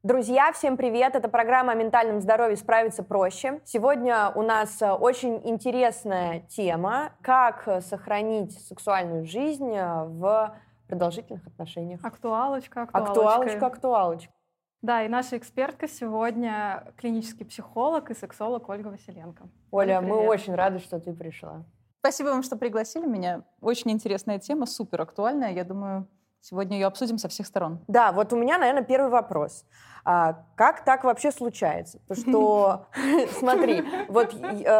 Друзья, всем привет! Это программа о ментальном здоровье «Справиться проще». Сегодня у нас очень интересная тема «Как сохранить сексуальную жизнь в продолжительных отношениях». Актуалочка. Да, и наша экспертка сегодня клинический психолог и сексолог Ольга Василенко. Оля, мы очень рады, что ты пришла. Спасибо вам, что пригласили меня. Очень интересная тема, супер актуальная. Я думаю, сегодня ее обсудим со всех сторон. Да, вот у меня, наверное, первый вопрос. Как так вообще случается? Потому что, смотри, вот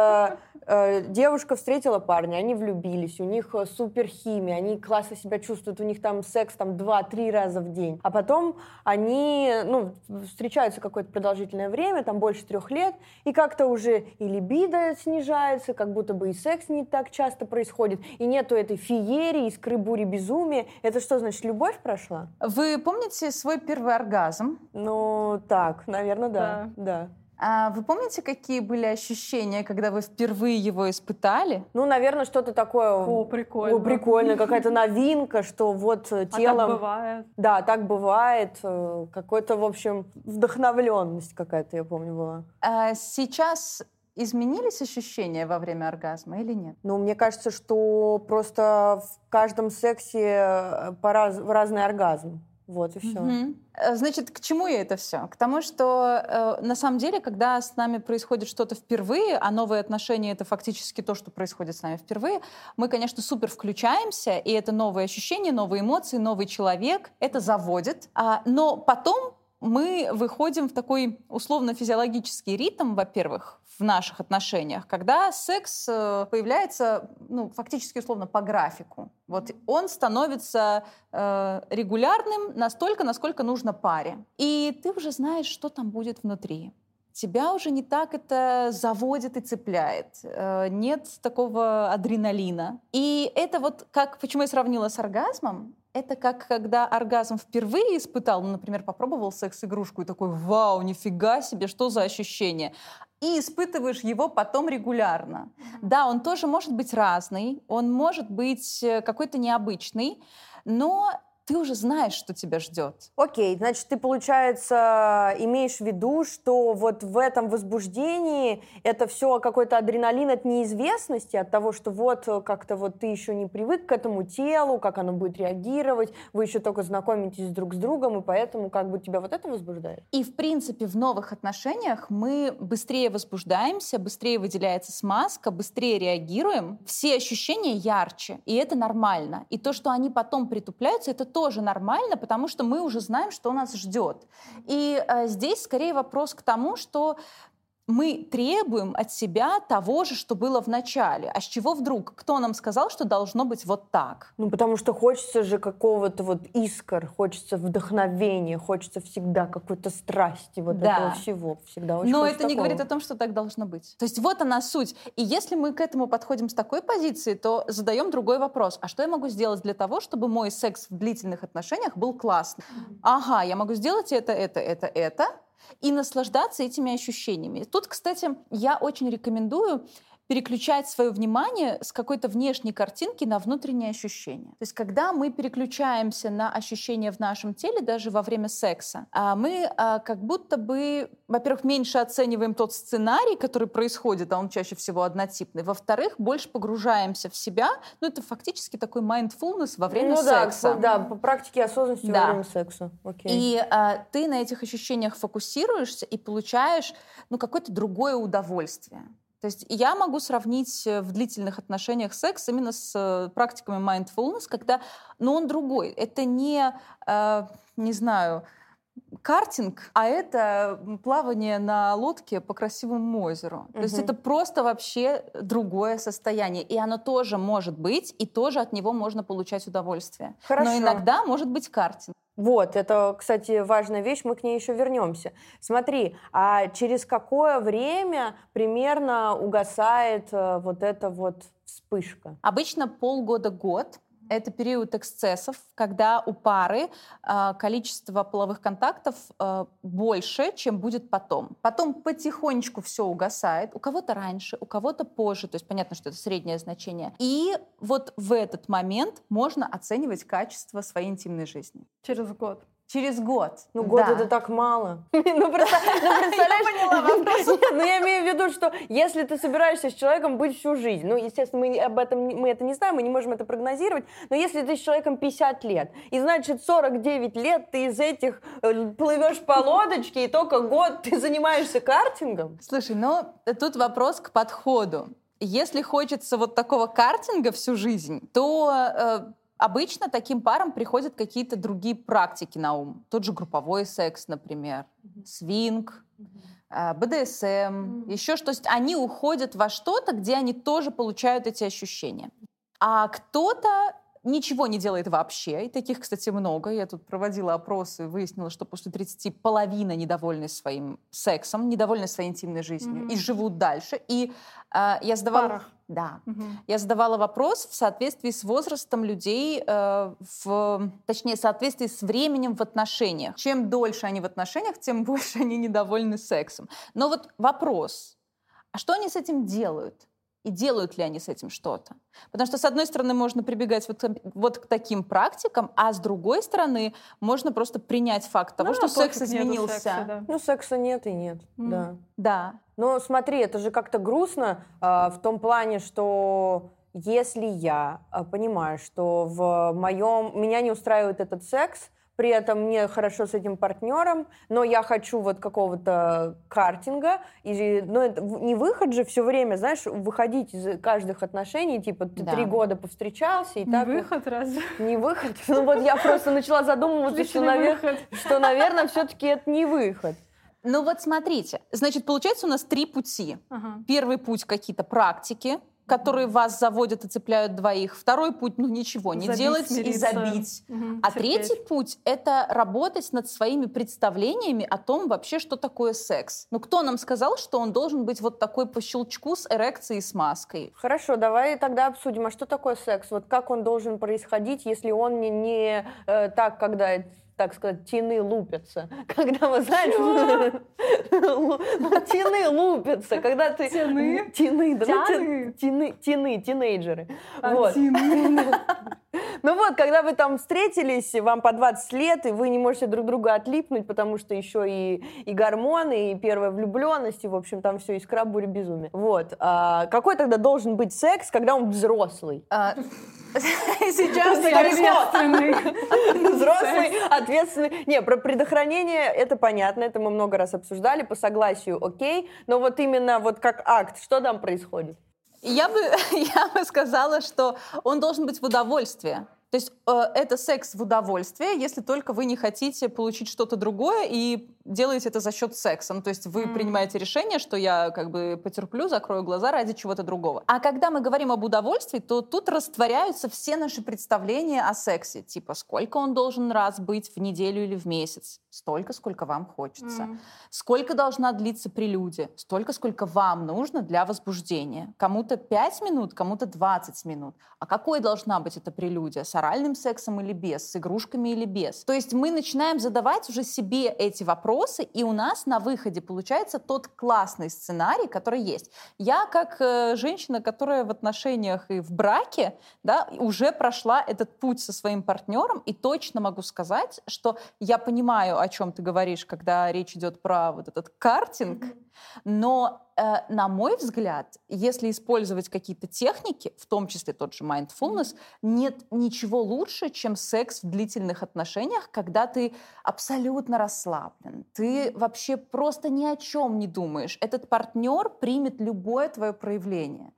девушка встретила парня, они влюбились, у них супер химия, они классно себя чувствуют, у них там секс 2-3 раза в день. А потом они, встречаются какое-то продолжительное время, там больше 3 лет, и как-то уже и либидо снижается, как будто бы и секс не так часто происходит, и нету этой феерии, искры, бури, безумия. Это что, значит, любовь прошла? Вы помните свой первый оргазм? Так, наверное, да. А вы помните, какие были ощущения, когда вы впервые его испытали? Наверное, что-то такое... прикольно. Прикольно, какая-то новинка, что вот телом... так бывает. Да, так бывает. Какой-то, в общем, вдохновленность какая-то, я помню, была. А сейчас изменились ощущения во время оргазма или нет? Мне кажется, что просто в каждом сексе разный оргазм. Вот и все. Значит, к чему я это все? К тому, что на самом деле, когда с нами происходит что-то впервые, а новые отношения — это фактически то, что происходит с нами впервые, мы, конечно, супер включаемся, и это новые ощущения, новые эмоции, новый человек, это заводит. Но потом мы выходим в такой условно-физиологический ритм, во-первых, в наших отношениях, когда секс появляется, фактически условно по графику. Вот он становится регулярным настолько, насколько нужно паре. И ты уже знаешь, что там будет внутри. Тебя уже не так это заводит и цепляет. Нет такого адреналина. И это почему я сравнила с оргазмом, это как когда оргазм впервые испытал, например, попробовал секс-игрушку и такой: вау, нифига себе, что за ощущение. И испытываешь его потом регулярно. Да, он тоже может быть разный, он может быть какой-то необычный, но ты уже знаешь, что тебя ждет. Окей, значит, ты, получается, имеешь в виду, что вот в этом возбуждении это все какой-то адреналин от неизвестности, от того, что как-то ты еще не привык к этому телу, как оно будет реагировать, вы еще только знакомитесь друг с другом, и поэтому тебя это возбуждает? И, в принципе, в новых отношениях мы быстрее возбуждаемся, быстрее выделяется смазка, быстрее реагируем, все ощущения ярче, и это нормально. И то, что они потом притупляются, это тоже нормально, потому что мы уже знаем, что нас ждет. И здесь скорее вопрос к тому, что мы требуем от себя того же, что было в начале. А с чего вдруг? Кто нам сказал, что должно быть вот так? Потому что хочется же какого-то искр, хочется вдохновения, хочется всегда какой-то страсти, этого всего. Всегда очень Но хочется это не такого. говорит о том, что так должно быть. То есть вот она суть. И если мы к этому подходим с такой позиции, то задаем другой вопрос. А что я могу сделать для того, чтобы мой секс в длительных отношениях был классным? Ага, я могу сделать это, и наслаждаться этими ощущениями. Тут, кстати, я очень рекомендую переключать свое внимание с какой-то внешней картинки на внутренние ощущения. То есть когда мы переключаемся на ощущения в нашем теле, даже во время секса, мы как будто бы, во-первых, меньше оцениваем тот сценарий, который происходит, а он чаще всего однотипный. Во-вторых, больше погружаемся в себя. Это фактически такой mindfulness во время секса. Да, по практике осознанности во время секса. Окей. И ты на этих ощущениях фокусируешься и получаешь какое-то другое удовольствие. То есть я могу сравнить в длительных отношениях секс именно с практиками mindfulness, когда, он другой. Это не знаю, картинг, а это плавание на лодке по красивому озеру. То есть это просто вообще другое состояние. И оно тоже может быть, и тоже от него можно получать удовольствие. Хорошо. Но иногда может быть картинг. Это, кстати, важная вещь, мы к ней еще вернемся. Смотри, а через какое время примерно угасает эта вспышка? Обычно полгода-год. Это период эксцессов, когда у пары количество половых контактов больше, чем будет потом. Потом потихонечку все угасает. У кого-то раньше, у кого-то позже. То есть понятно, что это среднее значение. И в этот момент можно оценивать качество своей интимной жизни. Через год. Через год. Ну, год да. это так мало. Ну, представляешь? Я поняла вопрос. Нет, ну, я имею в виду, что если ты собираешься с человеком быть всю жизнь, ну, естественно, мы это не знаем, мы не можем это прогнозировать, но если ты с человеком 50 лет, и, значит, 49 лет ты из этих плывешь по лодочке, и только год ты занимаешься картингом. Слушай, ну, тут вопрос к подходу. Если хочется вот такого картинга всю жизнь, то... Обычно таким парам приходят какие-то другие практики на ум. Тот же групповой секс, например, свинг, БДСМ, еще что-то. То есть они уходят во что-то, где они тоже получают эти ощущения. А кто-то ничего не делает вообще, и таких, кстати, много. Я тут проводила опросы и выяснила, что после 30 половина недовольны своим сексом, недовольны своей интимной жизнью и живут дальше. И я задавала... Парах. Да. Я задавала вопрос в соответствии с возрастом людей, точнее, в соответствии с временем в отношениях. Чем дольше они в отношениях, тем больше они недовольны сексом. Но вот вопрос, а что они с этим делают? И делают ли они с этим что-то? Потому что, с одной стороны, можно прибегать вот к таким практикам, а с другой стороны, можно просто принять факт того, что секс изменился. Секса, да. Ну, секса нет и нет, да. Да. Но смотри, это же как-то грустно в том плане, что если я понимаю, что меня не устраивает этот секс, при этом мне хорошо с этим партнером, но я хочу вот какого-то картинга. Но это не выход же все время, знаешь, выходить из каждых отношений, типа ты 3 года повстречался и не так. Выход разве? Не выход. Ну вот я просто начала задумываться, что, наверное, все-таки это не выход. Ну вот смотрите, значит, получается у нас 3 пути. Ага. Первый путь — какие-то практики, которые вас заводят и цепляют двоих. Второй путь, ну ничего, не Забить, делать смириться. и забить. Терпеть. А третий путь — это работать над своими представлениями о том вообще, что такое секс. Ну кто нам сказал, что он должен быть вот такой по щелчку с эрекцией и с маской? Хорошо, давай тогда обсудим, а что такое секс? Вот как он должен происходить, если он не так, когда... так сказать, тины лупятся. Когда, вы знаете... Тины лупятся. Когда ты... Тины? Тины, да. Тины, тинейджеры. Вот. Ну вот, когда вы там встретились, вам по 20 лет, и вы не можете друг друга отлипнуть, потому что еще и гормоны, и первая влюбленность, и, в общем, там все искра, буря, безумие. Вот. Какой тогда должен быть секс, когда он взрослый? Сейчас Ответственный. Взрослый, ответственный. Не, про предохранение это понятно, это мы много раз обсуждали, по согласию окей, но вот именно вот как акт, что там происходит? Я бы сказала, что он должен быть в удовольствие. То есть это секс в удовольствие, если только вы не хотите получить что-то другое и делаете это за счет секса. Ну, то есть вы принимаете решение, что я как бы потерплю, закрою глаза ради чего-то другого. А когда мы говорим об удовольствии, то тут растворяются все наши представления о сексе. Типа, сколько он должен раз быть в неделю или в месяц? Столько, сколько вам хочется. Сколько должна длиться прелюдия? Столько, сколько вам нужно для возбуждения. Кому-то 5 минут, кому-то 20 минут. А какой должна быть эта прелюдия? С оральным сексом или без? С игрушками или без? То есть мы начинаем задавать уже себе эти вопросы, и у нас на выходе получается тот классный сценарий, который есть. Я, как женщина, которая в отношениях и в браке, да, уже прошла этот путь со своим партнером, и точно могу сказать, что я понимаю, о чем ты говоришь, когда речь идет про вот этот картинг, но, на мой взгляд, если использовать какие-то техники, в том числе тот же mindfulness, нет ничего лучше, чем секс в длительных отношениях, когда ты абсолютно расслаблен, ты вообще просто ни о чем не думаешь. Этот партнер примет любое твое проявление.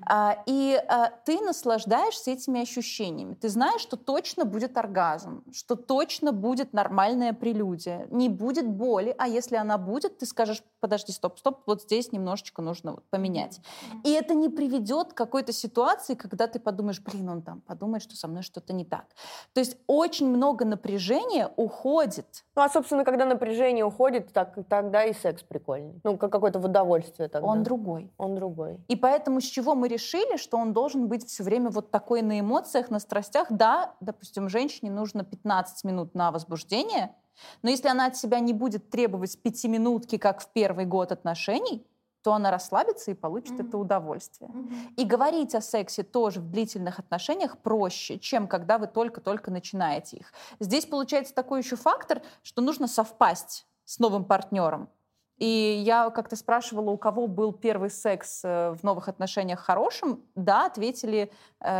И ты наслаждаешься этими ощущениями. Ты знаешь, что точно будет оргазм, что точно будет нормальная прелюдия, не будет боли, а если она будет, ты скажешь: подожди, стоп, вот здесь немножечко нужно вот поменять. И это не приведет к какой-то ситуации, когда ты подумаешь: блин, он там подумает, что со мной что-то не так. То есть очень много напряжения уходит. Ну, а, собственно, когда напряжение уходит, тогда и секс прикольный. Ну, как какое-то удовольствие тогда. Он другой. Он другой. И поэтому с чего мы решили, что он должен быть все время вот такой на эмоциях, на страстях? Да, допустим, женщине нужно 15 минут на возбуждение, но если она от себя не будет требовать 5-минутки, как в первый год отношений, то она расслабится и получит это удовольствие. И говорить о сексе тоже в длительных отношениях проще, чем когда вы только-только начинаете их. Здесь получается такой еще фактор, что нужно совпасть с новым партнером. И я как-то спрашивала, у кого был первый секс в новых отношениях хорошим. Да, ответили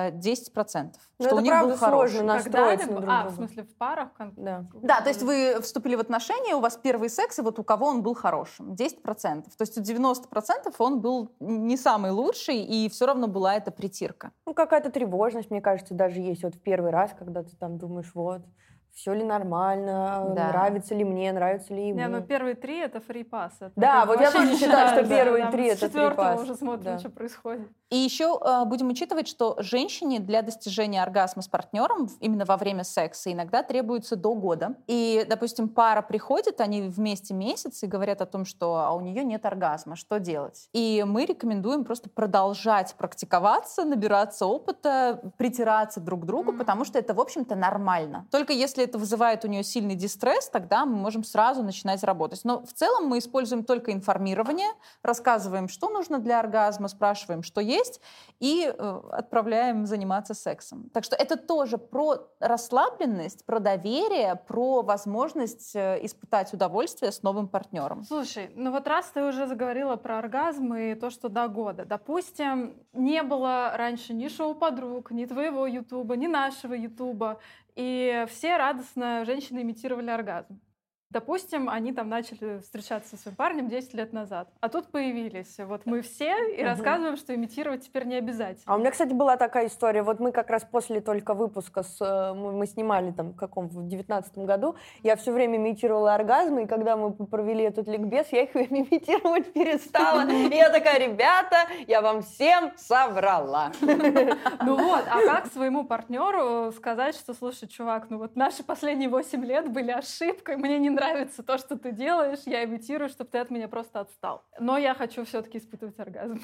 10%. Но что у это них правда был хороший. сложно настроиться на Когда-либо? друг друга. В смысле, в парах? Да, то есть вы вступили в отношения, у вас первый секс, и вот у кого он был хорошим? 10%. То есть у 90% он был не самый лучший, и все равно была эта притирка. Ну, какая-то тревожность, мне кажется, даже есть вот в первый раз, когда ты там думаешь, вот, все ли нормально, Да. нравится ли мне, нравится ли ему. Не, ну первые 3 — это фри-пасс. Это Да, как бы вот я вообще тоже не считаю, что считается. первые Там 3 с это четвертого фри-пасс. уже смотрим, Да. что происходит. И еще будем учитывать, что женщине для достижения оргазма с партнером именно во время секса иногда требуется до года. И, допустим, пара приходит, они вместе месяц и говорят о том, что у нее нет оргазма, что делать? И мы рекомендуем просто продолжать практиковаться, набираться опыта, притираться друг к другу, потому что это, в общем-то, нормально. Только если это вызывает у нее сильный дистресс, тогда мы можем сразу начинать работать. Но в целом мы используем только информирование, рассказываем, что нужно для оргазма, спрашиваем, что есть, и отправляем заниматься сексом. Так что это тоже про расслабленность, про доверие, про возможность испытать удовольствие с новым партнером. Слушай, ну вот раз ты уже заговорила про оргазм и то, что до года. Допустим, не было раньше ни шоу подруг, ни твоего Ютуба, ни нашего Ютуба, и все радостно женщины имитировали оргазм. Допустим, они там начали встречаться со своим парнем 10 лет назад, а тут появились вот мы все и рассказываем, что имитировать теперь не обязательно. А у меня, кстати, была такая история. Вот мы как раз после только выпуска, мы снимали там в 19-м году, я все время имитировала оргазмы, и когда мы провели этот ликбез, я их имитировать перестала. И я такая, ребята, я вам всем соврала. Ну вот, а как своему партнеру сказать, что, слушай, чувак, ну вот наши последние 8 лет были ошибкой, мне не нравится то, что ты делаешь, я имитирую, чтобы ты от меня просто отстал. Но я хочу все-таки испытывать оргазм.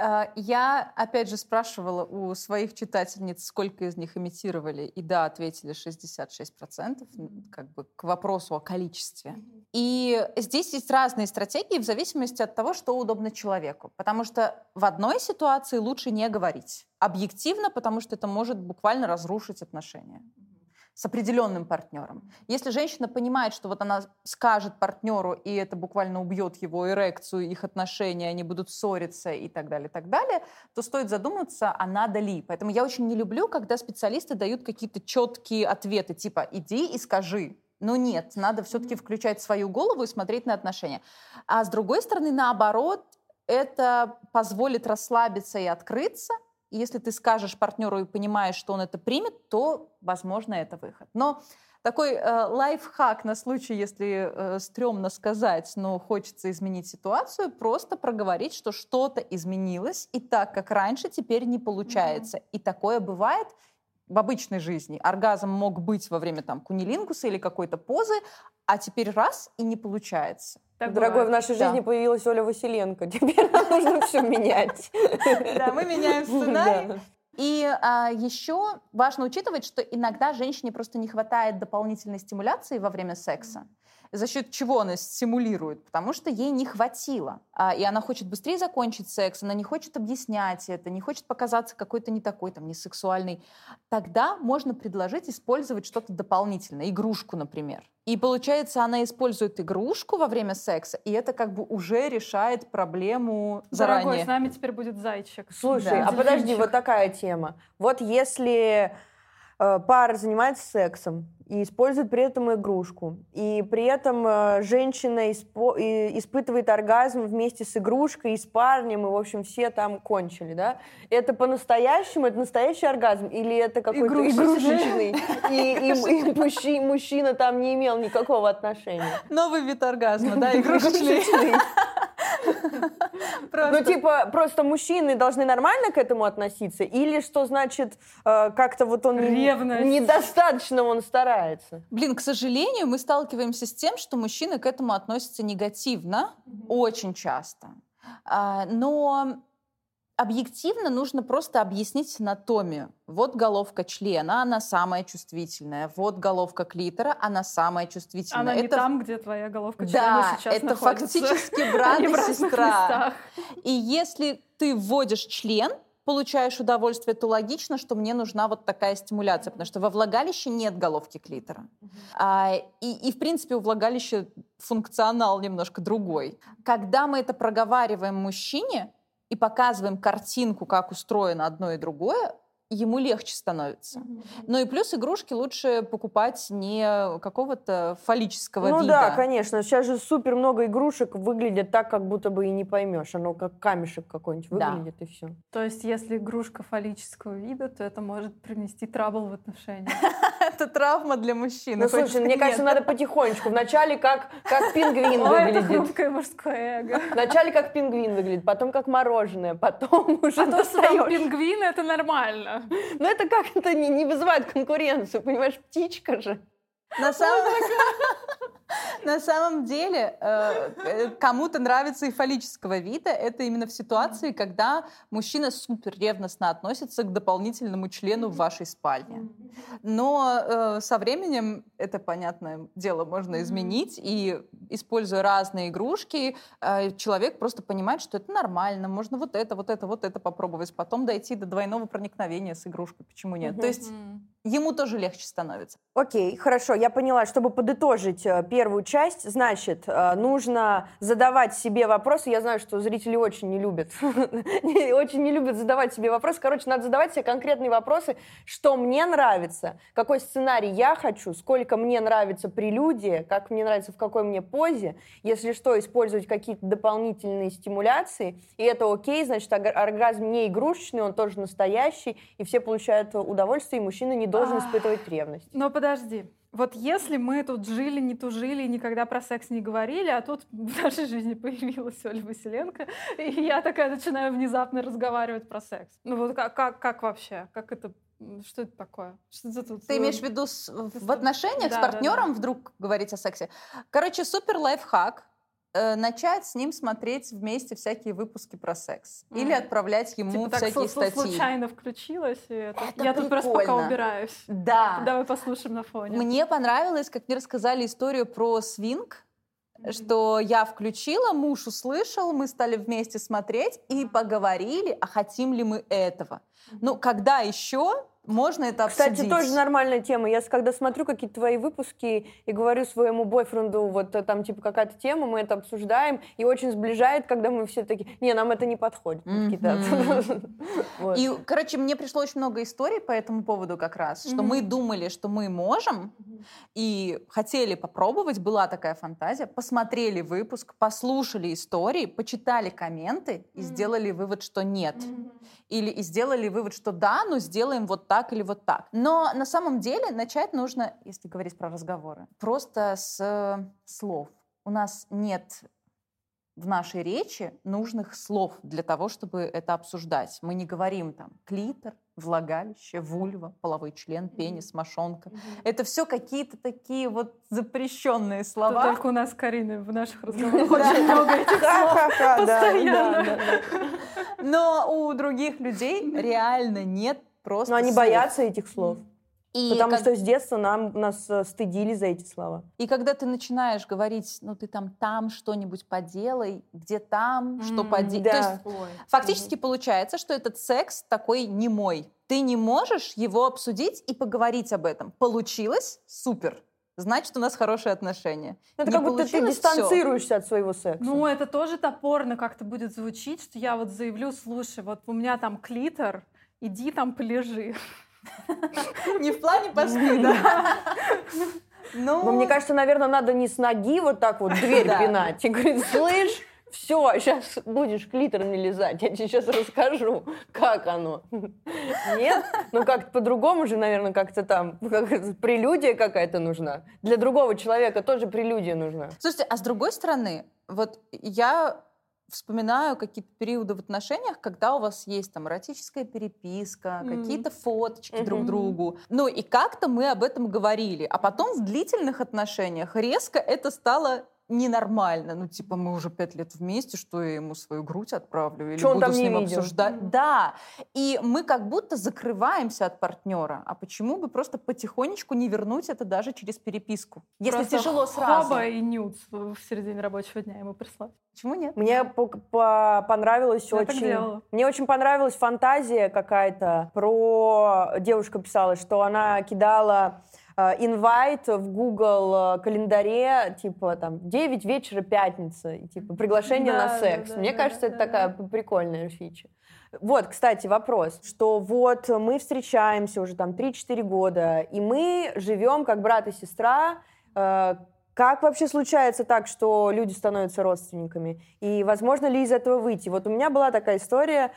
Я, опять же, спрашивала у своих читательниц, сколько из них имитировали, и да, ответили 66%, как бы к вопросу о количестве. И здесь есть разные стратегии в зависимости от того, что удобно человеку. Потому что в одной ситуации лучше не говорить. Объективно, потому что это может буквально разрушить отношения с определенным партнером. Если женщина понимает, что вот она скажет партнеру, и это буквально убьет его эрекцию, их отношения, они будут ссориться и так далее, то стоит задуматься, а надо ли. Поэтому я очень не люблю, когда специалисты дают какие-то четкие ответы, типа «иди и скажи». Но нет, надо все-таки включать свою голову и смотреть на отношения. А с другой стороны, наоборот, это позволит расслабиться и открыться. И если ты скажешь партнеру и понимаешь, что он это примет, то, возможно, это выход. Но такой лайфхак на случай, если стрёмно сказать, но хочется изменить ситуацию, просто проговорить, что что-то изменилось, и так, как раньше, теперь не получается. И такое бывает в обычной жизни. Оргазм мог быть во время там, кунилингуса или какой-то позы, а теперь раз — и не получается. Так Дорогой, бывает. в нашей жизни появилась Оля Василенко. Теперь нам нужно все менять. Да, мы меняем сценарий. И еще важно учитывать, что иногда женщине просто не хватает дополнительной стимуляции во время секса. За счет чего она стимулирует? Потому что ей не хватило. И она хочет быстрее закончить секс, она не хочет объяснять это, не хочет показаться какой-то не такой, там, не сексуальной. Тогда можно предложить использовать что-то дополнительное, игрушку, например. И получается, она использует игрушку во время секса, и это как бы уже решает проблему заранее. Дорогой, с нами теперь будет зайчик. Слушай, Да. а подожди, вот такая тема. Вот если пара занимается сексом и использует при этом игрушку, и при этом женщина испытывает оргазм вместе с игрушкой и с парнем, и, в общем, все там кончили, да? Это по-настоящему, это настоящий оргазм? Или это какой-то игрушечный? И мужчина там не имел никакого отношения? Новый вид оргазма, да, игрушечный. Ну, типа, просто мужчины должны нормально к этому относиться? Или что значит, как-то вот он Ревность. недостаточно он старается? Блин, к сожалению, мы сталкиваемся с тем, что мужчины к этому относятся негативно очень часто. Но объективно нужно просто объяснить анатомию. Вот головка члена, она самая чувствительная. Вот головка клитора, она самая чувствительная. Она это... не там, где твоя головка члена сейчас это находится. фактически брат Они и в разных сестра. местах. И если ты вводишь член, получаешь удовольствие, то логично, что мне нужна вот такая стимуляция, потому что во влагалище нет головки клитора. И, в принципе, у влагалища функционал немножко другой. Когда мы это проговариваем мужчине и показываем картинку, как устроено одно и другое, ему легче становится. Ну и плюс игрушки лучше покупать не какого-то фаллического вида. Ну да, конечно. Сейчас же супер много игрушек выглядят так, как будто бы и не поймешь. Оно как камешек какой-нибудь выглядит, и все. То есть, если игрушка фаллического вида, то это может принести трабл в отношениях. Это травма для мужчин. Ну, слушай, мне кажется, надо потихонечку. Вначале как пингвин Ой, это выглядит. хрупкое мужское эго. Вначале как пингвин выглядит, потом как мороженое, потом уже А то, что там достаешь. пингвины, это нормально. Но это как-то не вызывает конкуренцию, понимаешь, птичка же. На самом деле, кому-то нравится и фаллического вида. Это именно в ситуации, когда мужчина супер ревностно относится к дополнительному члену в вашей спальне. Но со временем это, понятное дело, можно изменить. И, используя разные игрушки, человек просто понимает, что это нормально. Можно вот это попробовать. Потом дойти до двойного проникновения с игрушкой. Почему нет? То есть ему тоже легче становится. Окей, хорошо, я поняла. Чтобы подытожить первую часть, значит, нужно задавать себе вопросы. Я знаю, что зрители очень не любят задавать себе вопросы. Короче, надо задавать себе конкретные вопросы, что мне нравится, какой сценарий я хочу, сколько мне нравится прелюдия, как мне нравится, в какой мне позе. Если что, использовать какие-то дополнительные стимуляции. И это окей, значит, оргазм не игрушечный, он тоже настоящий, и все получают удовольствие, и мужчина не должен испытывать ревность. Но подожди. Вот если мы тут жили, не тужили и никогда про секс не говорили, а тут в нашей жизни появилась Оля Василенко, и я такая начинаю внезапно разговаривать про секс. Ну вот как вообще? Как это? Что это такое? Что это тут? Ты имеешь в виду в отношениях с партнером вдруг говорить о сексе? Короче, супер лайфхак. Начать с ним смотреть вместе всякие выпуски про секс. Или отправлять ему типа всякие статьи. Случайно включилась. И это я тут просто пока убираюсь. Да. Давай послушаем на фоне. Мне понравилось, как мне рассказали историю про свинг, что я включила, муж услышал, мы стали вместе смотреть и поговорили, а хотим ли мы этого. Ну, когда еще можно это обсудить? Кстати, тоже нормальная тема. Я когда смотрю какие-то твои выпуски и говорю своему бойфренду, вот там типа какая-то тема, мы это обсуждаем, и очень сближает, когда мы все такие, не, нам это не подходит. И, короче, мне пришло очень много историй по этому поводу как раз, что мы думали, что мы можем, и хотели попробовать, была такая фантазия, посмотрели выпуск, послушали истории, почитали комменты и сделали вывод, что нет. Или сделали вывод, что да, но сделаем вот так или вот так. Но на самом деле начать нужно, если говорить про разговоры, просто с слов. У нас нет в нашей речи нужных слов для того, чтобы это обсуждать. Мы не говорим там клитор, влагалище, вульва, половой член, пенис, мошонка. Это все какие-то такие вот запрещенные слова. Только у нас с Кариной в наших разговорах очень много этих слов постоянно. Но у других людей реально нет просто Но они слов. боятся этих слов. И Потому что с детства нас стыдили за эти слова. И когда ты начинаешь говорить, ну ты там что-нибудь поделай, где там, что поделай. Да. То есть фактически получается, что этот секс такой немой. Ты не можешь его обсудить и поговорить об этом. Получилось? Супер. Значит, у нас хорошие отношения. Это как будто ты дистанцируешься от своего секса. Ну, это тоже топорно как-то будет звучить, что я вот заявлю, слушай, вот у меня там клитор, иди там полежи. Не в плане поспи, да? Но мне кажется, наверное, надо не с ноги вот так вот дверь пинать и говорить, слышь, все, сейчас будешь клитором не лизать, я тебе сейчас расскажу, как оно. Нет? Ну, как-то по-другому же, наверное, как-то там прелюдия какая-то нужна. Для другого человека тоже прелюдия нужна. Слушайте, а с другой стороны, вот я вспоминаю какие-то периоды в отношениях, когда у вас есть там эротическая переписка, какие-то фоточки друг другу. Ну и как-то мы об этом говорили. А потом в длительных отношениях резко это стало ненормально. Ну, типа, мы уже 5 лет вместе, что я ему свою грудь отправлю? Или Что он буду там с не ним видел? обсуждать? Да. И мы как будто закрываемся от партнера. А почему бы просто потихонечку не вернуть это даже через переписку? Если Просто тяжело сразу. хоба и нюдс в середине рабочего дня ему прислать. Почему нет? Мне понравилось Я так очень... делала. Мне очень понравилась фантазия какая-то про... Девушка писала, что она кидала инвайт в Google календаре, типа там 9 вечера пятница, и, типа приглашение Да, на секс. да, Мне да, кажется, да, это такая прикольная фича. Вот, кстати, вопрос, что вот мы встречаемся уже там 3-4 года, и мы живем как брат и сестра. Как вообще случается так, что люди становятся родственниками? И возможно ли из этого выйти? Вот у меня была такая история,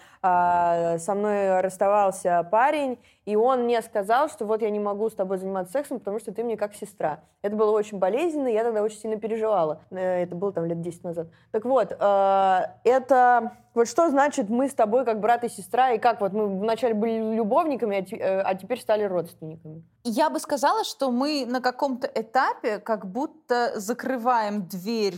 со мной расставался парень, и он мне сказал, что вот я не могу с тобой заниматься сексом, потому что ты мне как сестра. Это было очень болезненно, и я тогда очень сильно переживала. Это было там лет 10 назад. Так вот, это... Вот что значит мы с тобой как брат и сестра, и как вот мы вначале были любовниками, а теперь стали родственниками? Я бы сказала, что мы на каком-то этапе как будто закрываем дверь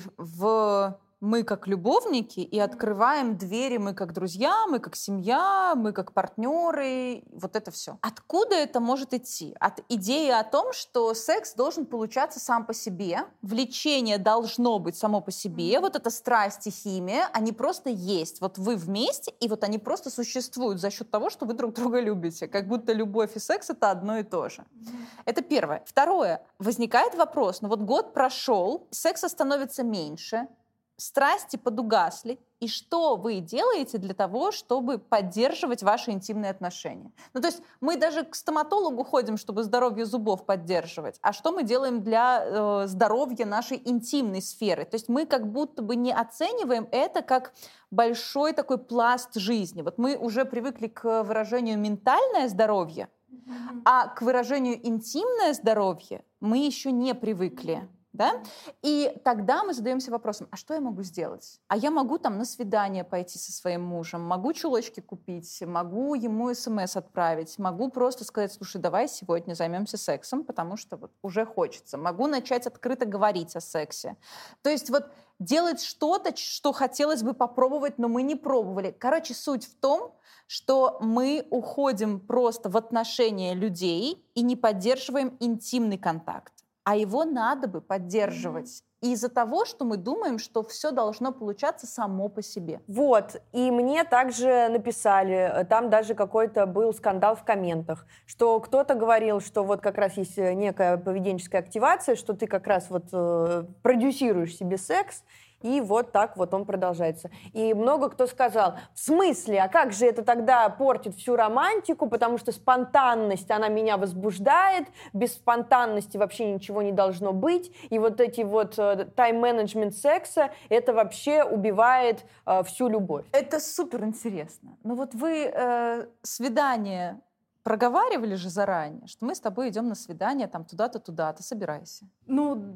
в мы как любовники и открываем двери мы как друзья, мы как семья, мы как партнеры, вот это все. Откуда это может идти? От идеи о том, что секс должен получаться сам по себе, влечение должно быть само по себе, вот эта страсть и химия, они просто есть. Вот вы вместе, и вот они просто существуют за счет того, что вы друг друга любите. Как будто любовь и секс — это одно и то же. Это первое. Второе. Возникает вопрос, ну вот год прошел, секса становится меньше, страсти подугасли, и что вы делаете для того, чтобы поддерживать ваши интимные отношения? Ну, то есть мы даже к стоматологу ходим, чтобы здоровье зубов поддерживать, а что мы делаем для здоровья нашей интимной сферы? То есть мы как будто бы не оцениваем это как большой такой пласт жизни. Вот мы уже привыкли к выражению «ментальное здоровье», а к выражению «интимное здоровье» мы еще не привыкли. Да? И тогда мы задаемся вопросом, а что я могу сделать? А я могу там на свидание пойти со своим мужем, могу чулочки купить, могу ему СМС отправить, могу просто сказать, слушай, давай сегодня займемся сексом, потому что вот уже хочется. Могу начать открыто говорить о сексе. То есть вот делать что-то, что хотелось бы попробовать, но мы не пробовали. Короче, суть в том, что мы уходим просто в отношения людей и не поддерживаем интимный контакт. А его надо бы поддерживать. Из-за того, что мы думаем, что все должно получаться само по себе. Вот, и мне также написали, там даже какой-то был скандал в комментах, что кто-то говорил, что вот как раз есть некая поведенческая активация, что ты как раз вот продюсируешь себе секс, и вот так вот он продолжается. И много кто сказал, в смысле, а как же это тогда портит всю романтику, потому что спонтанность, она меня возбуждает, без спонтанности вообще ничего не должно быть, и вот эти вот тайм-менеджмент секса, это вообще убивает всю любовь. Это супер интересно. Но вот вы свидание проговаривали же заранее, что мы с тобой идем на свидание, там туда-то, туда-то, собирайся. Ну,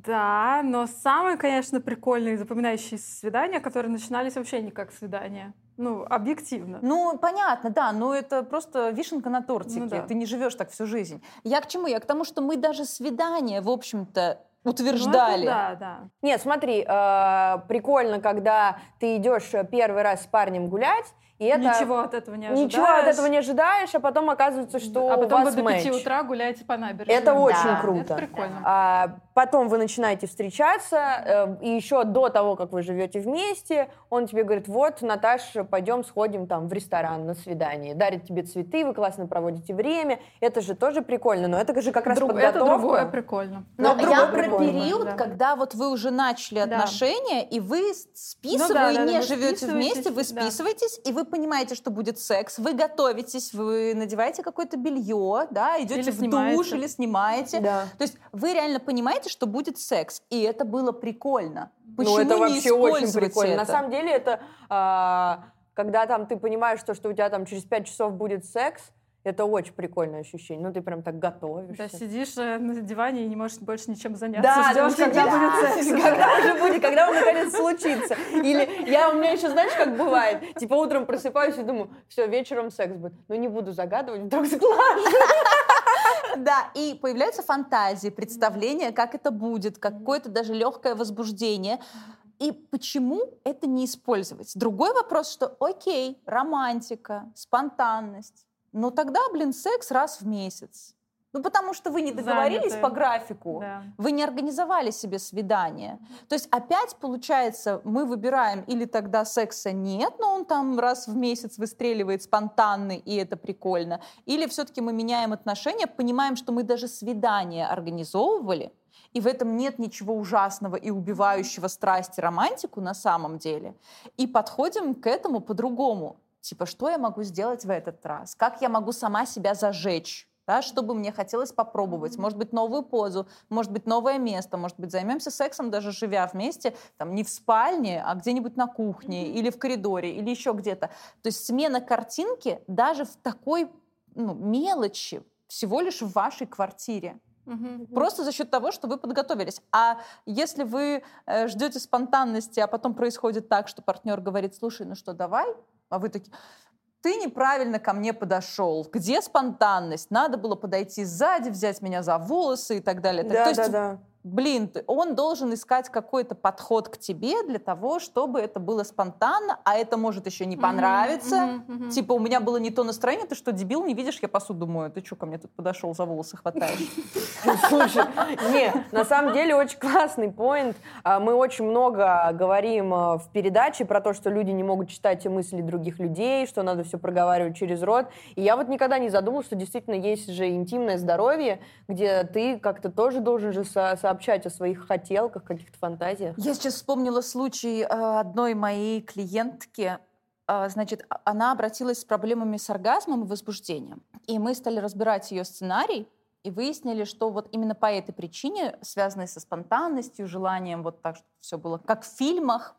да, но самые, конечно, прикольные запоминающие свидания, которые начинались вообще не как свидания. Ну, объективно. Ну, понятно, да, но это просто вишенка на тортике. Ну, да. Ты не живешь так всю жизнь. Я к чему? Я к тому, что мы даже свидание, в общем-то, утверждали. Ну, это да. Нет, смотри, прикольно, когда ты идешь первый раз с парнем гулять, и это... Ничего от этого не ожидаешь. Ничего от этого не ожидаешь, а потом оказывается, что а потом у вас вы до 5 матч. утра гуляете по набережной. Это очень Да, круто. Это прикольно. Потом вы начинаете встречаться, и еще до того, как вы живете вместе, он тебе говорит, вот, Наташ, пойдем сходим там в ресторан на свидание. Дарит тебе цветы, вы классно проводите время. Это же тоже прикольно, но это же как раз подготовка. Это другое прикольно. Но Это я другое про прикольно, период, да. когда вот вы уже начали отношения, и вы списывая, да, не вы живете вместе, вы списываетесь, да. списываетесь, и вы понимаете, что будет секс, вы готовитесь, вы надеваете какое-то белье, да, идете Или в снимаете. душ или снимаете. Да. То есть вы реально понимаете, что будет секс, и это было прикольно. Ну, Почему это не вообще очень использовать прикольно. это? На самом деле, это когда там ты понимаешь, что у тебя там через 5 часов будет секс, это очень прикольное ощущение. Ну, ты прям так готовишься. Да, сидишь на диване и не можешь больше ничем заняться. Да, Ждешь, ты когда сидишь, будет секс. Когда уже будет, когда он наконец случится. Или у меня еще, знаешь, как бывает? Типа утром просыпаюсь и думаю, все, вечером секс будет. Но не буду загадывать, вдруг сглажу. Да, и появляются фантазии, представления, как это будет, какое-то даже легкое возбуждение. И почему это не использовать? Другой вопрос, что окей, романтика, спонтанность. Но тогда, секс раз в месяц. Потому что вы не договорились по графику, вы не организовали себе свидание. То есть опять получается, мы выбираем или тогда секса нет, но он там раз в месяц выстреливает спонтанный, и это прикольно, или все-таки мы меняем отношения, понимаем, что мы даже свидание организовывали, и в этом нет ничего ужасного и убивающего страсти романтику на самом деле, и подходим к этому по-другому. Типа, что я могу сделать в этот раз? Как я могу сама себя зажечь? Да, что бы мне хотелось попробовать. Может быть, новую позу, может быть, новое место, может быть, займемся сексом, даже живя вместе, там, не в спальне, а где-нибудь на кухне или в коридоре, или еще где-то. То есть смена картинки даже в такой мелочи, всего лишь в вашей квартире. Просто за счет того, что вы подготовились. А если вы ждете спонтанности, а потом происходит так, что партнер говорит: слушай, ну что, давай? А вы такие: ты неправильно ко мне подошел. Где спонтанность? Надо было подойти сзади, взять меня за волосы и так далее. То есть, он должен искать какой-то подход к тебе для того, чтобы это было спонтанно, а это может еще не понравиться. Типа, у меня было не то настроение, ты что, дебил, не видишь, я посуду мою, ты что, ко мне тут подошел, за волосы хватаешь? Слушай, на самом деле очень классный поинт. Мы очень много говорим в передаче про то, что люди не могут читать мысли других людей, что надо все проговаривать через рот. И я вот никогда не задумалась, что действительно есть же интимное здоровье, где ты как-то тоже должен же сообщать о своих хотелках, каких-то фантазиях. Я сейчас вспомнила случай одной моей клиентки. Значит, она обратилась с проблемами с оргазмом и возбуждением. И мы стали разбирать ее сценарий и выяснили, что вот именно по этой причине, связанной со спонтанностью, желанием вот так, чтобы все было как в фильмах,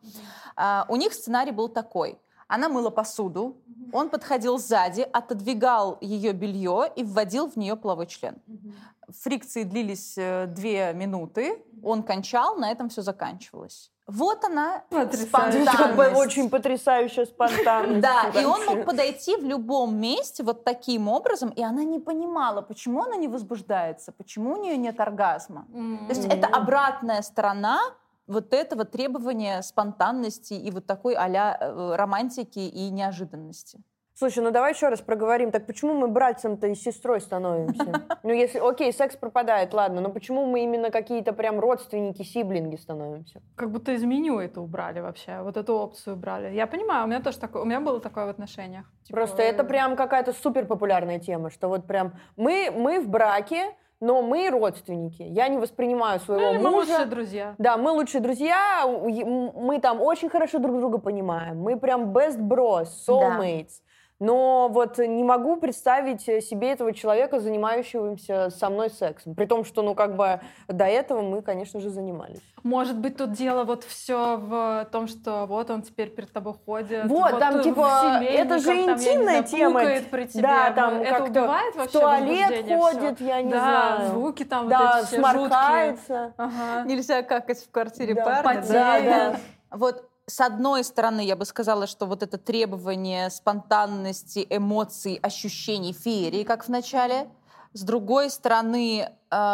у них сценарий был такой. Она мыла посуду, он подходил сзади, отодвигал ее белье и вводил в нее половой член. Фрикции длились 2 минуты, он кончал, на этом все заканчивалось. Вот она, спонтанность. Очень потрясающая спонтанность. Да, и он мог подойти в любом месте вот таким образом, и она не понимала, почему она не возбуждается, почему у нее нет оргазма. То есть это обратная сторона вот этого требования спонтанности и вот такой а-ля романтики и неожиданности. Слушай, ну давай еще раз проговорим. Так почему мы братцем-то и сестрой становимся? Ну если, окей, секс пропадает, ладно, но почему мы именно какие-то прям родственники, сиблинги становимся? Как будто из меню это убрали вообще, вот эту опцию убрали. Я понимаю, у меня тоже такое, у меня было такое в отношениях. Просто это прям какая-то супер популярная тема, что вот прям мы в браке, но мы родственники. Я не воспринимаю своего мужа. Мы лучшие друзья. Да, мы лучшие друзья, мы там очень хорошо друг друга понимаем. Мы прям best bros, soulmates. Да. Но вот не могу представить себе этого человека, занимающегося со мной сексом. При том, что, до этого мы, конечно же, занимались. Может быть, тут дело вот все в том, что вот он теперь перед тобой ходит. Вот там, это же интимная тема. При тебе. Да, там это убивает вообще в туалет ходит, все? я не знаю. Звуки там да, вот эти сморкается. Ага. Нельзя какать в квартире парня. Да. Вот с одной стороны, я бы сказала, что вот это требование спонтанности, эмоций, ощущений, феерии, как в начале. С другой стороны,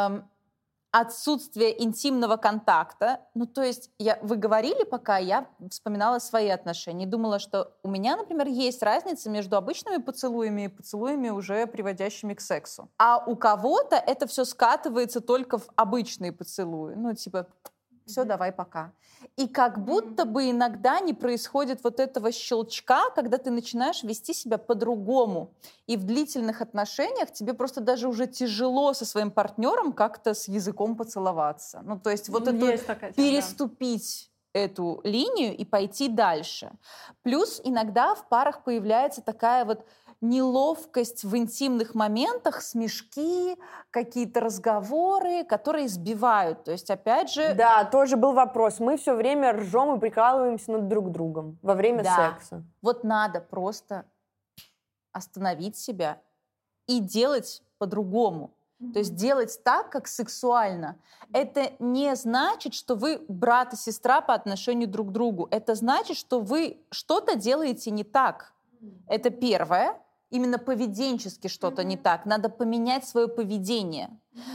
отсутствие интимного контакта. Ну, то есть, вы говорили, пока я вспоминала свои отношения, и думала, что у меня, например, есть разница между обычными поцелуями и поцелуями, уже приводящими к сексу. А у кого-то это все скатывается только в обычные поцелуи. Ну, типа, все, давай, пока. И как будто бы иногда не происходит вот этого щелчка, когда ты начинаешь вести себя по-другому. И в длительных отношениях тебе просто даже уже тяжело со своим партнером как-то с языком поцеловаться. Ну, то есть вот это переступить эту линию и пойти дальше. Плюс иногда в парах появляется такая вот неловкость в интимных моментах, смешки, какие-то разговоры, которые сбивают. То есть, опять же... Да, тоже был вопрос. Мы все время ржем и прикалываемся над друг другом во время секса. Вот надо просто остановить себя и делать по-другому. То есть делать так, как сексуально. Это не значит, что вы брат и сестра по отношению друг к другу. Это значит, что вы что-то делаете не так. Это первое. именно поведенчески что-то не так. Надо поменять свое поведение.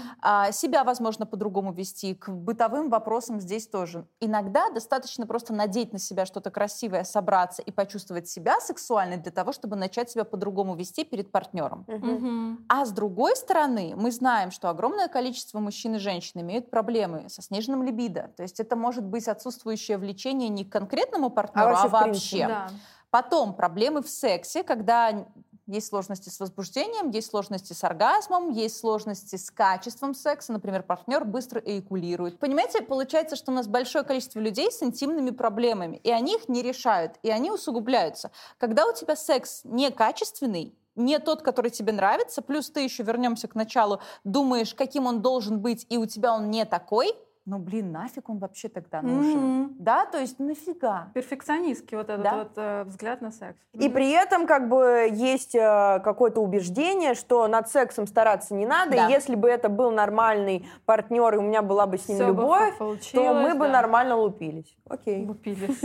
Себя, возможно, по-другому вести. К бытовым вопросам здесь тоже. Иногда достаточно просто надеть на себя что-то красивое, собраться и почувствовать себя сексуальной для того, чтобы начать себя по-другому вести перед партнером. А с другой стороны, мы знаем, что огромное количество мужчин и женщин имеют проблемы со сниженным либидо. То есть это может быть отсутствующее влечение не к конкретному партнеру, а вообще. Да. Потом проблемы в сексе, когда есть сложности с возбуждением, есть сложности с оргазмом, есть сложности с качеством секса. Например, партнер быстро эякулирует. Понимаете, получается, что у нас большое количество людей с интимными проблемами, и они их не решают, и они усугубляются. Когда у тебя секс некачественный, не тот, который тебе нравится, плюс ты еще, вернемся к началу, думаешь, каким он должен быть, и у тебя он не такой, ну, блин, нафиг он вообще тогда нужен? Да, то есть нафига? Перфекционистский вот этот вот взгляд на секс. И при этом как бы есть какое-то убеждение, что над сексом стараться не надо, Да. и если бы это был нормальный партнер, и у меня была бы с ним Всё бы любовь, то получилось, мы бы да. нормально лупились. Окей. Лупились.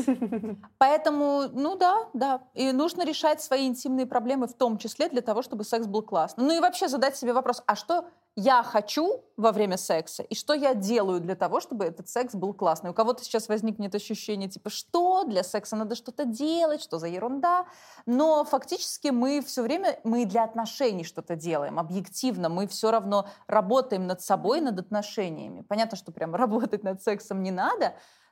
Поэтому, ну да. И нужно решать свои интимные проблемы в том числе для того, чтобы секс был классным. Ну и вообще задать себе вопрос, а что я хочу во время секса и что я делаю для того, чтобы этот секс был классный. У кого-то сейчас возникнет ощущение, типа, что для секса надо что-то делать, что за ерунда. Но фактически мы все время, мы для отношений что-то делаем. Объективно мы все равно работаем над собой, над отношениями. Понятно, что прям работать над сексом не надо,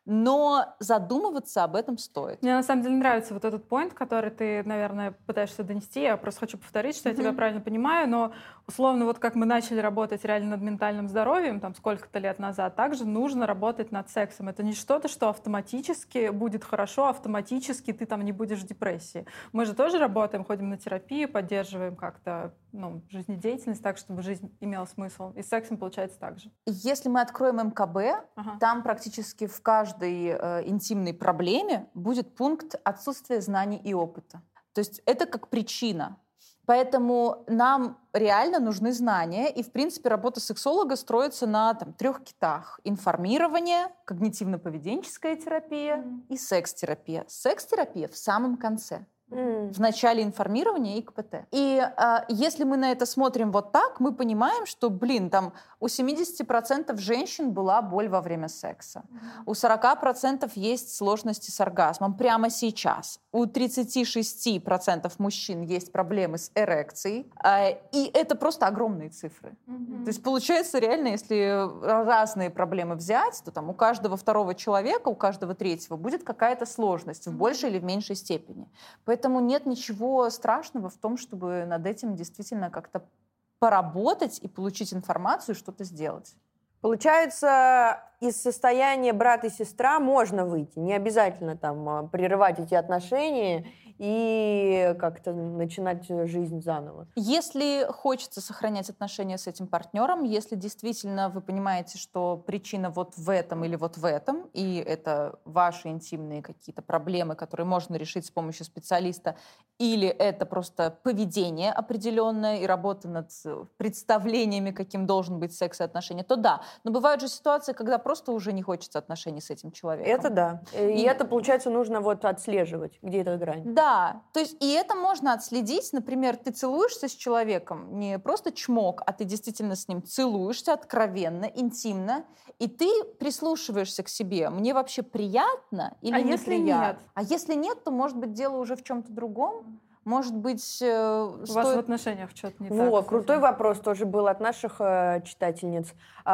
но задумываться об этом стоит. Мне на самом деле нравится вот этот поинт, который ты, наверное, пытаешься донести. Я просто хочу повторить, что я тебя правильно понимаю, но условно вот как мы начали работать реально над ментальным здоровьем, там сколько-то лет назад, также нужно работать над сексом. Это не что-то, что автоматически будет хорошо, автоматически ты там не будешь в депрессии. Мы же тоже работаем, ходим на терапию, поддерживаем как-то жизнедеятельность так, чтобы жизнь имела смысл. И с сексом получается так же. Если мы откроем МКБ, там практически в каждой интимной проблеме будет пункт отсутствия знаний и опыта. То есть это как причина. Поэтому нам реально нужны знания, и, в принципе, работа сексолога строится на 3 китах. Информирование, когнитивно-поведенческая терапия и секс-терапия. Секс-терапия в самом конце. В начале информирования и КПТ. И если мы на это смотрим вот так, мы понимаем, что, там у 70% женщин была боль во время секса. У 40% есть сложности с оргазмом прямо сейчас. У 36% мужчин есть проблемы с эрекцией. И это просто огромные цифры. То есть получается реально, если разные проблемы взять, то там у каждого второго человека, у каждого третьего будет какая-то сложность в большей или в меньшей степени. Поэтому нет ничего страшного в том, чтобы над этим действительно как-то поработать и получить информацию и что-то сделать. Получается, из состояния брат и сестра можно выйти. Не обязательно там прерывать эти отношения и как-то начинать жизнь заново. Если хочется сохранять отношения с этим партнером, если действительно вы понимаете, что причина вот в этом или вот в этом, и это ваши интимные какие-то проблемы, которые можно решить с помощью специалиста, или это просто поведение определенное и работа над представлениями, каким должен быть секс и отношения, то да. Но бывают же ситуации, когда просто уже не хочется отношений с этим человеком. Это да. И это, получается, нужно отслеживать, где эта грань. Да, то есть и это можно отследить. Например, ты целуешься с человеком, не просто чмок, а ты действительно с ним целуешься откровенно, интимно, и ты прислушиваешься к себе. Мне вообще приятно или неприятно? Если нет? А если нет, то, может быть, дело уже в чем-то другом? Может быть, У вас в отношениях что-то не так? Вот, крутой вопрос тоже был от наших читательниц.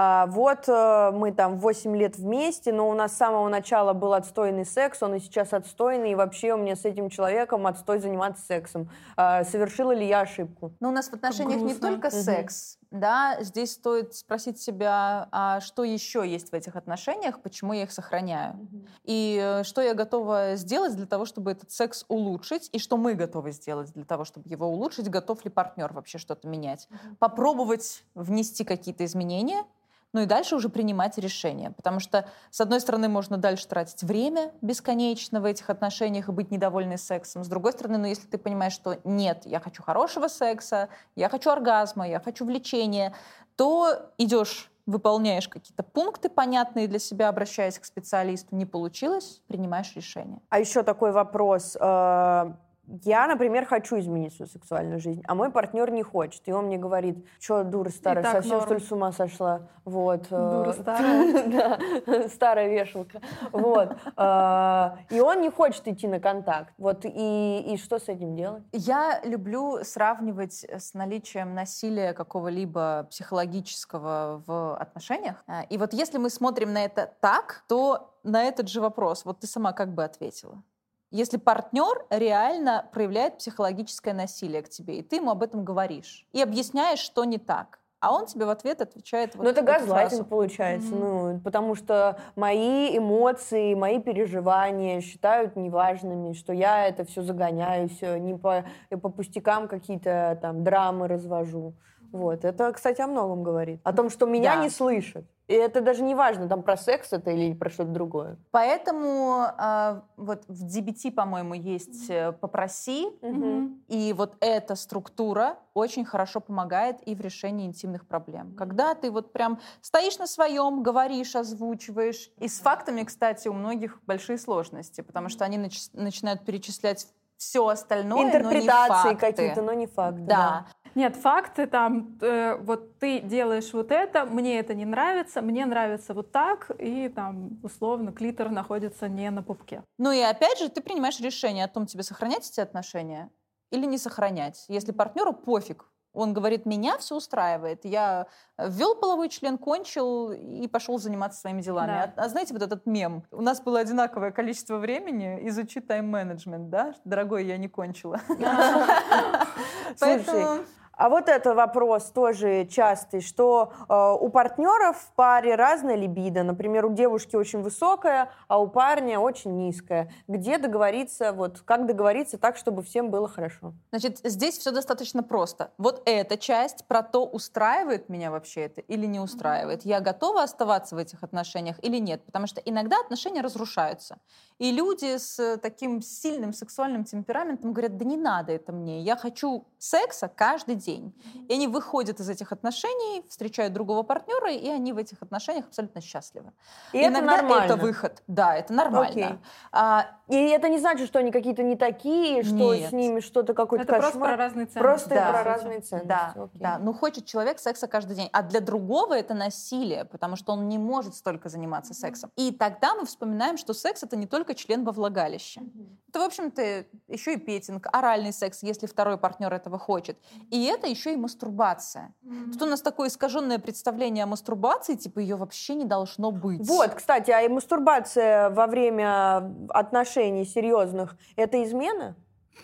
Мы там 8 лет вместе, но у нас с самого начала был отстойный секс, он и сейчас отстойный, и вообще у меня с этим человеком отстой заниматься сексом. Совершила ли я ошибку? Но у нас в отношениях не только секс, да, здесь стоит спросить себя, а что еще есть в этих отношениях, почему я их сохраняю, и что я готова сделать для того, чтобы этот секс улучшить, и что мы готовы сделать для того, чтобы его улучшить, готов ли партнер вообще что-то менять. Попробовать внести какие-то изменения, ну и дальше уже принимать решения. Потому что, с одной стороны, можно дальше тратить время бесконечно в этих отношениях и быть недовольной сексом. С другой стороны, если ты понимаешь, что нет, я хочу хорошего секса, я хочу оргазма, я хочу влечения, то идешь, выполняешь какие-то пункты понятные для себя, обращаясь к специалисту. Не получилось, принимаешь решение. А еще такой вопрос. Я, например, хочу изменить свою сексуальную жизнь, а мой партнер не хочет. И он мне говорит, что, дура старая, совсем, что ли, с ума сошла? Вот. Дура старая. Да, старая вешалка. Вот. И он не хочет идти на контакт. Вот. И что с этим делать? Я люблю сравнивать с наличием насилия какого-либо психологического в отношениях. И вот если мы смотрим на это так, то на этот же вопрос, вот ты сама как бы ответила. Если партнер реально проявляет психологическое насилие к тебе, и ты ему об этом говоришь, и объясняешь, что не так, а он тебе в ответ отвечает вот Ну, это эту газлайтинг фразу. получается, ну, потому что мои эмоции, мои переживания считают неважными, что я это все загоняюсь, не по пустякам какие-то там драмы развожу. Вот. Это, кстати, о многом говорит. О том, что меня не слышат. И это даже не важно, там про секс это или про что-то другое. Поэтому вот в DBT, по-моему, есть «попроси», и вот эта структура очень хорошо помогает и в решении интимных проблем. Когда ты вот прям стоишь на своем, говоришь, озвучиваешь. И с фактами, кстати, у многих большие сложности, потому что они начинают перечислять все остальное, интерпретации но не факты. какие-то, но не факты. Да. Нет, факты там, вот ты делаешь вот это, мне это не нравится, мне нравится вот так, и там, условно, клитор находится не на пупке. Ну и опять же, ты принимаешь решение о том, тебе сохранять эти отношения или не сохранять. Если партнеру пофиг, он говорит, меня все устраивает, я ввел половой член, кончил и пошел заниматься своими делами. Да. А знаете, вот этот мем? У нас было одинаковое количество времени, изучи тайм-менеджмент, да? Дорогой, я не кончила. Слушай, а вот это вопрос тоже частый, что у партнеров в паре разная либидо. Например, у девушки очень высокая, а у парня очень низкая. Где договориться, вот как договориться так, чтобы всем было хорошо? Значит, здесь все достаточно просто. Вот эта часть про то, устраивает меня вообще это или не устраивает. Я готова оставаться в этих отношениях или нет. Потому что иногда отношения разрушаются. И люди с таким сильным сексуальным темпераментом говорят, да не надо это мне, я хочу секса каждый день. И они выходят из этих отношений, встречают другого партнера, и они в этих отношениях абсолютно счастливы. И иногда это нормально? Это выход. Да, это нормально. И это не значит, что они какие-то не такие, что Нет. с ними что-то какой-то Это кошмар. просто про разные ценности. Просто Да. про разные ценности. Да, Окей. да. Ну, хочет человек секса каждый день. А для другого это насилие, потому что он не может столько заниматься сексом. И тогда мы вспоминаем, что секс — это не только член во влагалище. Это, в общем-то, еще и петинг, оральный секс, если второй партнер этого хочет. И это еще и мастурбация. Тут у нас такое искаженное представление о мастурбации, типа ее вообще не должно быть. Вот, кстати, а и мастурбация во время отношений серьезных — это измена?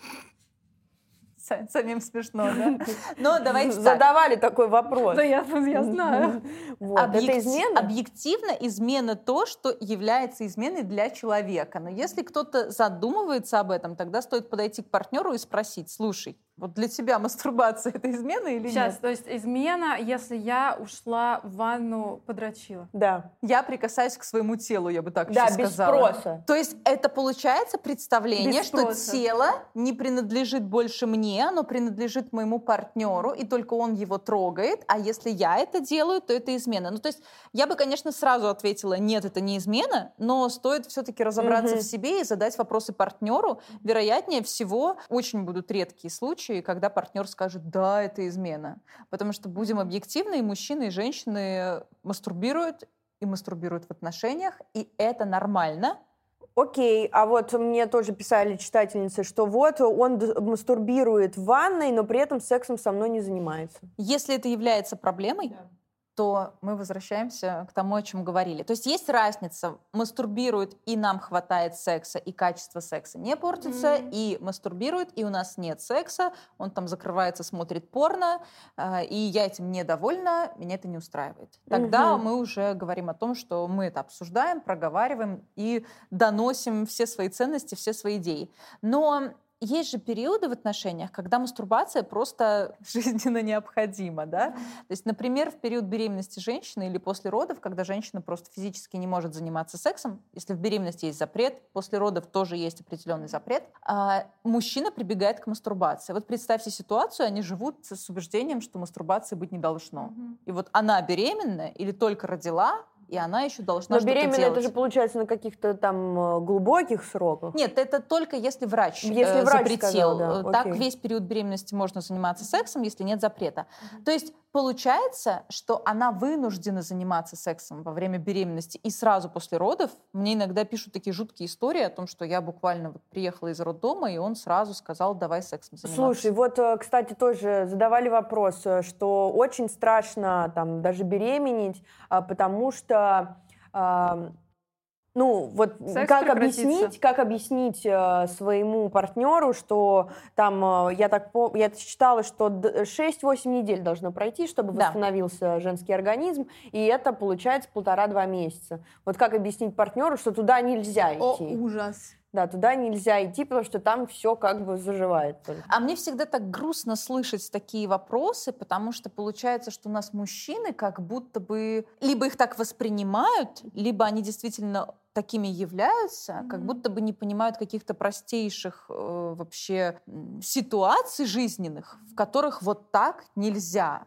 Самим смешно, да? Но давайте так. Задавали такой вопрос. Да, я знаю. Вот. Это измена? Объективно измена то, что является изменой для человека. Но если кто-то задумывается об этом, тогда стоит подойти к партнеру и спросить, слушай, вот для тебя мастурбация — это измена или Сейчас, нет? то есть измена, если я ушла в ванну, подрочила. Да. Я прикасаюсь к своему телу, я бы так Да, еще без сказала. спроса. То есть это получается представление, Без что спроса. тело не принадлежит больше мне, оно принадлежит моему партнеру, и только он его трогает, а если я это делаю, то это измена. Ну, то есть я бы, конечно, сразу ответила, нет, это не измена, но стоит все-таки разобраться в себе и задать вопросы партнеру. Вероятнее всего, очень будут редкие случаи, когда партнер скажет, да, это измена. Потому что, будем объективны, и мужчины, и женщины мастурбируют в отношениях, и это нормально. Окей, а вот мне тоже писали читательницы, что вот он мастурбирует в ванной, но при этом сексом со мной не занимается. Если это является проблемой, то мы возвращаемся к тому, о чем говорили. То есть есть разница. Мастурбирует, и нам хватает секса, и качество секса не портится, и мастурбирует, и у нас нет секса, он там закрывается, смотрит порно, и я этим недовольна, меня это не устраивает. Тогда мы уже говорим о том, что мы это обсуждаем, проговариваем и доносим все свои ценности, все свои идеи. Но есть же периоды в отношениях, когда мастурбация просто жизненно необходима, да? То есть, например, в период беременности женщины или после родов, когда женщина просто физически не может заниматься сексом, если в беременности есть запрет, после родов тоже есть определенный запрет, мужчина прибегает к мастурбации. Вот представьте ситуацию, они живут с убеждением, что мастурбации быть не должно. И вот она беременна или только родила, и она еще должна Но что-то беременна делать. это же получается на каких-то там глубоких сроках. Нет, это только если врач, Если врач запретил. сказал, да, Так окей. весь период беременности можно заниматься сексом, если нет запрета. То есть получается, что она вынуждена заниматься сексом во время беременности и сразу после родов. Мне иногда пишут такие жуткие истории о том, что я буквально вот приехала из роддома, и он сразу сказал, давай сексом заниматься. Слушай, вот, кстати, тоже задавали вопрос, что очень страшно там даже беременеть, потому что, ну, вот Секс как прекратится. объяснить своему партнеру, что там, я читала, что 6-8 недель должно пройти, чтобы Да. восстановился женский организм, и это получается 1,5-2 месяца. Вот как объяснить партнеру, что туда нельзя идти? ужас. Да, туда нельзя идти, потому что там все как бы заживает только. А мне всегда так грустно слышать такие вопросы, потому что получается, что у нас мужчины как будто бы либо их так воспринимают, либо они действительно такими являются, как будто бы не понимают каких-то простейших вообще ситуаций жизненных, в которых вот так нельзя.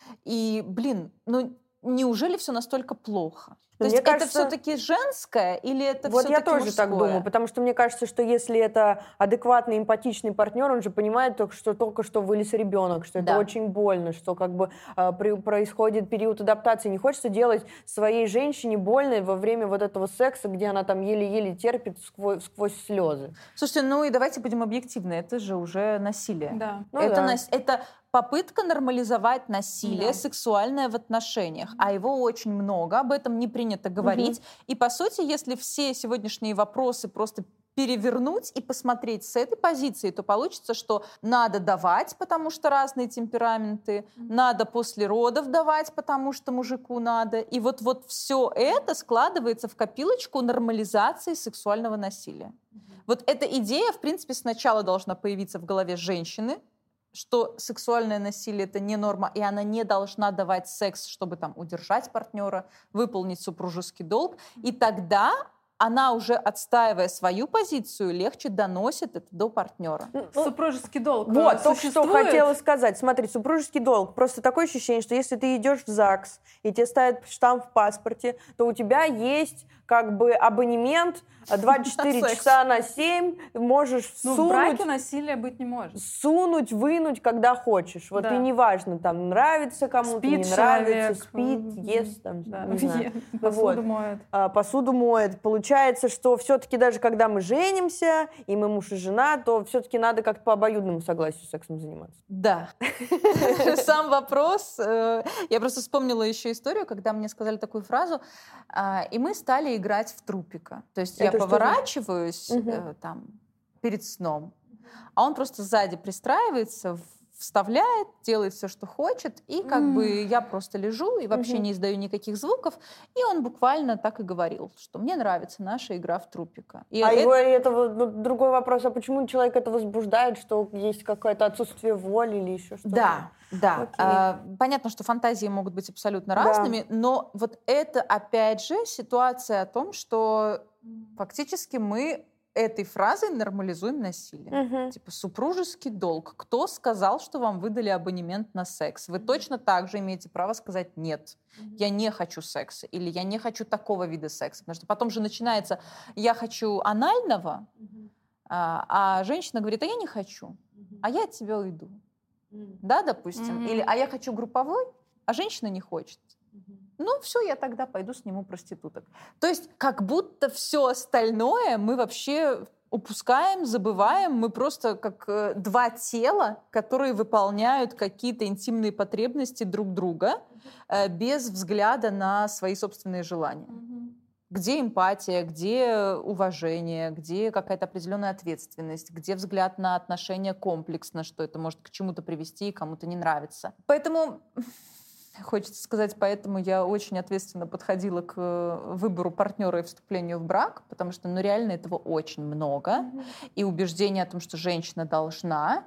И, блин, ну неужели все настолько плохо? То Мне есть кажется, это все-таки женское или это вот все-таки я тоже так думаю, потому что мне кажется, что если это адекватный, эмпатичный партнер, он же понимает только что вылез ребенок, что это Да. очень больно, что как бы происходит период адаптации. Не хочется делать своей женщине больно во время вот этого секса, где она там еле-еле терпит сквозь слезы. Слушайте, ну и давайте будем объективны, это же уже насилие. Да. Ну это, да. это попытка нормализовать насилие Да. сексуальное в отношениях, а его очень много, об этом не принято говорить. И, по сути, если все сегодняшние вопросы просто перевернуть и посмотреть с этой позиции, то получится, что надо давать, потому что разные темпераменты, надо после родов давать, потому что мужику надо. И вот все это складывается в копилочку нормализации сексуального насилия. Вот эта идея, в принципе, сначала должна появиться в голове женщины, что сексуальное насилие — это не норма, и она не должна давать секс, чтобы там удержать партнера, выполнить супружеский долг. И тогда она уже, отстаивая свою позицию, легче доносит это до партнера. Супружеский долг Вот, только что существует? хотела сказать. Смотри, супружеский долг. Просто такое ощущение, что если ты идешь в ЗАГС, и тебе ставят штамп в паспорте, то у тебя есть как бы абонемент 24 часа на 7, можешь Ну, в всунуть, браке насилия быть не может. сунуть, вынуть, когда хочешь. Вот Да. и неважно, там, нравится кому-то, Спит не нравится, человек, спит, ест, там, Да. не знаю. Посуду Вот. моет. Посуду моет. Получается, что все-таки даже когда мы женимся, и мы муж и жена, то все-таки надо как-то по обоюдному согласию сексом заниматься. Да. Сам вопрос. Я просто вспомнила еще историю, когда мне сказали такую фразу, и мы стали играть в трупика. То есть я Это что поворачиваюсь там перед сном, а он просто сзади пристраивается, вставляет, делает все, что хочет, и как бы я просто лежу и вообще не издаю никаких звуков, и он буквально так и говорил, что мне нравится наша игра в трупика. И Другой вопрос, а почему человек это возбуждает, что есть какое-то отсутствие воли или еще что-то? Да. Окей. Понятно, что фантазии могут быть абсолютно Да. разными, но вот это, опять же, ситуация о том, что фактически мы этой фразой нормализуем насилие. Типа супружеский долг. Кто сказал, что вам выдали абонемент на секс? Вы точно так же имеете право сказать «нет». Я не хочу секса. Или я не хочу такого вида секса. Потому что потом же начинается «я хочу анального», а женщина говорит «а я не хочу, а я от тебя уйду». Да, допустим? Или «а я хочу групповой», а женщина не хочет. Ну, все, я тогда пойду сниму проституток. То есть как будто все остальное мы вообще упускаем, забываем. Мы просто как два тела, которые выполняют какие-то интимные потребности друг друга без взгляда на свои собственные желания. Где эмпатия, где уважение, где какая-то определенная ответственность, где взгляд на отношения комплексно, что это может к чему-то привести и кому-то не нравится. Поэтому... Хочется сказать, поэтому я очень ответственно подходила к выбору партнера и вступлению в брак, потому что, ну, реально этого очень много. И убеждение о том, что женщина должна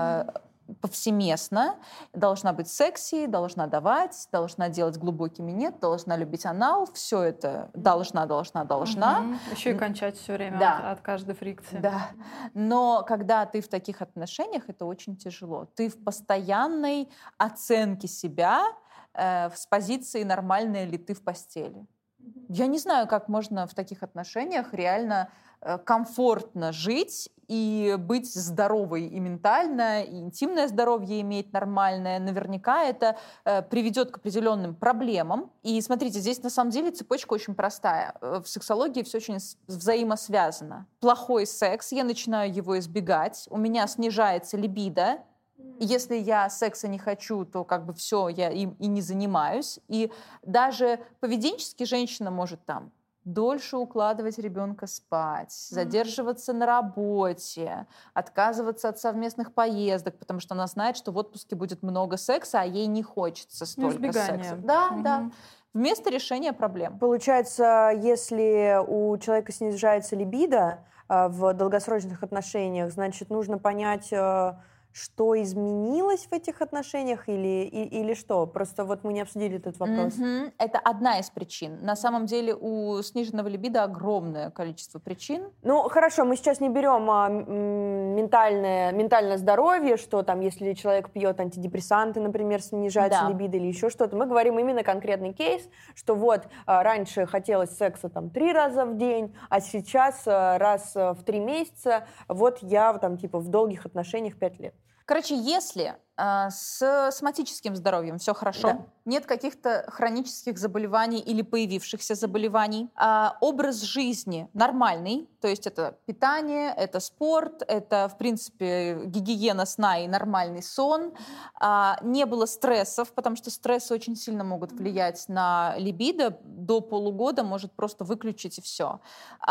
повсеместно, должна быть секси, должна давать, должна делать глубокий минет, должна любить анал, все это должна. Еще и кончать все время Да. от каждой фрикции. Да. Но когда ты в таких отношениях, это очень тяжело. Ты в постоянной оценке себя с позиции «нормальная ли ты в постели». Я не знаю, как можно в таких отношениях реально комфортно жить и быть здоровой и ментально, и интимное здоровье иметь нормальное. Наверняка это приведет к определенным проблемам. И смотрите, здесь на самом деле цепочка очень простая. В сексологии все очень взаимосвязано. Плохой секс, я начинаю его избегать, у меня снижается либидо. Если я секса не хочу, то как бы все, я им и не занимаюсь. И даже поведенчески женщина может там дольше укладывать ребенка спать, задерживаться на работе, отказываться от совместных поездок, потому что она знает, что в отпуске будет много секса, а ей не хочется столько секса. Да. Вместо решения проблем. Получается, если у человека снижается либидо в долгосрочных отношениях, значит, нужно понять, что изменилось в этих отношениях или что? Просто вот мы не обсудили этот вопрос. Это одна из причин. На самом деле у сниженного либидо огромное количество причин. Ну, хорошо, мы сейчас не берем ментальное здоровье, что там, если человек пьет антидепрессанты, например, снижается либидо или еще что-то. Мы говорим именно конкретный кейс, что вот раньше хотелось секса там 3 раза в день, а сейчас раз в 3 месяца, вот я там типа в долгих отношениях 5 лет. Короче, если с соматическим здоровьем все хорошо, нет каких-то хронических заболеваний или появившихся заболеваний, образ жизни нормальный, то есть это питание, это спорт, это, в принципе, гигиена сна и нормальный сон, не было стрессов, потому что стрессы очень сильно могут влиять на либидо, до полугода может просто выключить и все.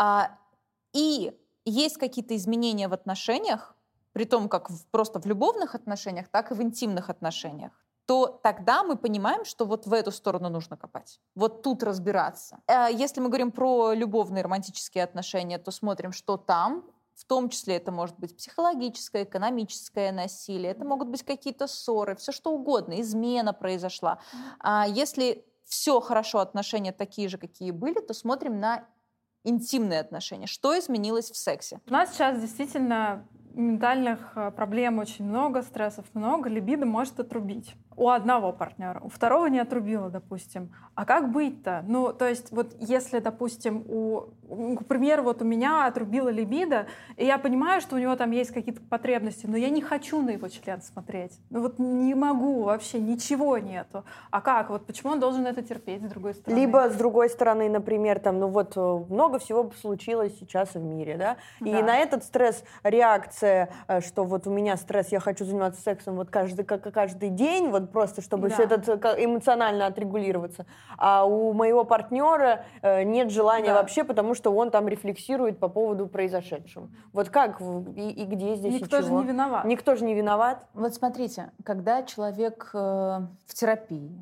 И есть какие-то изменения в отношениях, при том, как просто в любовных отношениях, так и в интимных отношениях, то тогда мы понимаем, что вот в эту сторону нужно копать, вот тут разбираться. Если мы говорим про любовные романтические отношения, то смотрим, что там. В том числе это может быть психологическое, экономическое насилие, это могут быть какие-то ссоры, все что угодно, измена произошла. Если все хорошо, отношения такие же, какие были, то смотрим на интимные отношения. Что изменилось в сексе? У нас сейчас действительно ментальных проблем очень много, стрессов много, либидо может отрубить. У одного партнера, у второго не отрубило, допустим. А как быть-то? Ну, то есть, вот если, допустим, к примеру, вот у меня отрубило либидо, и я понимаю, что у него там есть какие-то потребности, но я не хочу на его член смотреть. Ну вот не могу, вообще ничего нету. А как? Вот почему он должен это терпеть, с другой стороны? Либо, с другой стороны, например, там, ну вот много всего случилось сейчас в мире, да? И на этот стресс реакция, что вот у меня стресс, я хочу заниматься сексом вот каждый день, вот просто чтобы все это эмоционально отрегулироваться. А у моего партнера нет желания вообще, потому что он там рефлексирует по поводу произошедшего. Вот как и где здесь Никто же не виноват. Никто же не виноват. Вот смотрите, когда человек в терапии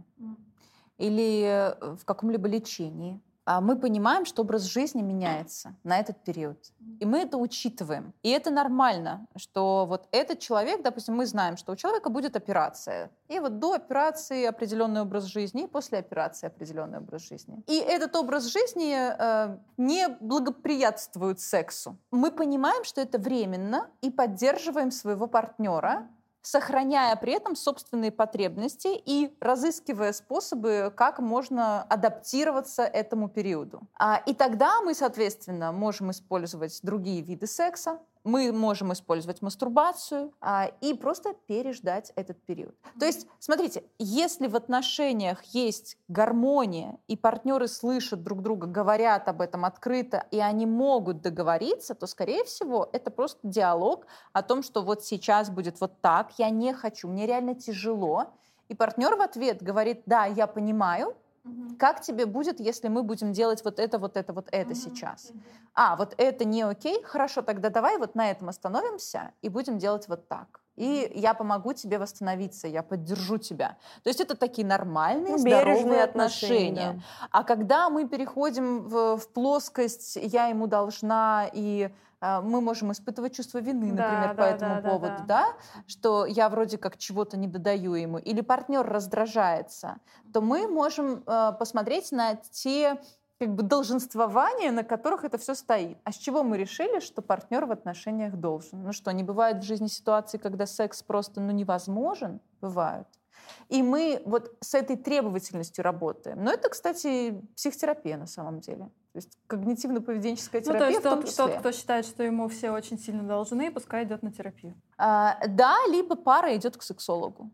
или в каком-либо лечении, мы понимаем, что образ жизни меняется на этот период. И мы это учитываем. И это нормально, что вот этот человек, допустим, мы знаем, что у человека будет операция. И вот до операции определенный образ жизни, и после операции определенный образ жизни. И этот образ жизни не благоприятствует сексу. Мы понимаем, что это временно, и поддерживаем своего партнера, сохраняя при этом собственные потребности и разыскивая способы, как можно адаптироваться этому периоду. И тогда мы, соответственно, можем использовать другие виды секса, мы можем использовать мастурбацию и просто переждать этот период. То есть, смотрите, если в отношениях есть гармония, и партнеры слышат друг друга, говорят об этом открыто, и они могут договориться, то, скорее всего, это просто диалог о том, что вот сейчас будет вот так, я не хочу, мне реально тяжело. И партнер в ответ говорит: да, я понимаю, как тебе будет, если мы будем делать вот это сейчас? Вот это не окей? Хорошо, тогда давай вот на этом остановимся и будем делать вот так. И я помогу тебе восстановиться, я поддержу тебя. То есть это такие нормальные, здоровые отношения. Да. А когда мы переходим в плоскость «я ему должна» и мы можем испытывать чувство вины, например, по этому поводу, что я вроде как чего-то не додаю ему, или партнер раздражается, то мы можем посмотреть на те долженствования, на которых это все стоит. А с чего мы решили, что партнер в отношениях должен? Ну что, не бывает в жизни ситуации, когда секс просто невозможен? Бывают. И мы вот с этой требовательностью работаем. Но это, кстати, психотерапия на самом деле. То есть когнитивно-поведенческая терапия то есть в том числе. тот, кто считает, что ему все очень сильно должны, пускай идет на терапию. Да, либо пара идет к сексологу.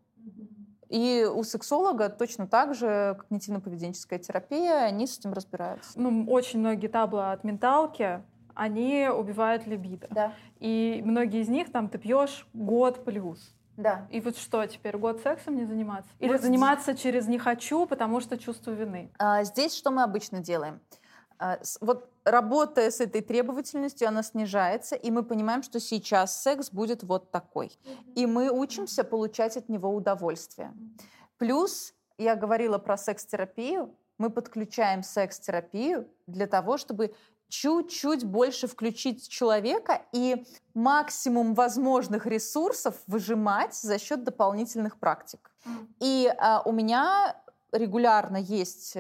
И у сексолога точно так же когнитивно-поведенческая терапия, они с этим разбираются. Очень многие табло от менталки, они убивают либидо. Да. И многие из них там ты пьешь год плюс. Да. И вот что, теперь год сексом не заниматься? Или Вот заниматься через «не хочу», потому что чувство вины? Здесь что мы обычно делаем? Вот работая с этой требовательностью, она снижается, и мы понимаем, что сейчас секс будет вот такой. И мы учимся получать от него удовольствие. Плюс, я говорила про секс-терапию, мы подключаем секс-терапию для того, чтобы чуть-чуть больше включить человека и максимум возможных ресурсов выжимать за счет дополнительных практик. И у меня регулярно есть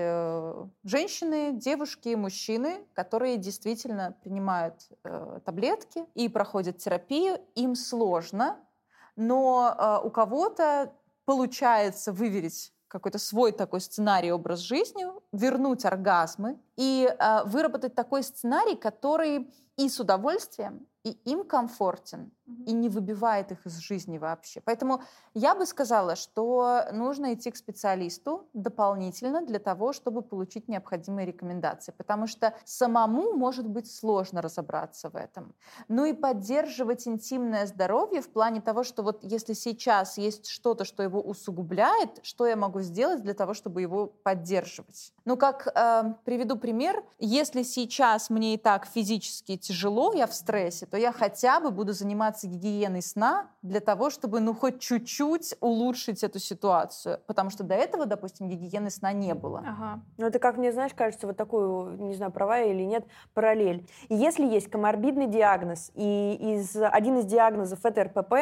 женщины, девушки, мужчины, которые действительно принимают таблетки и проходят терапию. Им сложно, но у кого-то получается выверить какой-то свой такой сценарий, образ жизни, вернуть оргазмы и выработать такой сценарий, который и с удовольствием, и им комфортен, и не выбивает их из жизни вообще. Поэтому я бы сказала, что нужно идти к специалисту дополнительно для того, чтобы получить необходимые рекомендации, потому что самому может быть сложно разобраться в этом. Ну и поддерживать интимное здоровье в плане того, что вот если сейчас есть что-то, что его усугубляет, что я могу сделать для того, чтобы его поддерживать? Ну, как приведу пример, если сейчас мне и так физически тяжело, я в стрессе, то я хотя бы буду заниматься гигиеной сна для того, чтобы, ну, хоть чуть-чуть улучшить эту ситуацию. Потому что до этого, допустим, гигиены сна не было. Ага. Ну, это, как мне, знаешь, кажется, вот такую, не знаю, права или нет, параллель. И если есть коморбидный диагноз, и один из диагнозов это РПП,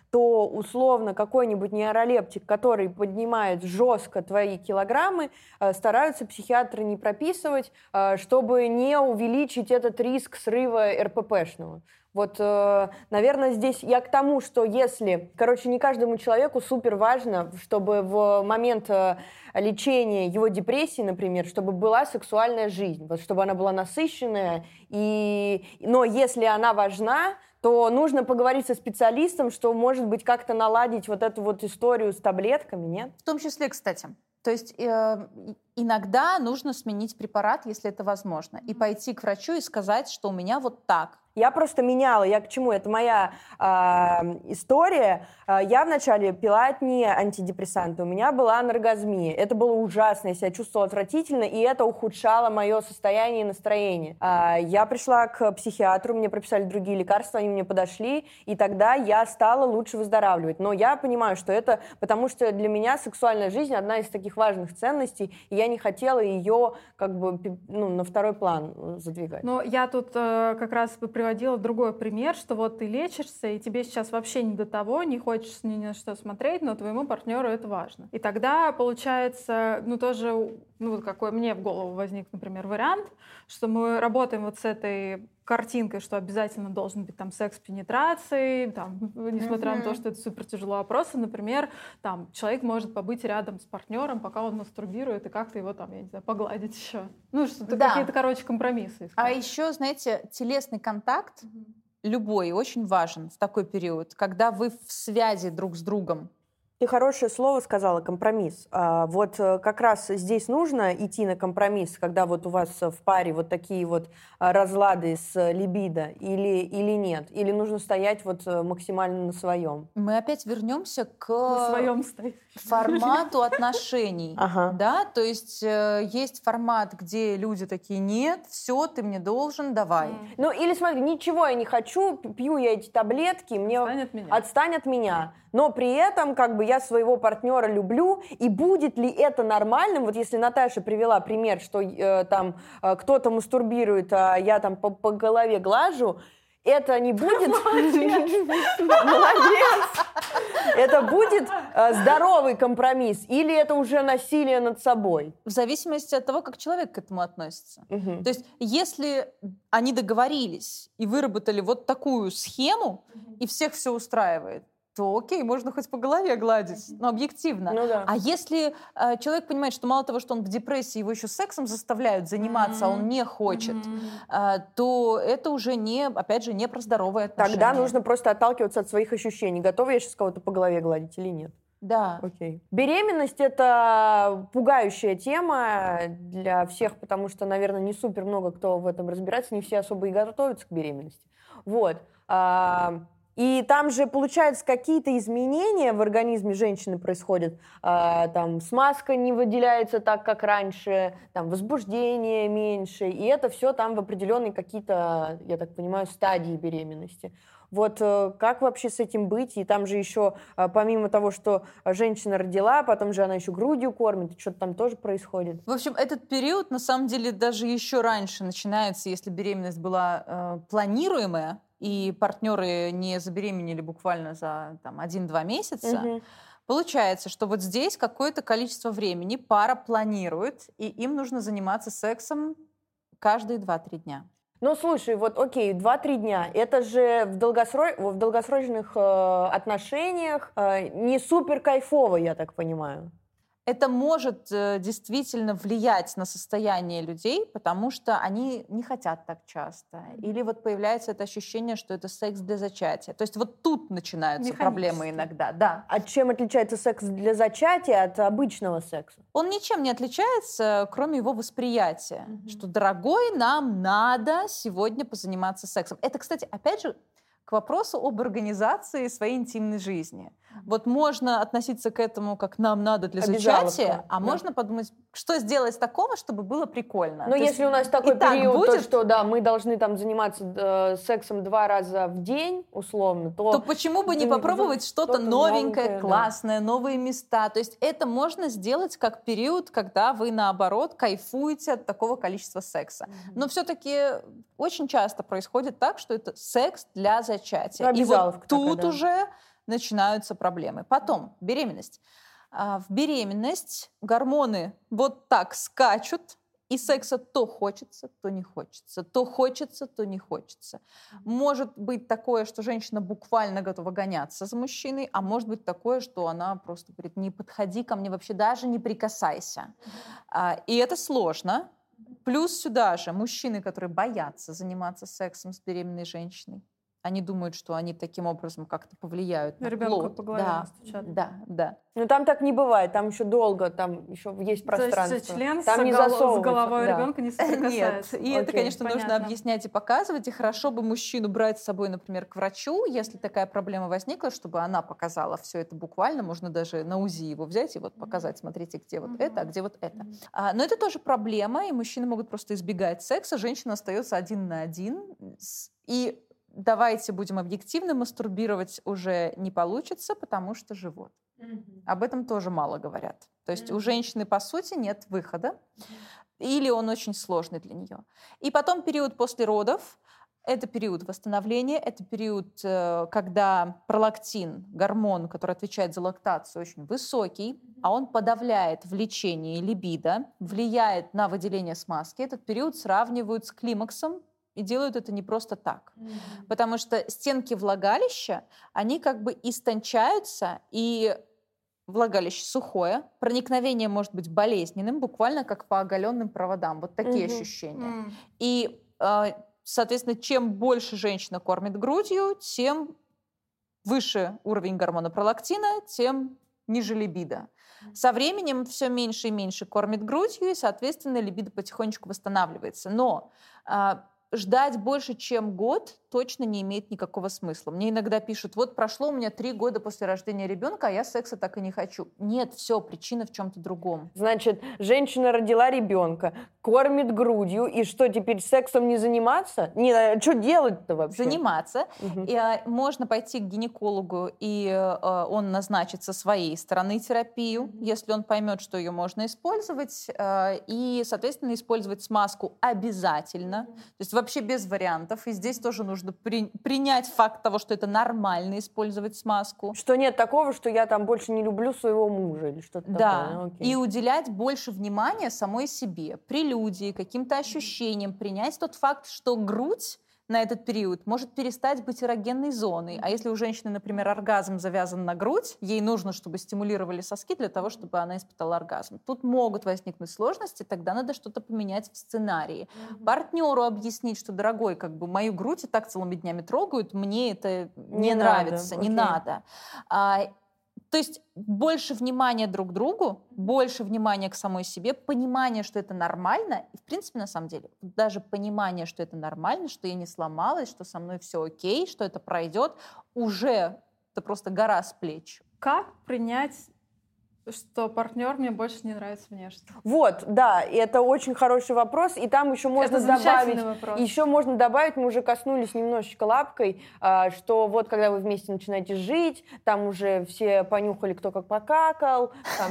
то условно какой-нибудь нейролептик, который поднимает жестко твои килограммы, стараются психиатры не прописывать, чтобы не увеличить этот риск срыва РППшного. Вот, наверное, здесь я к тому, что если, не каждому человеку супер важно, чтобы в момент лечения его депрессии, например, чтобы была сексуальная жизнь, вот, чтобы она была насыщенная, но если она важна, то нужно поговорить со специалистом, что, может быть, как-то наладить вот эту вот историю с таблетками, нет? В том числе, кстати. То есть иногда нужно сменить препарат, если это возможно, и пойти к врачу и сказать, что у меня вот так. Я просто меняла. Я к чему? Это моя история. Я вначале пила одни антидепрессанты. У меня была аноргазмия. Это было ужасно. Я себя чувствовала отвратительно, и это ухудшало мое состояние и настроение. Я пришла к психиатру, мне прописали другие лекарства, они мне подошли, и тогда я стала лучше выздоравливать. Но я понимаю, что это потому, что для меня сексуальная жизнь одна из таких важных ценностей, и я не хотела ее на второй план задвигать. Но я тут как раз приводила другой пример, что вот ты лечишься, и тебе сейчас вообще не до того, не хочешь ни на что смотреть, но твоему партнеру это важно. И тогда получается, какой мне в голову возник, например, вариант, что мы работаем вот с этой картинкой, что обязательно должен быть там секс пенетрации, несмотря на то, что это супер тяжело. Просто, например, человек может побыть рядом с партнером, пока он мастурбирует, и как-то его погладить еще. Какие-то, компромиссы искать. А еще, знаете, телесный контакт любой очень важен в такой период, когда вы в связи друг с другом. Ты хорошее слово сказала, компромисс. Вот как раз здесь нужно идти на компромисс, когда вот у вас в паре вот такие вот разлады с либидо или нет? Или нужно стоять вот максимально на своем? Мы опять вернемся к формату отношений. Да? То есть есть формат, где люди такие: нет, все, ты мне должен, давай. Ну или смотри, ничего я не хочу, пью я эти таблетки, отстань от меня. Но при этом я своего партнера люблю, и будет ли это нормальным? Вот если Наташа привела пример, что кто-то мастурбирует, а я по голове глажу, это не будет... Молодец! Это будет здоровый компромисс, или это уже насилие над собой? В зависимости от того, как человек к этому относится. То есть если они договорились и выработали вот такую схему, и всех все устраивает, то окей, можно хоть по голове гладить, но объективно. Ну да. А если человек понимает, что мало того, что он в депрессии, его еще сексом заставляют заниматься, а он не хочет, то это уже опять же, не про здоровые отношения. Тогда нужно просто отталкиваться от своих ощущений. Готова я сейчас кого-то по голове гладить или нет? Да. Окей. Беременность — это пугающая тема для всех, потому что, наверное, не супер много кто в этом разбирается, не все особо и готовятся к беременности. Вот. И там же, получается, какие-то изменения в организме женщины происходят. Там смазка не выделяется так, как раньше, там возбуждение меньше, и это все там в определенные какие-то, я так понимаю, стадии беременности. Вот как вообще с этим быть? И там же еще, помимо того, что женщина родила, потом же она еще грудью кормит, что-то там тоже происходит. В общем, этот период, на самом деле, даже еще раньше начинается, если беременность была планируемая, и партнеры не забеременели буквально за 1-2 месяца. Получается, что вот здесь какое-то количество времени пара планирует, и им нужно заниматься сексом каждые 2-3 дня. Ну, слушай, вот окей, 2-3 дня. Это же в долгосрочных отношениях не супер кайфово, я так понимаю. Это может действительно влиять на состояние людей, потому что они не хотят так часто. Или вот появляется это ощущение, что это секс для зачатия. То есть вот тут начинаются проблемы иногда. Да. А чем отличается секс для зачатия от обычного секса? Он ничем не отличается, кроме его восприятия. Что, дорогой, нам надо сегодня позаниматься сексом. Это, кстати, опять же, к вопросу об организации своей интимной жизни. Вот можно относиться к этому, как нам надо для зачатия, а можно подумать, что сделать такого, чтобы было прикольно. Но если у нас такой период, то что да, мы должны там заниматься сексом 2 раза в день, условно, то почему бы не попробовать что-то новенькое, классное, новые места? То есть это можно сделать как период, когда вы, наоборот, кайфуете от такого количества секса. Но все-таки очень часто происходит так, что это секс для зачатия. И вот тут уже начинаются проблемы. Потом беременность. В беременность гормоны вот так скачут, и секса то хочется, то не хочется. То хочется, то не хочется. Может быть такое, что женщина буквально готова гоняться за мужчиной, а может быть такое, что она просто говорит, не подходи ко мне вообще, даже не прикасайся. И это сложно. Плюс сюда же мужчины, которые боятся заниматься сексом с беременной женщиной. Они думают, что они таким образом как-то повлияют на ребенка по голове настучат. Да. Но там так не бывает, там еще долго, там еще есть пространство. То есть член там не с головой ребенка не соприкасается. Нет, и это, конечно, нужно объяснять и показывать, и хорошо бы мужчину брать с собой, например, к врачу, если такая проблема возникла, чтобы она показала все это буквально, можно даже на УЗИ его взять и вот показать, смотрите, где вот это, а где вот это. Но это тоже проблема, и мужчины могут просто избегать секса, женщина остается 1 на 1, и давайте будем объективны, мастурбировать уже не получится, потому что живот. Об этом тоже мало говорят. То есть у женщины, по сути, нет выхода, или он очень сложный для нее. И потом период после родов. Это период восстановления, это период, когда пролактин, гормон, который отвечает за лактацию, очень высокий, а он подавляет влечение и либидо, влияет на выделение смазки. Этот период сравнивают с климаксом, и делают это не просто так. Потому что стенки влагалища, они как бы истончаются, и влагалище сухое, проникновение может быть болезненным, буквально как по оголенным проводам. Вот такие ощущения. И, соответственно, чем больше женщина кормит грудью, тем выше уровень гормона пролактина, тем ниже либидо. Со временем все меньше и меньше кормит грудью, и, соответственно, либидо потихонечку восстанавливается. Но ждать больше, чем год, точно не имеет никакого смысла. Мне иногда пишут, вот прошло у меня 3 года после рождения ребенка, а я секса так и не хочу. Нет, все, причина в чем-то другом. Значит, женщина родила ребенка, кормит грудью, и что, теперь сексом не заниматься? Что делать-то вообще? Заниматься. И, можно пойти к гинекологу, и он назначит со своей стороны терапию, если он поймет, что ее можно использовать, и, соответственно, использовать смазку обязательно. То есть вообще без вариантов. И здесь тоже нужно принять факт того, что это нормально использовать смазку. Что нет такого, что я там больше не люблю своего мужа или что-то такое. Да, и уделять больше внимания самой себе, прелюдии, каким-то ощущениям, принять тот факт, что грудь на этот период может перестать быть эрогенной зоной. А если у женщины, например, оргазм завязан на грудь, ей нужно, чтобы стимулировали соски для того, чтобы она испытала оргазм. Тут могут возникнуть сложности, тогда надо что-то поменять в сценарии. Партнеру объяснить, что, дорогой, как бы мою грудь и так целыми днями трогают, мне это не нравится, не надо. То есть больше внимания друг к другу, больше внимания к самой себе, понимание, что это нормально. И, в принципе, на самом деле, даже понимание, что это нормально, что я не сломалась, что со мной все окей, что это пройдет, уже это просто гора с плеч. Как принять, что партнер мне больше не нравится внешне? Вот, да, и это очень хороший вопрос, и там еще можно добавить, мы уже коснулись немножечко лапкой, что вот когда вы вместе начинаете жить, там уже все понюхали, кто как покакал, там...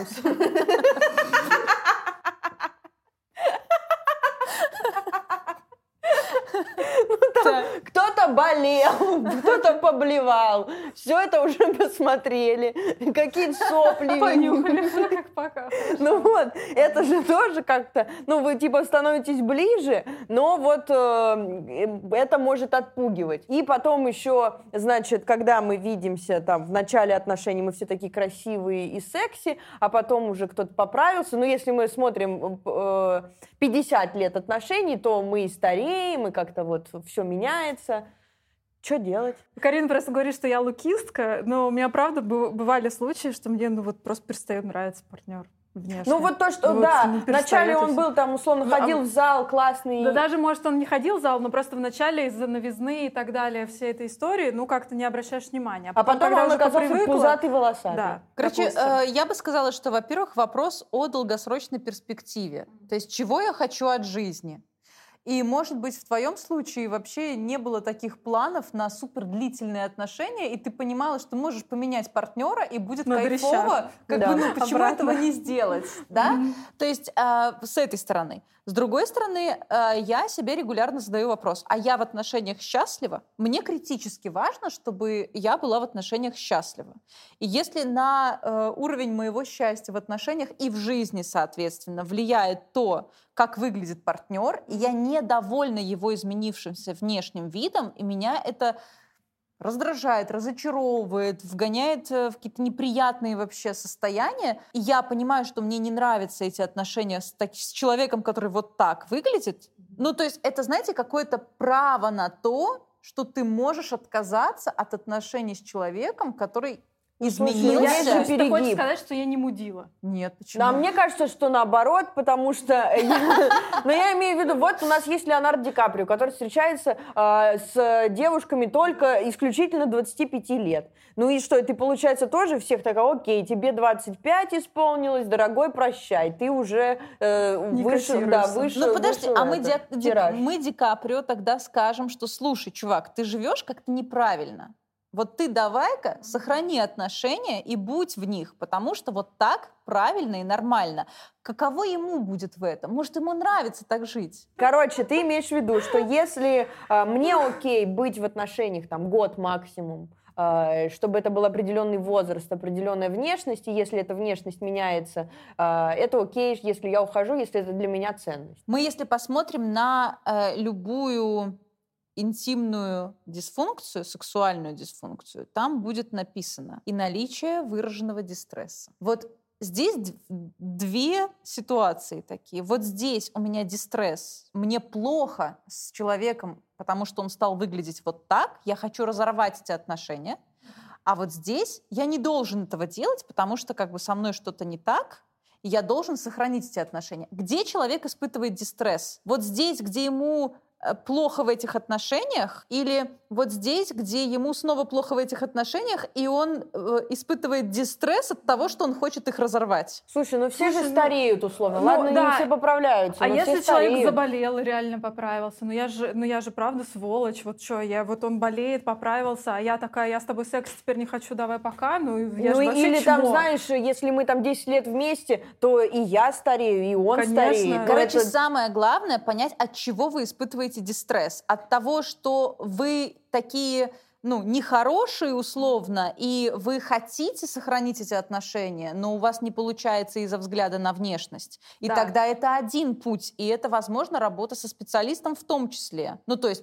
Кто-то болел, кто-то поблевал. Все это уже посмотрели. Какие-то сопли. Понюхали, все как пока. Ну вот, это же тоже как-то... Ну, вы типа становитесь ближе, но вот это может отпугивать. И потом еще, значит, когда мы видимся там в начале отношений, мы все такие красивые и секси, а потом уже кто-то поправился. Но если мы смотрим 50 лет отношений, то мы и стареем, и как-то вот все меняется. Что делать? Карина просто говорит, что я лукистка, но у меня, правда, бывали случаи, что мне вот просто перестает нравиться партнер внешне. Ну вот то, что, вот, да, вначале он был там, условно, ходил в зал классный. Да даже, может, он не ходил в зал, но просто вначале из-за новизны и так далее, всей этой истории, ну, как-то не обращаешь внимания. А потом он оказался пузатый волосатый. Да. Короче, я бы сказала, что, во-первых, вопрос о долгосрочной перспективе. То есть, чего я хочу от жизни? И, может быть, в твоем случае вообще не было таких планов на супердлительные отношения, и ты понимала, что можешь поменять партнера, и будет кайфово, как бы, ну, почему этого не сделать, да? То есть с этой стороны. С другой стороны, я себе регулярно задаю вопрос, а я в отношениях счастлива? Мне критически важно, чтобы я была в отношениях счастлива. И если на уровень моего счастья в отношениях и в жизни, соответственно, влияет то, как выглядит партнер, и я недовольна его изменившимся внешним видом, и меня это раздражает, разочаровывает, вгоняет в какие-то неприятные вообще состояния, и я понимаю, что мне не нравятся эти отношения с человеком, который вот так выглядит. Ну, то есть это, знаете, какое-то право на то, что ты можешь отказаться от отношений с человеком, который изменился. Ты хочешь сказать, что я не мудила? Нет, почему? Да, мне кажется, что наоборот, потому что... Но я имею в виду, вот у нас есть Леонардо Ди Каприо, который встречается с девушками только исключительно 25 лет. Ну и что, ты, получается, тоже всех так, окей, тебе 25 исполнилось, дорогой, прощай, ты уже вышел... Ну подожди, а мы Ди Каприо тогда скажем, что, слушай, чувак, ты живешь как-то неправильно. Вот ты давай-ка сохрани отношения и будь в них, потому что вот так правильно и нормально. Каково ему будет в этом? Может, ему нравится так жить? Короче, ты имеешь в виду, что если мне окей быть в отношениях там год максимум, чтобы это был определенный возраст, определенная внешность, и если эта внешность меняется, это окей, если я ухожу, если это для меня ценность. Мы, если посмотрим на любую интимную дисфункцию, сексуальную дисфункцию, там будет написано и наличие выраженного дистресса. Вот здесь две ситуации такие. Вот здесь у меня дистресс, мне плохо с человеком, потому что он стал выглядеть вот так, я хочу разорвать эти отношения, а вот здесь я не должен этого делать, потому что как бы со мной что-то не так, и я должен сохранить эти отношения. Где человек испытывает дистресс? Вот здесь, где ему плохо в этих отношениях, или вот здесь, где ему снова плохо в этих отношениях, и он испытывает дистресс от того, что он хочет их разорвать. Слушай, ну все же стареют условно. Ладно, да. Не все поправляются, а но если все человек стареют. заболел и реально поправился? Ну я же правда сволочь. Вот что, вот он болеет, поправился, а я такая, я с тобой секс теперь не хочу, давай пока. Ну я же вообще или чмо? там, знаешь, если мы там 10 лет вместе, то и я старею, и он стареет. Короче, самое главное понять, от чего вы испытываете дистресс. От того, что вы такие, ну, нехорошие условно, и вы хотите сохранить эти отношения, но у вас не получается из-за взгляда на внешность. И тогда это один путь, и это, возможно, работа со специалистом в том числе. Ну, то есть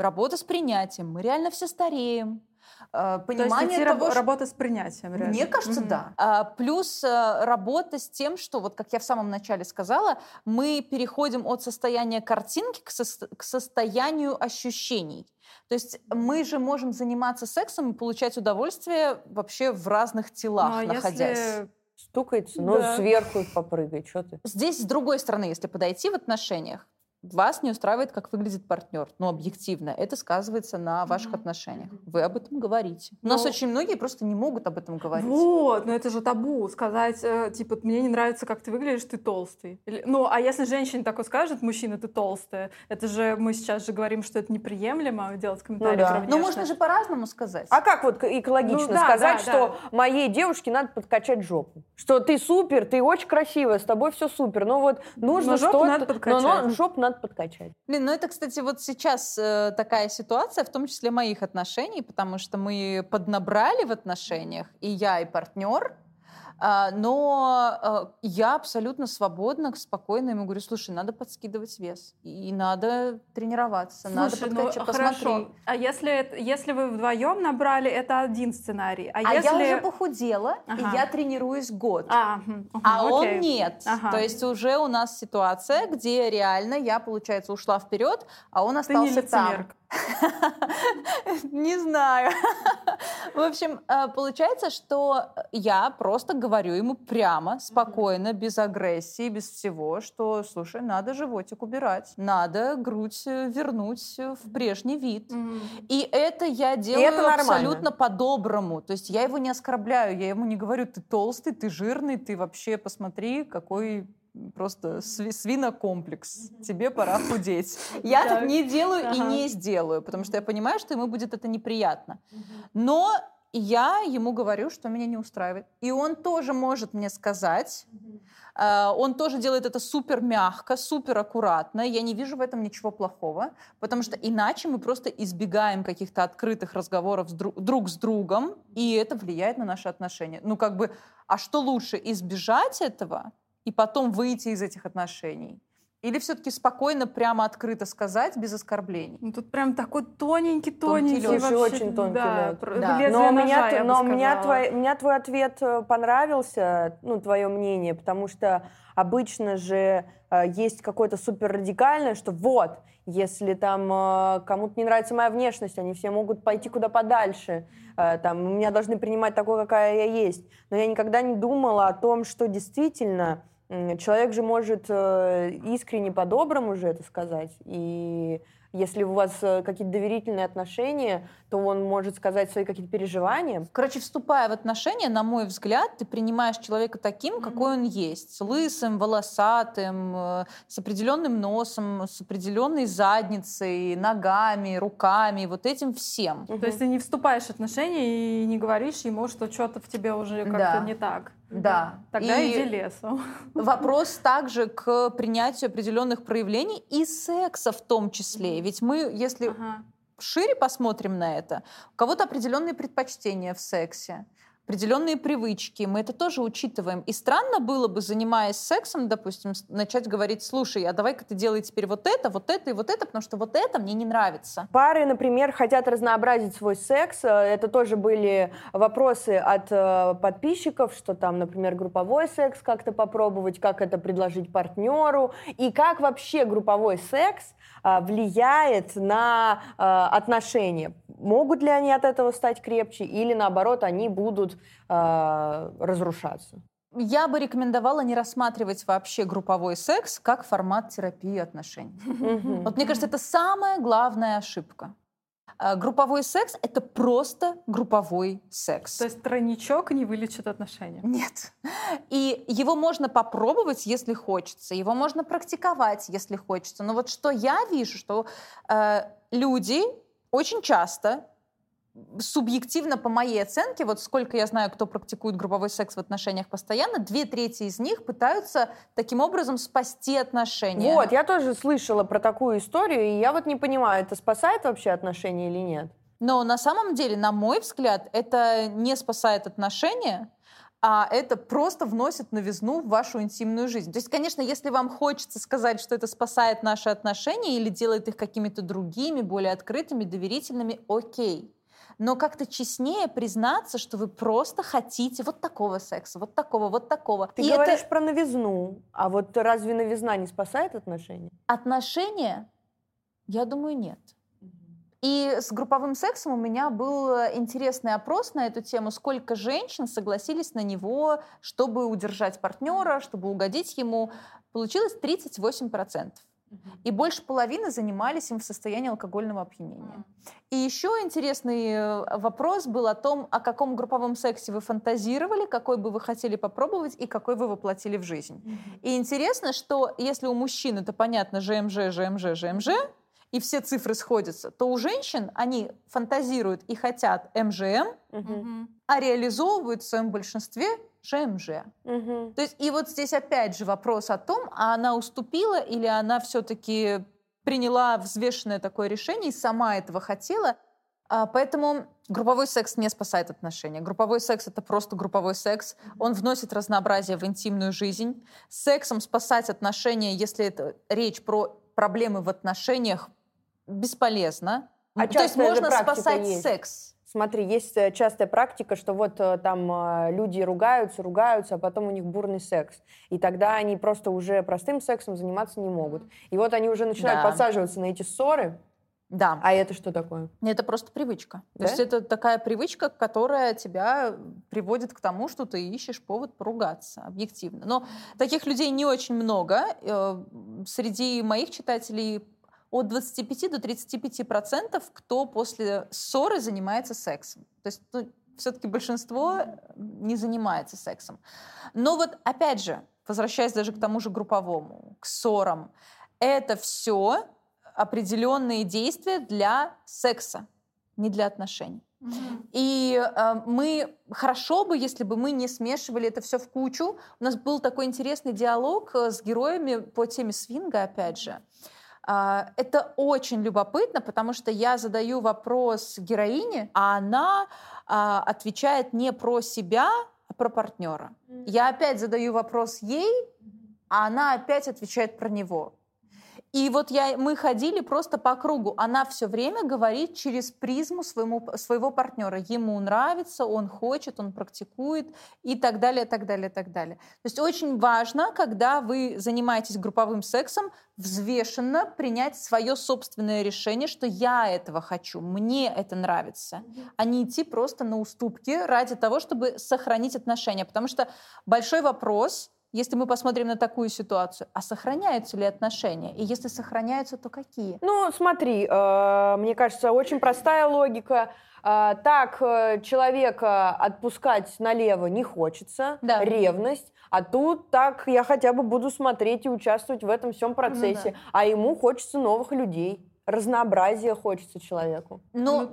работа с принятием. Мы реально все стареем. Понимание то есть того, работа с принятием, реально. Мне кажется, да. Плюс работа с тем, что, вот как я в самом начале сказала, мы переходим от состояния картинки к состоянию ощущений. То есть мы же можем заниматься сексом и получать удовольствие вообще в разных телах, находясь. Если стукается, да. Сверху попрыгай, что ты? Здесь, с другой стороны, если подойти в отношениях, вас не устраивает, как выглядит партнер. Ну, объективно. Это сказывается на ваших отношениях. Вы об этом говорите. У нас очень многие просто не могут об этом говорить. Вот, но это же табу. Сказать, типа, мне не нравится, как ты выглядишь, ты толстый. А если женщине такое скажет, мужчина, ты толстая, это же, мы сейчас же говорим, что это неприемлемо делать комментарии про внешность. Ну, можно же по-разному сказать. А как вот экологично сказать, что моей девушке надо подкачать жопу? Что ты супер, ты очень красивая, с тобой все супер. Но вот нужно что-то... надо подкачать. Но жопу надо подкачать. Блин, это, кстати, вот сейчас такая ситуация, в том числе моих отношений, потому что мы поднабрали в отношениях, и я, и партнер, но я абсолютно свободна, спокойно ему говорю, слушай, надо подскидывать вес, и надо тренироваться, надо подкачать, посмотри. Хорошо. А если вы вдвоем набрали, это один сценарий. А я уже похудела, и я тренируюсь год. Он нет. То есть уже у нас ситуация, где реально я, получается, ушла вперед, а он остался там. Не знаю. В общем, получается, что я просто говорю ему прямо, спокойно, без агрессии, без всего, что, слушай, надо животик убирать, надо грудь вернуть в прежний вид. И это я делаю абсолютно по-доброму. То есть я его не оскорбляю, я ему не говорю, ты толстый, ты жирный, ты вообще посмотри, какой... Просто свинокомплекс. Тебе пора худеть. Я так не делаю и не сделаю, потому что я понимаю, что ему будет это неприятно. Но я ему говорю, что меня не устраивает. И он тоже может мне сказать. Он тоже делает это супер мягко, супер аккуратно. Я не вижу в этом ничего плохого, потому что иначе мы просто избегаем каких-то открытых разговоров друг с другом, и это влияет на наши отношения. Ну, как бы, а что лучше, избежать этого и потом выйти из этих отношений? Или все-таки спокойно, прямо открыто сказать, без оскорблений? Ну, тут прям такой тоненький вообще, очень тонкий лед. Да. Но мне твой ответ понравился, твое мнение, потому что обычно же есть какое-то супер радикальное, что вот, если там кому-то не нравится моя внешность, они все могут пойти куда подальше, там, меня должны принимать такой, какая я есть. Но я никогда не думала о том, что действительно человек же может искренне по-доброму же это сказать. И если у вас какие-то доверительные отношения, то он может сказать свои какие-то переживания. Короче, вступая в отношения, на мой взгляд, ты принимаешь человека таким, какой он есть. С лысым, волосатым, с определенным носом, с определенной задницей, ногами, руками, вот этим всем. То есть ты не вступаешь в отношения и не говоришь ему, что что-то в тебе уже как-то не так. Да. Тогда иди лесом. Вопрос также к принятию определенных проявлений и секса в том числе. Ведь мы, если шире посмотрим на это, у кого-то определенные предпочтения в сексе, определенные привычки, мы это тоже учитываем. И странно было бы, занимаясь сексом, допустим, начать говорить, слушай, а давай-ка ты делай теперь вот это и вот это, потому что вот это мне не нравится. Пары, например, хотят разнообразить свой секс. Это тоже были вопросы от подписчиков, что там, например, групповой секс как-то попробовать, как это предложить партнеру, и как вообще групповой секс влияет на отношения. Могут ли они от этого стать крепче, или наоборот, они будут разрушаться? Я бы рекомендовала не рассматривать вообще групповой секс как формат терапии отношений. Вот мне кажется, это самая главная ошибка. Групповой секс — это просто групповой секс. То есть тройничок не вылечит отношения? Нет. И его можно попробовать, если хочется. Его можно практиковать, если хочется. Но вот что я вижу, что люди очень часто, субъективно по моей оценке, вот сколько я знаю, кто практикует групповой секс в отношениях постоянно, 2/3 из них пытаются таким образом спасти отношения. Вот, я тоже слышала про такую историю, и я вот не понимаю, это спасает вообще отношения или нет? Но на самом деле, на мой взгляд, это не спасает отношения, а это просто вносит новизну в вашу интимную жизнь. То есть, конечно, если вам хочется сказать, что это спасает наши отношения или делает их какими-то другими, более открытыми, доверительными, окей. Но как-то честнее признаться, что вы просто хотите вот такого секса, вот такого, вот такого. Ты говоришь про новизну, а вот разве новизна не спасает отношения? Отношения, я думаю, нет. И с групповым сексом у меня был интересный опрос на эту тему, сколько женщин согласились на него, чтобы удержать партнера, чтобы угодить ему. Получилось 38%. И больше половины занимались им в состоянии алкогольного опьянения. И еще интересный вопрос был о том, о каком групповом сексе вы фантазировали, какой бы вы хотели попробовать и какой вы воплотили в жизнь. И интересно, что если у мужчин это понятно ЖМЖ, ЖМЖ, ЖМЖ, и все цифры сходятся, то у женщин они фантазируют и хотят МЖМ, а реализовывают в своем большинстве ЖМЖ. То есть и вот здесь опять же вопрос о том, а она уступила или она все-таки приняла взвешенное такое решение и сама этого хотела. Поэтому групповой секс не спасает отношения. Групповой секс — это просто групповой секс. Он вносит разнообразие в интимную жизнь. Сексом спасать отношения, если это речь про проблемы в отношениях, бесполезно. А то есть можно спасать есть. секс. Смотри, есть частая практика, что вот там люди ругаются, а потом у них бурный секс. И тогда они просто уже простым сексом заниматься не могут. И вот они уже начинают подсаживаться на эти ссоры. Да. А это что такое? Это просто привычка. Да? То есть это такая привычка, которая тебя приводит к тому, что ты ищешь повод поругаться объективно. Но таких людей не очень много. Среди моих читателей от 25 до 35%, кто после ссоры занимается сексом. То есть все-таки большинство не занимается сексом. Но вот опять же, возвращаясь даже к тому же групповому, к ссорам, это все определенные действия для секса, не для отношений. И хорошо бы, если бы мы не смешивали это все в кучу. У нас был такой интересный диалог с героями по теме свинга, опять же. Это очень любопытно, потому что я задаю вопрос героине, а она отвечает не про себя, а про партнера. Я опять задаю вопрос ей, а она опять отвечает про него. И вот мы ходили просто по кругу. Она все время говорит через призму своего партнера. Ему нравится, он хочет, он практикует и так далее, так далее, так далее. То есть очень важно, когда вы занимаетесь групповым сексом, взвешенно принять свое собственное решение, что я этого хочу, мне это нравится, а не идти просто на уступки ради того, чтобы сохранить отношения. Потому что большой вопрос, если мы посмотрим на такую ситуацию, а сохраняются ли отношения? И если сохраняются, то какие? Ну, смотри, мне кажется, очень простая логика. Так человека отпускать налево не хочется, ревность, а тут так я хотя бы буду смотреть и участвовать в этом всем процессе, а ему хочется новых людей. Разнообразие хочется человеку.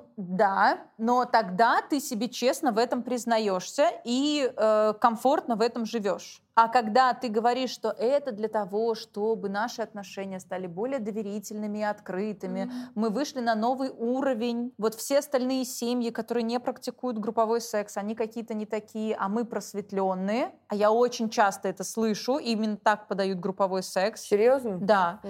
Да, но тогда ты себе честно в этом признаешься и комфортно в этом живешь. А когда ты говоришь, что это для того, чтобы наши отношения стали более доверительными и открытыми, мы вышли на новый уровень, вот все остальные семьи, которые не практикуют групповой секс, они какие-то не такие, а мы просветленные. А я очень часто это слышу, именно так подают групповой секс. Серьезно? Да.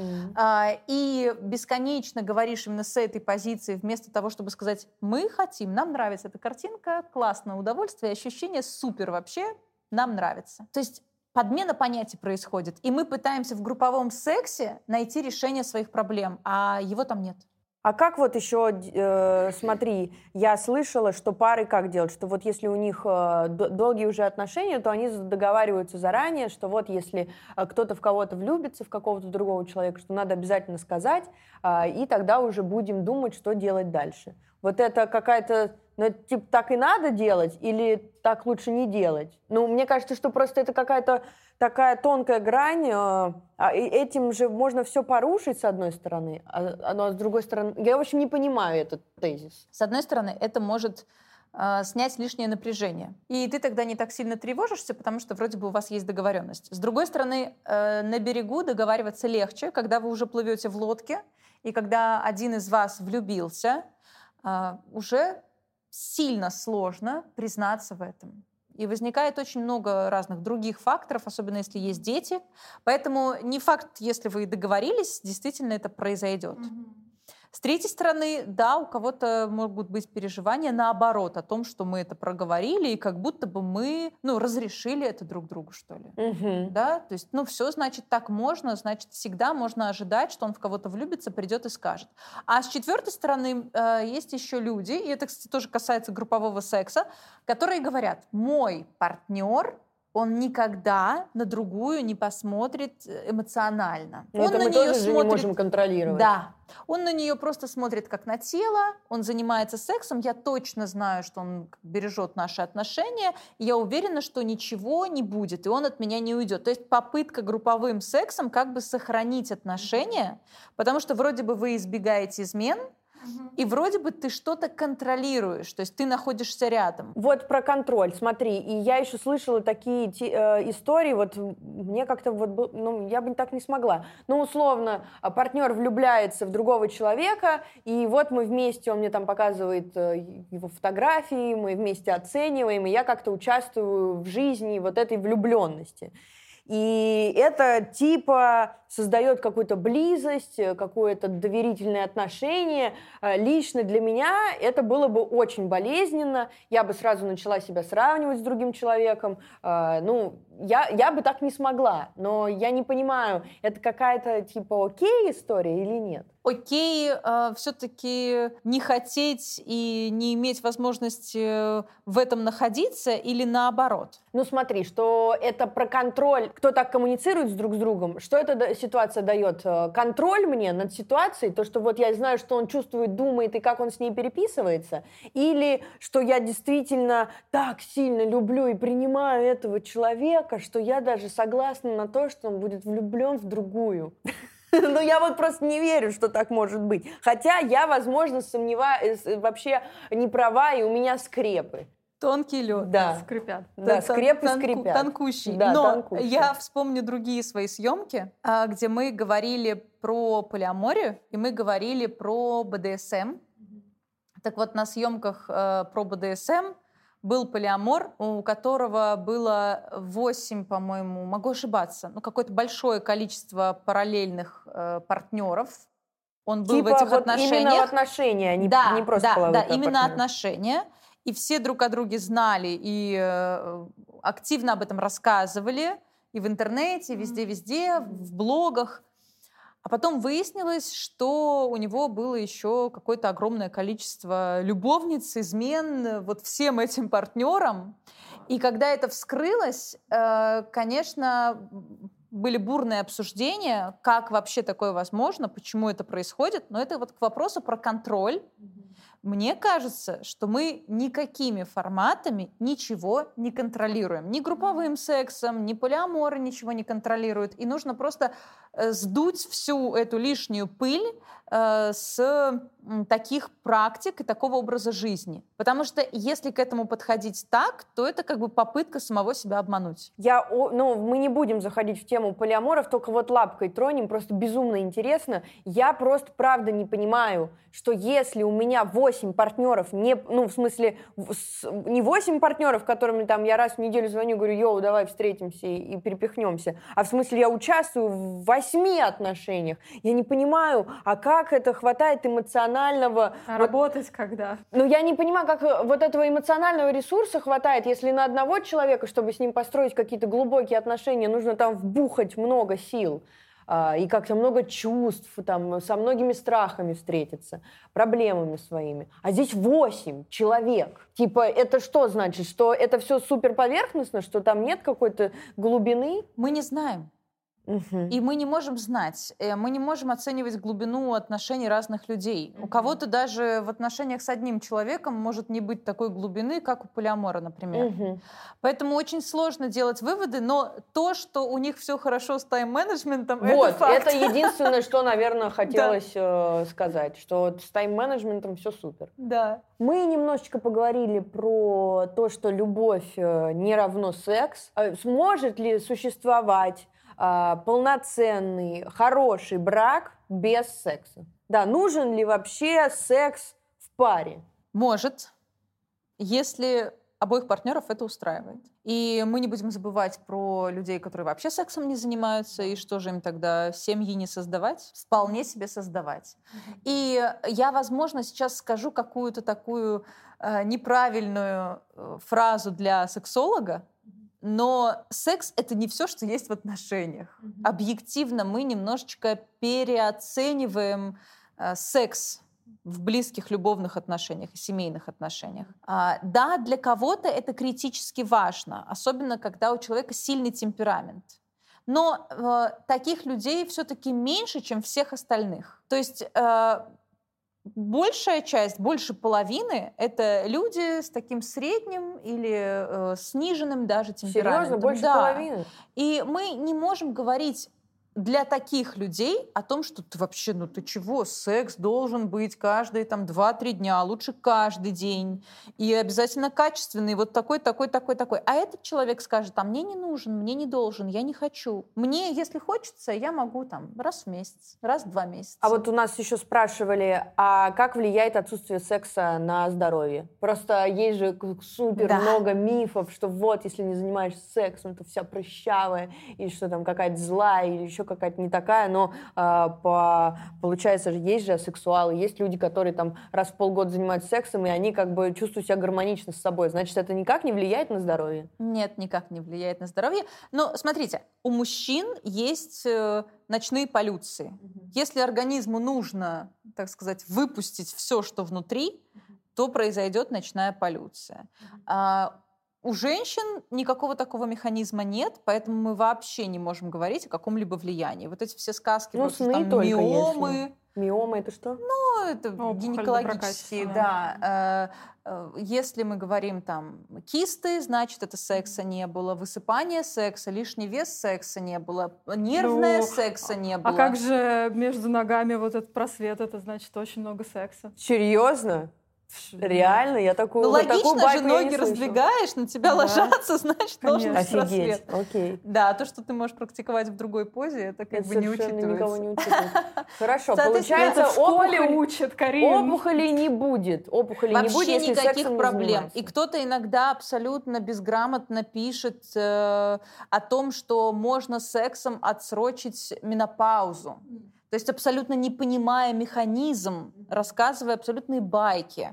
И бесконечно говоришь именно с этой позиции, вместо того, чтобы сказать, мы хотим, нам нравится эта картинка, классно, удовольствие, ощущение супер вообще, нам нравится. То есть подмена понятий происходит, и мы пытаемся в групповом сексе найти решение своих проблем, а его там нет. А как вот еще, смотри, я слышала, что пары как делают, что вот если у них долгие уже отношения, то они договариваются заранее, что вот если кто-то в кого-то влюбится, в какого-то другого человека, что надо обязательно сказать, и тогда уже будем думать, что делать дальше. Вот это какая-то, типа, так и надо делать или так лучше не делать? Ну, мне кажется, что просто это какая-то такая тонкая грань, этим же можно все порушить, с одной стороны, а с другой стороны... Я, в общем, не понимаю этот тезис. С одной стороны, это может снять лишнее напряжение. И ты тогда не так сильно тревожишься, потому что вроде бы у вас есть договоренность. С другой стороны, на берегу договариваться легче, когда вы уже плывете в лодке, и когда один из вас влюбился, уже сильно сложно признаться в этом. и возникает очень много разных других факторов, особенно если есть дети. Поэтому не факт, если вы договорились, действительно это произойдет. С третьей стороны, да, у кого-то могут быть переживания наоборот, о том, что мы это проговорили, и как будто бы мы, разрешили это друг другу, что ли. Да, то есть, все, значит, так можно, значит, всегда можно ожидать, что он в кого-то влюбится, придет и скажет. А с четвертой стороны, есть еще люди, и это, кстати, тоже касается группового секса, которые говорят: мой партнер, он никогда на другую не посмотрит эмоционально. Но он это на мы нее тоже же не можем контролировать. Да. Он на нее просто смотрит как на тело, он занимается сексом. Я точно знаю, что он бережет наши отношения, и я уверена, что ничего не будет, и он от меня не уйдет. То есть попытка групповым сексом как бы сохранить отношения, потому что вроде бы вы избегаете измен, и вроде бы ты что-то контролируешь, то есть ты находишься рядом. Вот про контроль, смотри, и я еще слышала такие истории, вот мне как-то я бы так не смогла. Условно, партнер влюбляется в другого человека, и вот мы вместе, он мне там показывает его фотографии, мы вместе оцениваем, и я как-то участвую в жизни вот этой влюбленности. И это типа создает какую-то близость, какое-то доверительное отношение. Лично для меня это было бы очень болезненно. Я бы сразу начала себя сравнивать с другим человеком. Я бы так не смогла. Но я не понимаю, это какая-то типа окей история или нет? Окей, все-таки не хотеть и не иметь возможности в этом находиться или наоборот? Смотри, что это про контроль, кто так коммуницирует друг с другом, что эта ситуация дает? Контроль мне над ситуацией, то, что вот я знаю, что он чувствует, думает и как он с ней переписывается, или что я действительно так сильно люблю и принимаю этого человека, что я даже согласна на то, что он будет влюблен в другую. Я вот просто не верю, что так может быть. Хотя я, возможно, сомневаюсь, вообще не права, и у меня скрепы. Тонкий лед. Да. Скрипят. Да, скрепы скрипят. Тонкущий. Да, Но тонкущий. я вспомню другие свои съемки, где мы говорили про полиаморию, и мы говорили про БДСМ. Так вот, на съемках про БДСМ был полиамор, у которого было 8, по-моему, могу ошибаться, какое-то большое количество параллельных партнеров. Он был типа в этих вот отношениях. Именно в отношения, не просто половые Да, именно отношения. И все друг о друге знали и активно об этом рассказывали и в интернете, везде-везде, в блогах. А потом выяснилось, что у него было еще какое-то огромное количество любовниц, измен вот всем этим партнерам. И когда это вскрылось, конечно, были бурные обсуждения, как вообще такое возможно, почему это происходит. Но это вот к вопросу про контроль. Мне кажется, что мы никакими форматами ничего не контролируем. Ни групповым сексом, ни полиаморы ничего не контролируют. И нужно просто сдуть всю эту лишнюю пыль с таких практик и такого образа жизни. Потому что если к этому подходить так, то это как бы попытка самого себя обмануть. Мы не будем заходить в тему полиаморов, только вот лапкой тронем, просто безумно интересно. Я просто правда не понимаю, что если у меня 8 партнеров, не 8 партнеров, которым я раз в неделю звоню, говорю: йоу, давай встретимся и перепихнемся, а в смысле я участвую в 8 отношениях, я не понимаю, а как это хватает эмоционального... Работать когда? Я не понимаю, как вот этого эмоционального ресурса хватает, если на одного человека, чтобы с ним построить какие-то глубокие отношения, нужно там вбухать много сил и как-то много чувств, со многими страхами встретиться, проблемами своими. А здесь 8 человек. Это что значит? Что это все супер поверхностно, что там нет какой-то глубины? Мы не знаем. И мы не можем знать, мы не можем оценивать глубину отношений разных людей. У кого-то даже в отношениях с одним человеком может не быть такой глубины, как у полиамора, например. Поэтому очень сложно делать выводы, но то, что у них все хорошо с тайм-менеджментом, это факт. Это единственное, что, наверное, хотелось сказать, что с тайм-менеджментом все супер. Да. Мы немножечко поговорили про то, что любовь не равно секс. Сможет ли существовать полноценный, хороший брак без секса? Да, нужен ли вообще секс в паре? Может, если обоих партнеров это устраивает. И мы не будем забывать про людей, которые вообще сексом не занимаются, и что же им тогда, семьи не создавать? Вполне себе создавать. И я, возможно, сейчас скажу какую-то такую неправильную фразу для сексолога, но секс — это не все, что есть в отношениях. Объективно мы немножечко переоцениваем секс в близких любовных отношениях и семейных отношениях. Да, для кого-то это критически важно, особенно когда у человека сильный темперамент. Но таких людей все-таки меньше, чем всех остальных. То есть большая часть, больше половины — это люди с таким средним или сниженным даже темпераментом. Серьезно? Больше половины? И мы не можем говорить для таких людей о том, что ты вообще, ну ты чего, секс должен быть каждые 2-3 дня, лучше каждый день, и обязательно качественный, вот такой. А этот человек скажет, мне не нужен, мне не должен, я не хочу. Мне, если хочется, я могу раз в месяц, раз в 2 месяца. А вот у нас еще спрашивали, а как влияет отсутствие секса на здоровье? Просто есть же супер много мифов, что вот, если не занимаешься сексом, то вся прыщавая, или что там какая-то злая, или еще какая-то не такая, но получается же, есть же асексуалы, есть люди, которые раз в полгода занимаются сексом, и они чувствуют себя гармонично с собой. Значит, это никак не влияет на здоровье? Нет, никак не влияет на здоровье. Но смотрите, у мужчин есть ночные полюции. Если организму нужно, так сказать, выпустить все, что внутри, то произойдет ночная полюция. У женщин никакого такого механизма нет, поэтому мы вообще не можем говорить о каком-либо влиянии. Вот эти все сказки, сны что миомы. Если. Миомы — это что? Это гинекологические, да. Если мы говорим кисты, значит, это секса не было, высыпание секса, лишний вес секса не было, нервное секса не было. А как же между ногами вот этот просвет, это значит очень много секса? Серьезно? Реально? Я такую логично же, ноги раздвигаешь, на тебя ложатся, значит, должен быть просвет. Офигеть, окей. Да, то, что ты можешь практиковать в другой позе, это не учитывается. Никого не учитывается. Хорошо, получается, в школе учат, Карин. Опухолей не будет. Вообще если никаких сексом проблем. не заниматься. И кто-то иногда абсолютно безграмотно пишет о том, что можно сексом отсрочить менопаузу. То есть абсолютно не понимая механизм, рассказывая абсолютные байки.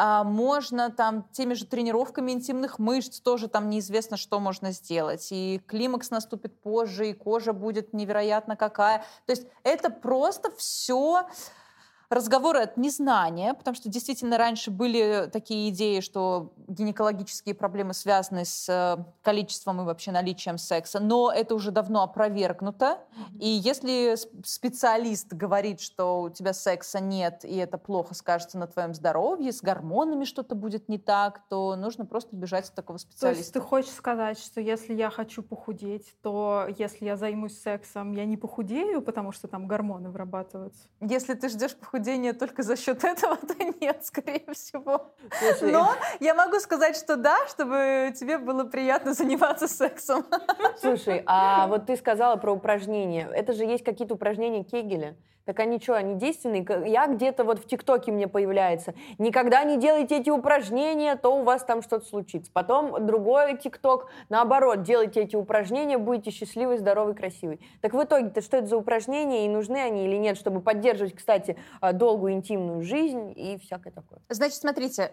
Можно теми же тренировками интимных мышц тоже неизвестно, что можно сделать. И климакс наступит позже, и кожа будет невероятно какая. То есть это просто все разговоры от незнания, потому что действительно раньше были такие идеи, что гинекологические проблемы связаны с количеством и вообще наличием секса, но это уже давно опровергнуто. И если специалист говорит, что у тебя секса нет, и это плохо скажется на твоем здоровье, с гормонами что-то будет не так, то нужно просто бежать от такого специалиста. То есть ты хочешь сказать, что если я хочу похудеть, то если я займусь сексом, я не похудею, потому что там гормоны вырабатываются? Если ты ждешь похудения только за счет этого, то нет, скорее всего. Но я могу сказать, что да, чтобы тебе было приятно заниматься сексом. Слушай, а вот ты сказала про упражнения. Это же есть какие-то упражнения Кегеля. Так они что, они действенные? Я где-то в ТикТоке мне появляется. Никогда не делайте эти упражнения, то у вас там что-то случится. Потом другой ТикТок, наоборот, делайте эти упражнения, будете счастливый, здоровый, красивый. Так в итоге-то что это за упражнения и нужны они или нет, чтобы поддерживать, кстати, долгую интимную жизнь и всякое такое? Значит, смотрите,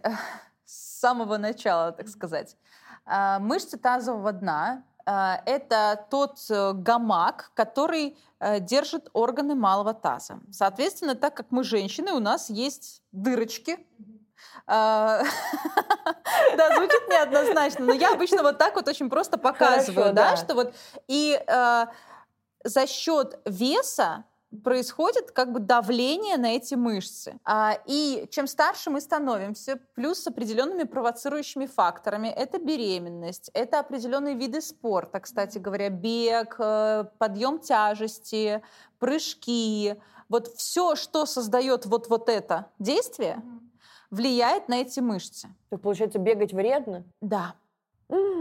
с самого начала, так сказать. Мышцы тазового дна — это тот гамак, который держит органы малого таза. Соответственно, так как мы женщины, у нас есть дырочки. Да, звучит неоднозначно, но я обычно вот так вот очень просто показываю, да, что вот и за счет веса происходит давление на эти мышцы. И чем старше мы становимся, плюс с определенными провоцирующими факторами, это беременность, это определенные виды спорта, кстати говоря, бег, подъем тяжести, прыжки. Вот все, что создает вот это действие, влияет на эти мышцы. Так получается, бегать вредно? Да.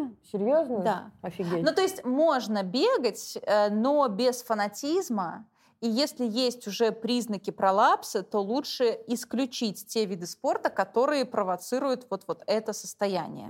Серьезно? Да. Офигеть. Ну, то есть можно бегать, но без фанатизма И если есть уже признаки пролапса, то лучше исключить те виды спорта, которые провоцируют вот это состояние.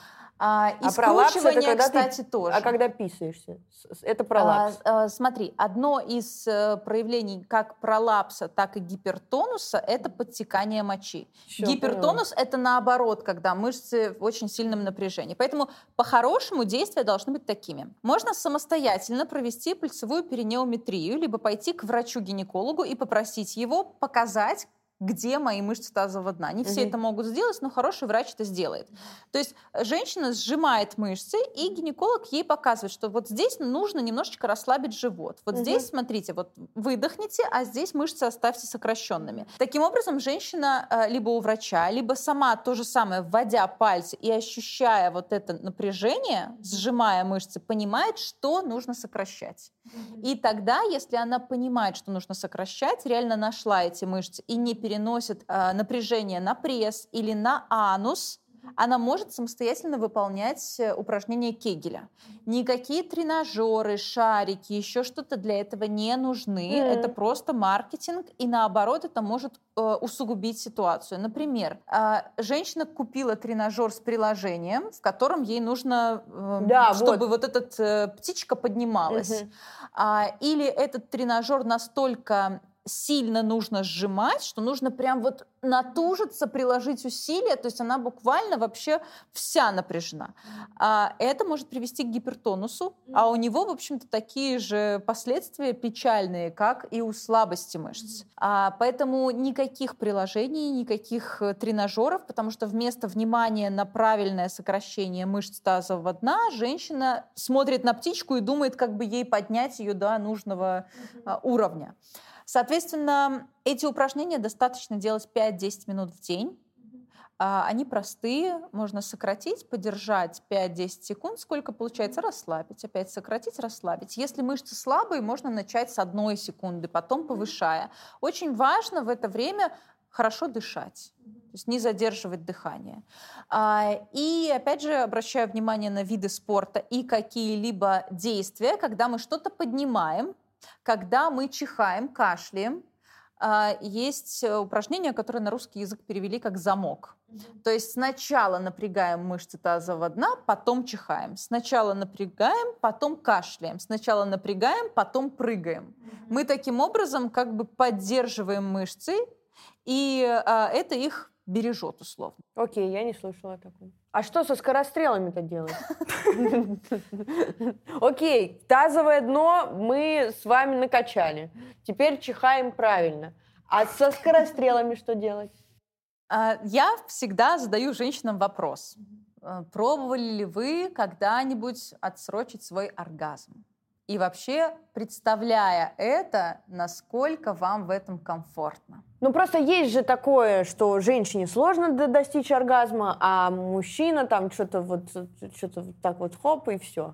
И скручивание, это кстати, тоже. А когда писаешься? Это пролапс? Смотри, одно из проявлений как пролапса, так и гипертонуса – это подтекание мочи. Гипертонус – это наоборот, когда мышцы в очень сильном напряжении. Поэтому по-хорошему действия должны быть такими. Можно самостоятельно провести пульсовую перинеометрию, либо пойти к врачу-гинекологу и попросить его показать, где мои мышцы тазового дна. Не все это могут сделать, но хороший врач это сделает. То есть женщина сжимает мышцы, и гинеколог ей показывает, что вот здесь нужно немножечко расслабить живот. Вот здесь, смотрите, вот выдохните, а здесь мышцы оставьте сокращенными. Таким образом, женщина либо у врача, либо сама то же самое, вводя пальцы и ощущая вот это напряжение, сжимая мышцы, понимает, что нужно сокращать. И тогда, если она понимает, что нужно сокращать, реально нашла эти мышцы и не переносит напряжение на пресс или на анус, она может самостоятельно выполнять упражнения Кегеля. Никакие тренажеры, шарики, еще что-то для этого не нужны. Это просто маркетинг, и наоборот, это может усугубить ситуацию. Например, женщина купила тренажер с приложением, в котором ей нужно, чтобы вот эта птичка поднималась. Или этот тренажер настолько сильно нужно сжимать, что нужно прям вот натужиться, приложить усилия, то есть она буквально вообще вся напряжена. Это может привести к гипертонусу, а у него, в общем-то, такие же последствия печальные, как и у слабости мышц. Поэтому никаких приложений, никаких тренажеров, потому что вместо внимания на правильное сокращение мышц тазового дна женщина смотрит на птичку и думает, как бы ей поднять ее до нужного уровня. Соответственно, эти упражнения достаточно делать 5-10 минут в день. Они простые, можно сократить, подержать 5-10 секунд, сколько получается, расслабить, опять сократить, расслабить. Если мышцы слабые, можно начать с 1 секунды, потом повышая. Очень важно в это время хорошо дышать, то есть не задерживать дыхание. И опять же обращаю внимание на виды спорта и какие-либо действия, когда мы что-то поднимаем, когда мы чихаем, кашляем. Есть упражнение, которое на русский язык перевели как замок. То есть сначала напрягаем мышцы тазового дна, потом чихаем. Сначала напрягаем, потом кашляем. Сначала напрягаем, потом прыгаем. Мы таким образом как бы поддерживаем мышцы, и это их бережет условно. Окей, я не слышала о таком. А что со скорострелами-то делать? Окей, тазовое дно мы с вами накачали. Теперь чихаем правильно. А со скорострелами что делать? Я всегда задаю женщинам вопрос. Пробовали ли вы когда-нибудь отсрочить свой оргазм? И вообще, представляя это, насколько вам в этом комфортно? Ну, просто есть же такое, что женщине сложно достичь оргазма, а мужчина там что-то так вот хоп, и все.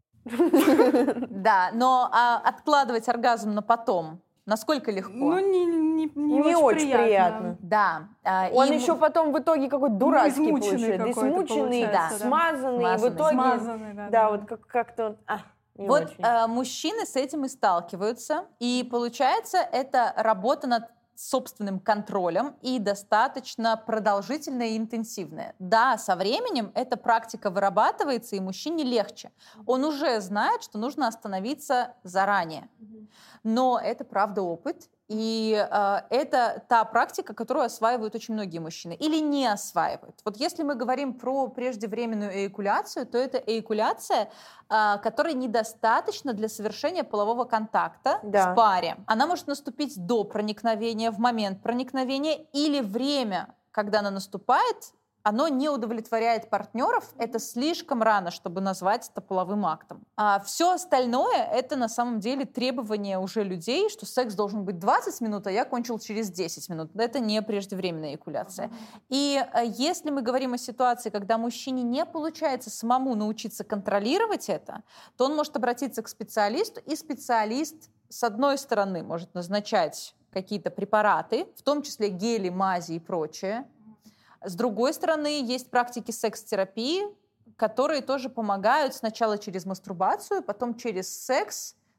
Да, но откладывать оргазм на потом насколько легко? Ну, не очень приятно. Да. Он еще потом в итоге какой-то дурацкий получается. Измученный, смазанный, в итоге... Смазанный, да, вот как-то... Вот мужчины с этим и сталкиваются, и получается, это работа над собственным контролем и достаточно продолжительная и интенсивная. Да, со временем эта практика вырабатывается, и мужчине легче. Он уже знает, что нужно остановиться заранее. Но это, правда, опыт, и это та практика, которую осваивают очень многие мужчины или не осваивают. Вот если мы говорим про преждевременную эякуляцию, то это эякуляция, которой недостаточно для совершения полового контакта в паре. Она может наступить до проникновения, в момент проникновения, или время, когда она наступает, оно не удовлетворяет партнеров, это слишком рано, чтобы назвать это половым актом. А все остальное — это на самом деле требование уже людей, что секс должен быть 20 минут, а я кончил через 10 минут. Это не преждевременная эякуляция. И если мы говорим о ситуации, когда мужчине не получается самому научиться контролировать это, то он может обратиться к специалисту, и специалист, с одной стороны, может назначать какие-то препараты, в том числе гели, мази и прочее. С другой стороны, есть практики секс-терапии, которые тоже помогают сначала через мастурбацию, потом через секс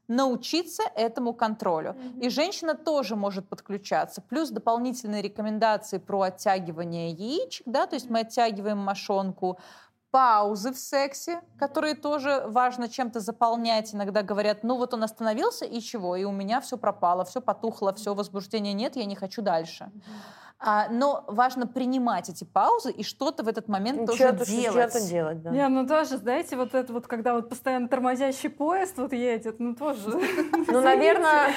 научиться этому контролю. И женщина тоже может подключаться. Плюс дополнительные рекомендации про оттягивание яичек, да, то есть мы оттягиваем мошонку, паузы в сексе, которые тоже важно чем-то заполнять. Иногда говорят, ну вот он остановился, и чего? И у меня все пропало, все потухло, все, возбуждения нет, я не хочу дальше. Но важно принимать эти паузы и что-то в этот момент тоже делать. Что-то делать, да. Не, ну тоже, знаете, вот это вот, когда вот постоянно тормозящий поезд вот едет, ну тоже. Ну, наверное...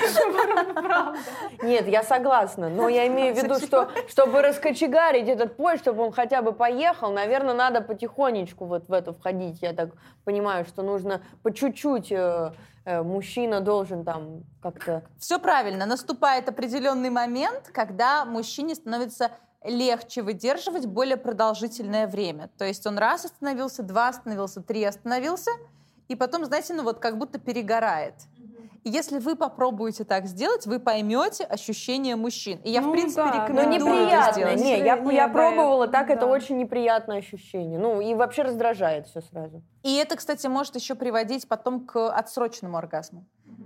Нет, я согласна, но я имею в виду, что чтобы раскочегарить этот поезд, чтобы он хотя бы поехал, наверное, надо потихонечку вот в это входить. Я так понимаю, что нужно по чуть-чуть... Мужчина должен там как-то... Все правильно. Наступает определенный момент, когда мужчине становится легче выдерживать более продолжительное время. То есть он раз остановился, два остановился, три остановился, и потом, знаете, ну вот как будто перегорает. И если вы попробуете так сделать, вы поймете ощущения мужчин. И я, в принципе, рекомендую это сделать. Не, я пробовала, так это очень неприятное ощущение. Ну, и вообще раздражает все сразу. И это, кстати, может еще приводить потом к отсроченному оргазму.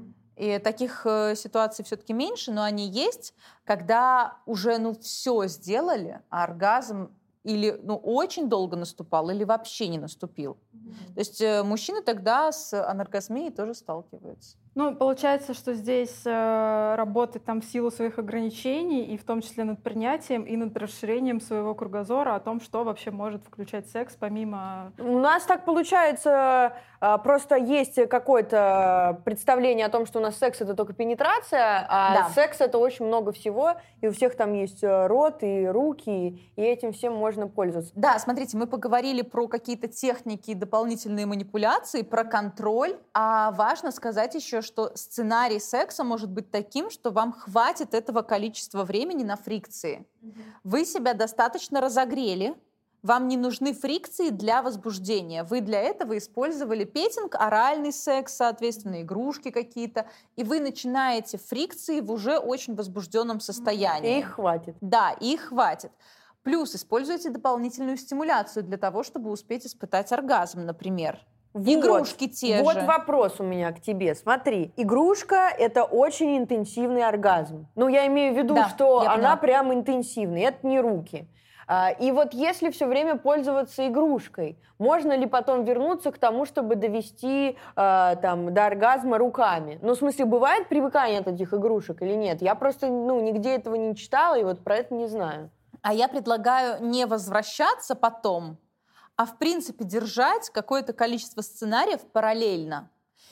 И таких ситуаций все-таки меньше, но они есть, когда уже, ну, все сделали, а оргазм или, ну, очень долго наступал, или вообще не наступил. То есть мужчины тогда с аноргазмией тоже сталкиваются. Ну, получается, что здесь работать там в силу своих ограничений, и в том числе над принятием и над расширением своего кругозора о том, что вообще может включать секс помимо... У нас так получается, просто есть какое-то представление о том, что у нас секс — это только пенетрация, а секс — это очень много всего, и у всех там есть рот и руки, и этим всем можно пользоваться. Да, смотрите, мы поговорили про какие-то техники и дополнительные манипуляции, про контроль, а важно сказать еще, что сценарий секса может быть таким, что вам хватит этого количества времени на фрикции. Вы себя достаточно разогрели, вам не нужны фрикции для возбуждения. Вы для этого использовали петинг, оральный секс, соответственно, игрушки какие-то, и вы начинаете фрикции в уже очень возбужденном состоянии. И их хватит. Да, их хватит. Плюс используйте дополнительную стимуляцию для того, чтобы успеть испытать оргазм, например. Игрушки те же. Вот вопрос у меня к тебе. Смотри, игрушка — это очень интенсивный оргазм. Ну, я имею в виду, что она прям интенсивная, это не руки. И вот если все время пользоваться игрушкой, можно ли потом вернуться к тому, чтобы довести там, до оргазма руками? Ну, в смысле, бывает привыкание от этих игрушек или нет? Я просто нигде этого не читала и вот про это не знаю. А я предлагаю не возвращаться потом, а в принципе держать какое-то количество сценариев параллельно.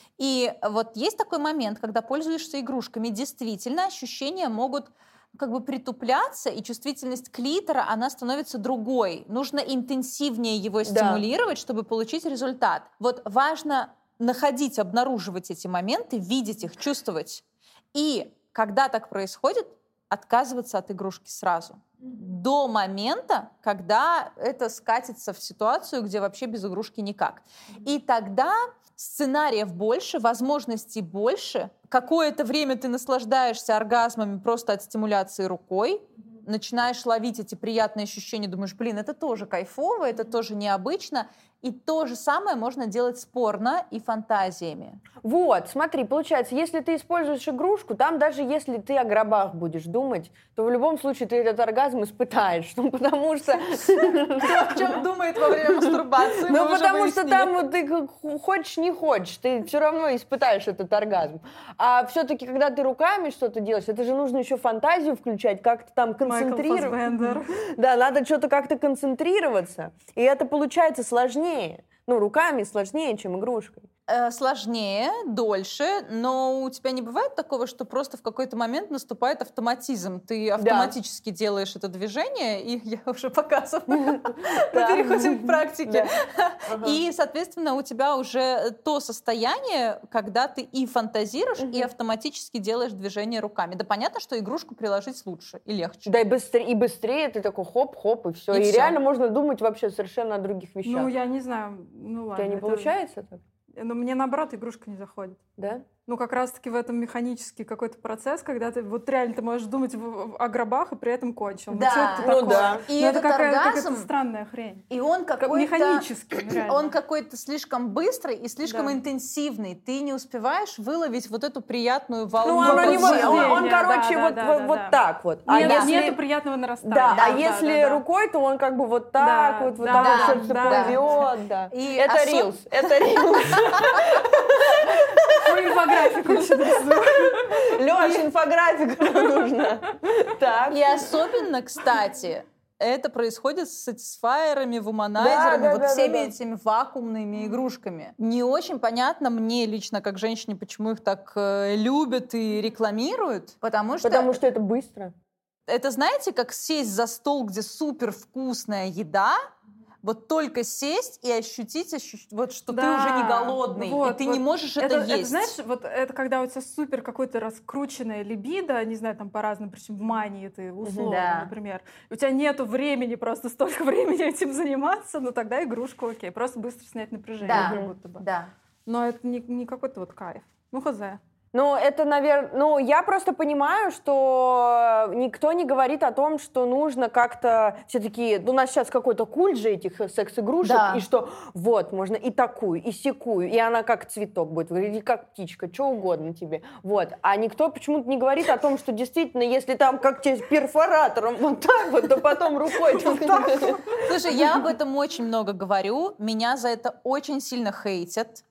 И вот есть такой момент, когда пользуешься игрушками, действительно ощущения могут как бы притупляться, и чувствительность клитора, она становится другой. Нужно интенсивнее его стимулировать, чтобы получить результат. Вот важно находить, обнаруживать эти моменты, видеть их, чувствовать. И когда так происходит, отказываться от игрушки сразу. До момента, когда это скатится в ситуацию, где вообще без игрушки никак. И тогда сценариев больше, возможностей больше. Какое-то время ты наслаждаешься оргазмами просто от стимуляции рукой, начинаешь ловить эти приятные ощущения, думаешь, блин, это тоже кайфово, это тоже необычно. И то же самое можно делать с порно и фантазиями. Вот, смотри, получается, если ты используешь игрушку, там даже если ты о гробах будешь думать, то в любом случае ты этот оргазм испытаешь. Ну, потому что... Кто о чем думает во время мастурбации? Ну, потому что там ты хочешь, не хочешь, ты все равно испытаешь этот оргазм. А все-таки, когда ты руками что-то делаешь, это же нужно еще фантазию включать, как-то там концентрироваться. Да, надо что-то как-то концентрироваться. И это получается сложнее. Ну, руками сложнее, чем игрушкой. Сложнее, дольше, но у тебя не бывает такого, что просто в какой-то момент наступает автоматизм. Ты автоматически делаешь это движение, и я уже показываю. Мы переходим к практике. И, соответственно, у тебя уже то состояние, когда ты и фантазируешь, и автоматически делаешь движение руками. Да понятно, что игрушку приложить лучше и легче. Да, и быстрее ты такой хоп-хоп, и все. И реально можно думать вообще совершенно о других вещах. Ну, я не знаю. Ну, ладно. У тебя не получается так? Но мне, наоборот, игрушка не заходит. Да? Ну, как раз-таки в этом механический какой-то процесс, когда ты вот реально ты можешь думать о гробах и при этом кончил. Да. Что-то Ну такое. да. И Но этот это какая-то оргазм, странная хрень. и он Как какой-то... механический, реально. Он какой-то слишком быстрый и слишком Да. интенсивный. Ты не успеваешь выловить вот эту приятную волну. Ну, оно не вот, возбуждения. он, короче, Да, вот, да, вот, да, вот да. так вот. А Нет, если... нету приятного нарастания. Да, Да, а если рукой, то он как бы вот так Да, вот, вот да, так вот да, что-то плывет, да. И Это рилс, это рилс. Инфографику еще нарисую. Лёш, инфографика нужна. Так. И особенно, кстати, это происходит с сатисфайерами, вуманайзерами, Да, вот да, всеми да. этими вакуумными игрушками. Не очень понятно мне лично, как женщине, почему их так любят и рекламируют, потому что Это быстро. это, знаете, как сесть за стол, где супер вкусная еда, вот только сесть и ощутить, вот, что ты Да, уже не голодный, вот, и ты вот. не можешь это есть. Это, знаешь, вот это когда у тебя супер какое-то раскрученное либидо, не знаю, там по разным причинам, в мании ты условно, Да. например. У тебя нету времени, просто столько времени этим заниматься, но тогда игрушку окей, просто быстро снять напряжение, Да, как будто бы. да. Но это не какой-то вот кайф. Ну, хз. Ну, это, наверное... Ну, я просто понимаю, что никто не говорит о том, что нужно как-то... Все такие... У нас сейчас какой-то культ же этих секс-игрушек, Да. и что вот, можно и такую, и сякую, и она как цветок будет выглядеть, или как птичка, что угодно тебе. Вот. А никто почему-то не говорит о том, что действительно, если там как тебе с перфоратором вот так вот, то потом рукой вот так вот. Слушай, я об этом очень много говорю. Меня за это очень сильно хейтят.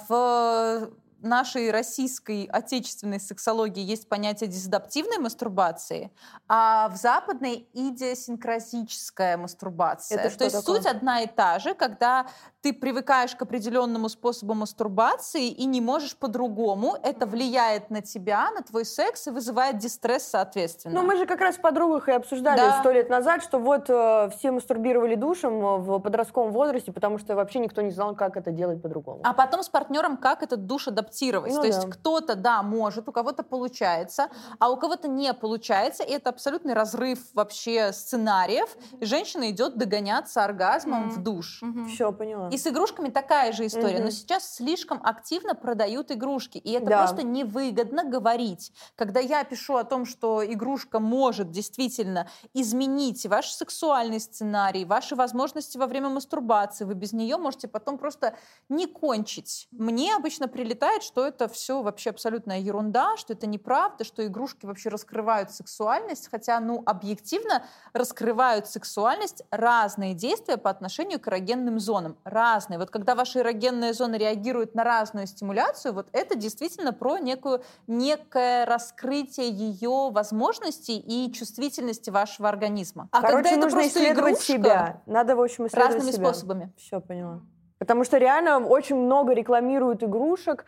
В нашей российской отечественной сексологии есть понятие дисадаптивной мастурбации, а в западной идиосинкразическая мастурбация. Это что То есть такое? суть одна и та же, когда ты привыкаешь к определенному способу мастурбации и не можешь по-другому. Это влияет на тебя, на твой секс и вызывает дистресс соответственно. Ну, мы же как раз в подругах и обсуждали Да. 100 лет назад, что вот все мастурбировали душем в подростковом возрасте, потому что вообще никто не знал, как это делать по-другому. А потом с партнером как этот душ адаптировать. Ну То есть да. кто-то, да, может, у кого-то получается, а у кого-то не получается. И это абсолютный разрыв вообще сценариев. И женщина идет догоняться оргазмом в душ. Все, поняла. И с игрушками такая же история. Мгм. Но сейчас слишком активно продают игрушки. И это Да. просто невыгодно говорить. Когда я пишу о том, что игрушка может действительно изменить ваш сексуальный сценарий, ваши возможности во время мастурбации, вы без нее можете потом просто не кончить. Мне обычно прилетает, что это все вообще абсолютная ерунда, что это неправда, что игрушки вообще раскрывают сексуальность, хотя, ну, объективно раскрывают сексуальность разные действия по отношению к эрогенным зонам. Разные. Вот когда ваша эрогенная зона реагирует на разную стимуляцию, вот это действительно про некое раскрытие ее возможностей и чувствительности вашего организма. А Короче, когда это нужно просто исследовать игрушка, себя. Надо, в общем, исследовать разными себя. способами. Все, поняла. Потому что реально очень много рекламируют игрушек,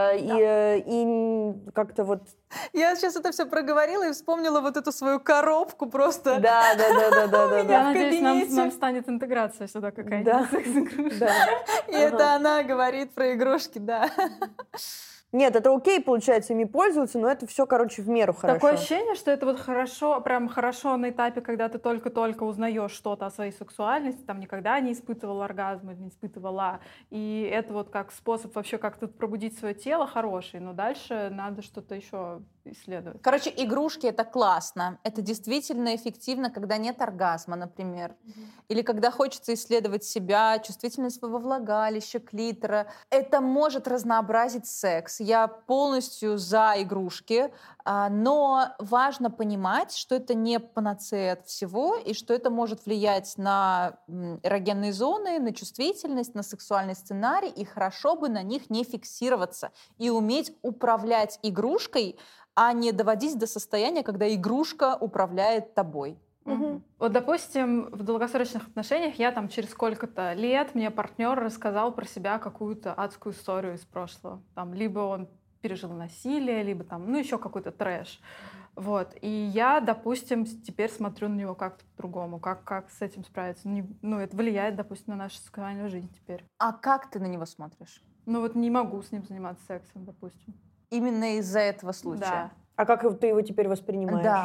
и как-то вот... Я сейчас это все проговорила и вспомнила вот эту свою коробку просто. Да. Я в надеюсь, кабинете. нам станет интеграция сюда Да. какая-нибудь секс-игрушка. Да. И это она говорит про игрушки, да. Нет, это окей, получается, ими пользоваться, но это все, короче, в меру хорошо. Такое ощущение, что это вот хорошо, прям хорошо на этапе, когда ты только-только узнаешь что-то о своей сексуальности, там никогда не испытывала оргазм или не испытывала, и это вот как способ вообще как-то пробудить свое тело хороший, но дальше надо что-то еще исследовать. Короче, игрушки — это классно. Это действительно эффективно, когда нет оргазма, например. Или когда хочется исследовать себя, чувствительность своего влагалища, клитора. Это может разнообразить секс. Я полностью за игрушки, но важно понимать, что это не панацея от всего, и что это может влиять на эрогенные зоны, на чувствительность, на сексуальный сценарий, и хорошо бы на них не фиксироваться и уметь управлять игрушкой, а не доводить до состояния, когда игрушка управляет тобой. Мгм. Вот, допустим, в долгосрочных отношениях я там через сколько-то лет мне партнер рассказал про себя какую-то адскую историю из прошлого. Там либо он пережил насилие, либо там, ну, еще какой-то трэш. Вот. И я, допустим, теперь смотрю на него как-то по-другому. Как с этим справиться? Ну, это влияет, допустим, на нашу сексуальную жизнь теперь. А как ты на него смотришь? Ну, вот не могу с ним заниматься сексом, допустим. Именно из-за этого случая. Да. А как ты его теперь воспринимаешь? Да.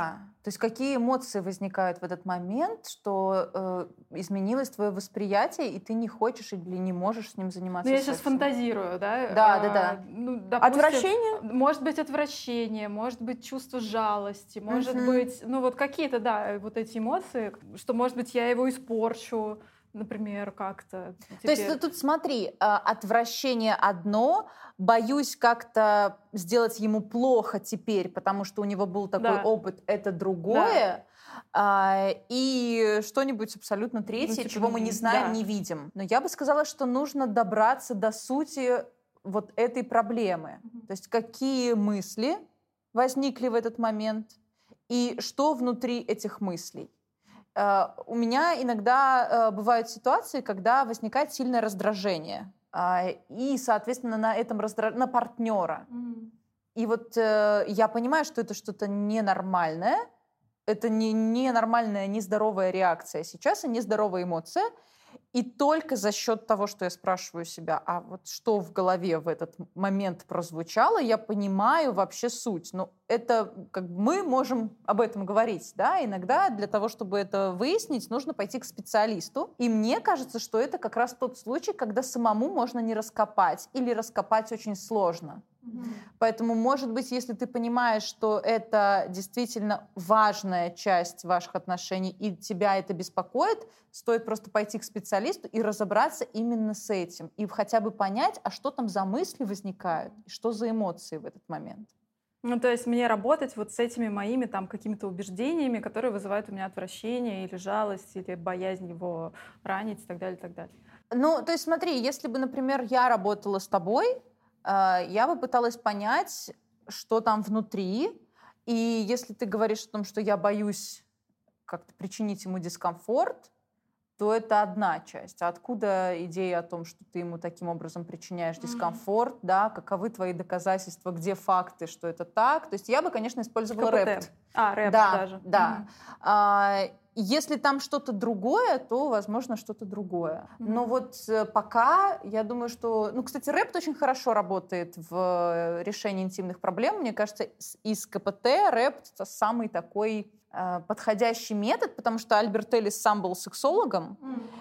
То есть какие эмоции возникают в этот момент, что изменилось твое восприятие, и ты не хочешь или не можешь с ним заниматься Я сексом? сейчас фантазирую, да? Да. Допустим, Отвращение? Может быть, отвращение, может быть, чувство жалости, может быть, вот какие-то, да, вот эти эмоции, что, может быть, я его испорчу, например, как-то. То есть тут смотри, отвращение одно, боюсь как-то сделать ему плохо теперь, потому что у него был такой опыт, это другое. И что-нибудь абсолютно третье, чего мы не знаем, не видим. Но я бы сказала, что нужно добраться до сути вот этой проблемы. То есть какие мысли возникли в этот момент и что внутри этих мыслей. У меня иногда бывают ситуации, когда возникает сильное раздражение. И, соответственно, на этом на партнера. И вот я понимаю, что это что-то ненормальное. Это не ненормальная, нездоровая реакция сейчас, и нездоровая эмоция. И только за счет того, что я спрашиваю себя, а вот что в голове в этот момент прозвучало, я понимаю вообще суть. Но это как бы мы можем об этом говорить, да, иногда для того, чтобы это выяснить, нужно пойти к специалисту. И мне кажется, что это как раз тот случай, когда самому можно не раскопать или раскопать очень сложно. Поэтому, может быть, если ты понимаешь, что это действительно важная часть ваших отношений и тебя это беспокоит, стоит просто пойти к специалисту и разобраться именно с этим. И хотя бы понять, а что там за мысли возникают, и что за эмоции в этот момент. Ну, то есть мне работать вот с этими моими там какими-то убеждениями, которые вызывают у меня отвращение или жалость, или боязнь его ранить и так далее, и так далее. Ну, то есть смотри, если бы, например, я работала с тобой, я бы пыталась понять, что там внутри. И если ты говоришь о том, что я боюсь как-то причинить ему дискомфорт, то это одна часть. А откуда идея о том, что ты ему таким образом причиняешь дискомфорт, да? Каковы твои доказательства, где факты, что это так? То есть я бы, конечно, использовала рэпт. Рэпт даже. Да. Если там что-то другое, то, возможно, что-то другое. Но вот пока, я думаю, что... Ну, кстати, рэпт очень хорошо работает в решении интимных проблем. Мне кажется, из КПТ рэпт — это самый такой подходящий метод, потому что Альберт Эллис сам был сексологом,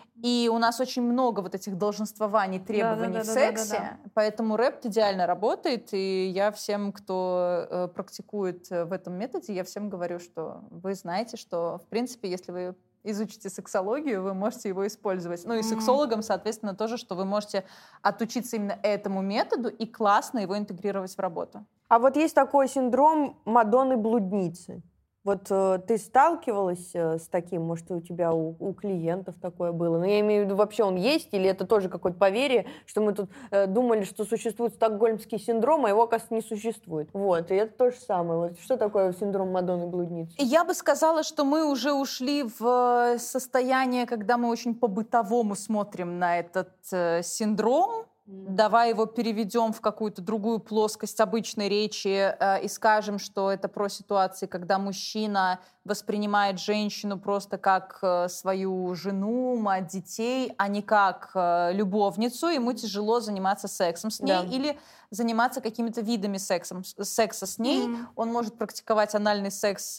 и у нас очень много вот этих долженствований, требований в сексе, поэтому рэпт идеально работает, и я всем, кто практикует в этом методе, я всем говорю, что вы знаете, что, в принципе, если вы изучите сексологию, вы можете его использовать. Ну и сексологам, соответственно, тоже, что вы можете отучиться именно этому методу и классно его интегрировать в работу. А вот есть такой синдром Мадонны-блудницы. Вот ты сталкивалась с таким, может, у тебя у клиентов такое было? Ну, я имею в виду, вообще он есть, или это тоже какое-то поверье, что мы тут думали, что существует стокгольмский синдром, а его, оказывается, не существует. Вот, и это то же самое. Вот что такое синдром Мадонны-блудницы? Я бы сказала, что мы уже ушли в состояние, когда мы очень по-бытовому смотрим на этот синдром. Давай его переведем в какую-то другую плоскость обычной речи и скажем, что это про ситуации, когда мужчина воспринимает женщину просто как свою жену, мать детей, а не как любовницу. Ему тяжело заниматься сексом с ней или заниматься какими-то видами секса с ней. Он может практиковать анальный секс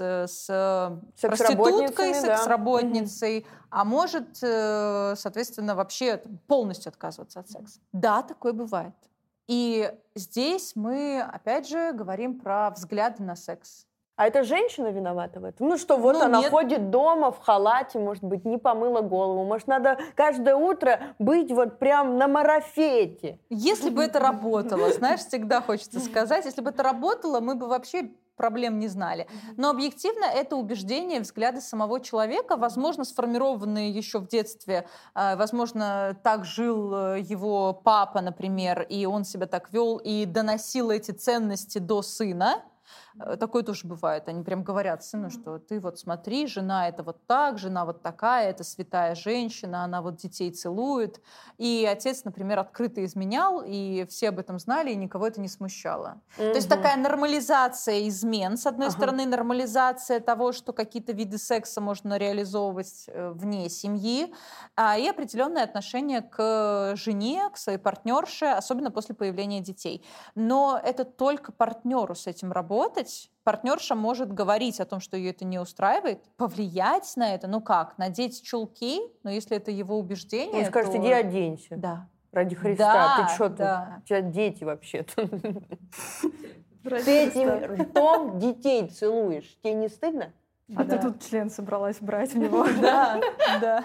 с проституткой, секс-работницей, а может, соответственно, вообще полностью отказываться от секса. Да, такое бывает. И здесь мы, опять же, говорим про взгляды на секс. А это женщина виновата в этом? Ну что, вот она ходит дома в халате, может быть, не помыла голову. Может, надо каждое утро быть вот прям на марафете. Если бы это работало, знаешь, всегда хочется сказать, если бы это работало, мы бы вообще проблем не знали. Но объективно это убеждения, взгляды самого человека, возможно, сформированные еще в детстве. Возможно, так жил его папа, например, и он себя так вел и доносил эти ценности до сына. Такое тоже бывает. Они прям говорят сыну, что ты вот смотри, жена это вот так, жена вот такая, это святая женщина, она вот детей целует. И отец, например, открыто изменял, и все об этом знали, и никого это не смущало. То есть такая нормализация измен, с одной стороны, нормализация того, что какие-то виды секса можно реализовывать вне семьи, и определенное отношение к жене, к своей партнерше, особенно после появления детей. Но это только партнеру с этим работать. работать, партнерша может говорить о том, что ее это не устраивает, повлиять на это, ну как, надеть чулки, но если это его убеждение, Он скажет, то... иди оденься. Да. Ради Христа. Ты что да. тут? У тебя дети вообще-то. Ради Ты этим Христа. ртом детей целуешь. Тебе не стыдно? А Да. ты тут член собралась брать в него. Да, да.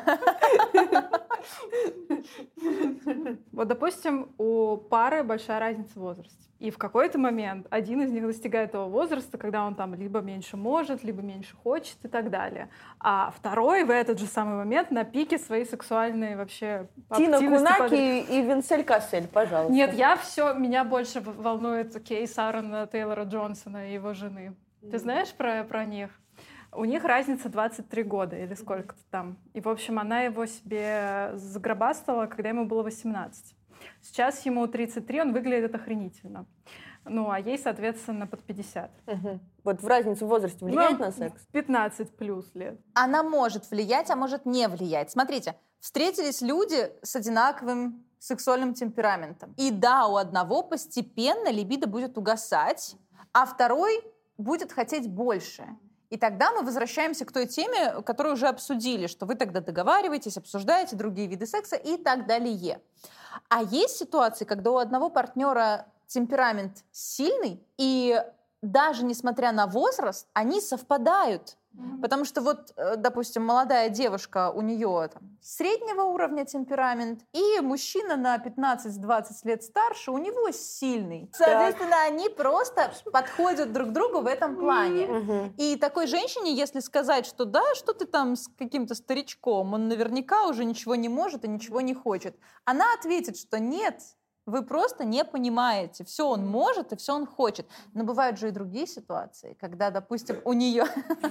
Вот, допустим, у пары большая разница в возрасте. И в какой-то момент один из них достигает того возраста, когда он там либо меньше может, либо меньше хочет и так далее. А второй в этот же самый момент на пике своей сексуальной вообще Тина активности. Кунаки и Винсель Кассель, пожалуйста. Нет, меня больше волнует кейс Аарона Тейлора Джонсона и его жены. Ты знаешь про них? У них разница 23 года или сколько-то там. И, в общем, она его себе загробастала, когда ему было 18. Сейчас ему 33, он выглядит охренительно. Ну, а ей, соответственно, под 50. Угу. Вот в разницу в возрасте влияет на секс? 15 плюс лет. Она может влиять, а может не влиять. Смотрите, встретились люди с одинаковым сексуальным темпераментом. И да, у одного постепенно либидо будет угасать, а второй будет хотеть больше. И тогда мы возвращаемся к той теме, которую уже обсудили, что вы тогда договариваетесь, обсуждаете другие виды секса и так далее. А есть ситуации, когда у одного партнера темперамент сильный, и даже несмотря на возраст, они совпадают. Потому что вот, допустим, молодая девушка, у нее там среднего уровня темперамент, и мужчина на 15-20 лет старше, у него сильный. Соответственно, они просто подходят друг к другу в этом плане. Угу. И такой женщине, если сказать, что да, что ты там с каким-то старичком, он наверняка уже ничего не может и ничего не хочет, она ответит, что нет, вы просто не понимаете. Все он может и все он хочет. Но бывают же и другие ситуации, когда, допустим, у нее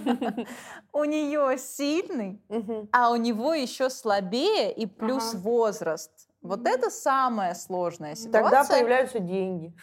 сильный, а у него еще слабее и плюс возраст. Вот это самая сложная ситуация. Тогда появляются деньги.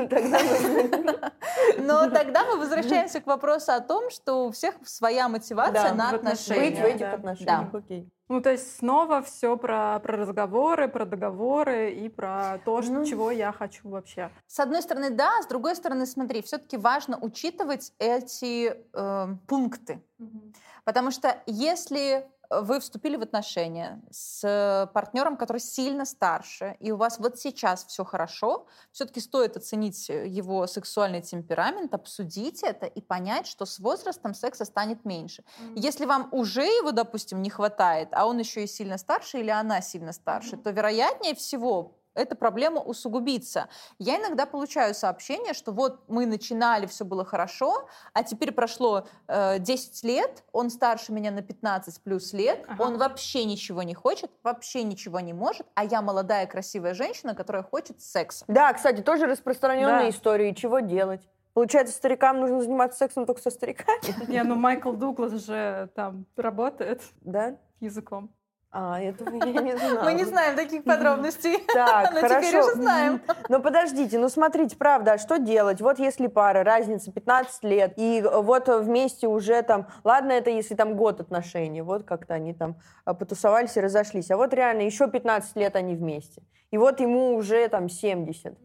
Но тогда мы возвращаемся к вопросу о том, что у всех своя мотивация на отношения. Быть в этих отношениях. Окей. Ну, то есть снова все про разговоры, про договоры и про то, чего я хочу вообще. С одной стороны, да, с другой стороны, смотри, все-таки важно учитывать эти пункты. Потому что если вы вступили в отношения с партнером, который сильно старше, и у вас вот сейчас все хорошо, все-таки стоит оценить его сексуальный темперамент, обсудить это и понять, что с возрастом секса станет меньше. Если вам уже его, допустим, не хватает, а он еще и сильно старше или она сильно старше, то вероятнее всего эта проблема усугубится. Я иногда получаю сообщение, что вот мы начинали, все было хорошо, а теперь прошло 10 лет, он старше меня на 15 плюс лет, он вообще ничего не хочет, вообще ничего не может, а я молодая красивая женщина, которая хочет секса. Да, кстати, тоже распространенная история. Чего делать? Получается, старикам нужно заниматься сексом только со стариками? Не, ну Майкл Дуглас же там работает Да? языком. А, этого я не знала. Мы не знаем таких подробностей. Так, но хорошо. теперь уже знаем. Но подождите, ну смотрите, правда, а что делать? Вот если пара, разница 15 лет, и вот вместе уже там, ладно, это если там год отношений, вот как-то они там потусовались и разошлись, а вот реально еще 15 лет они вместе. И вот ему уже там 70.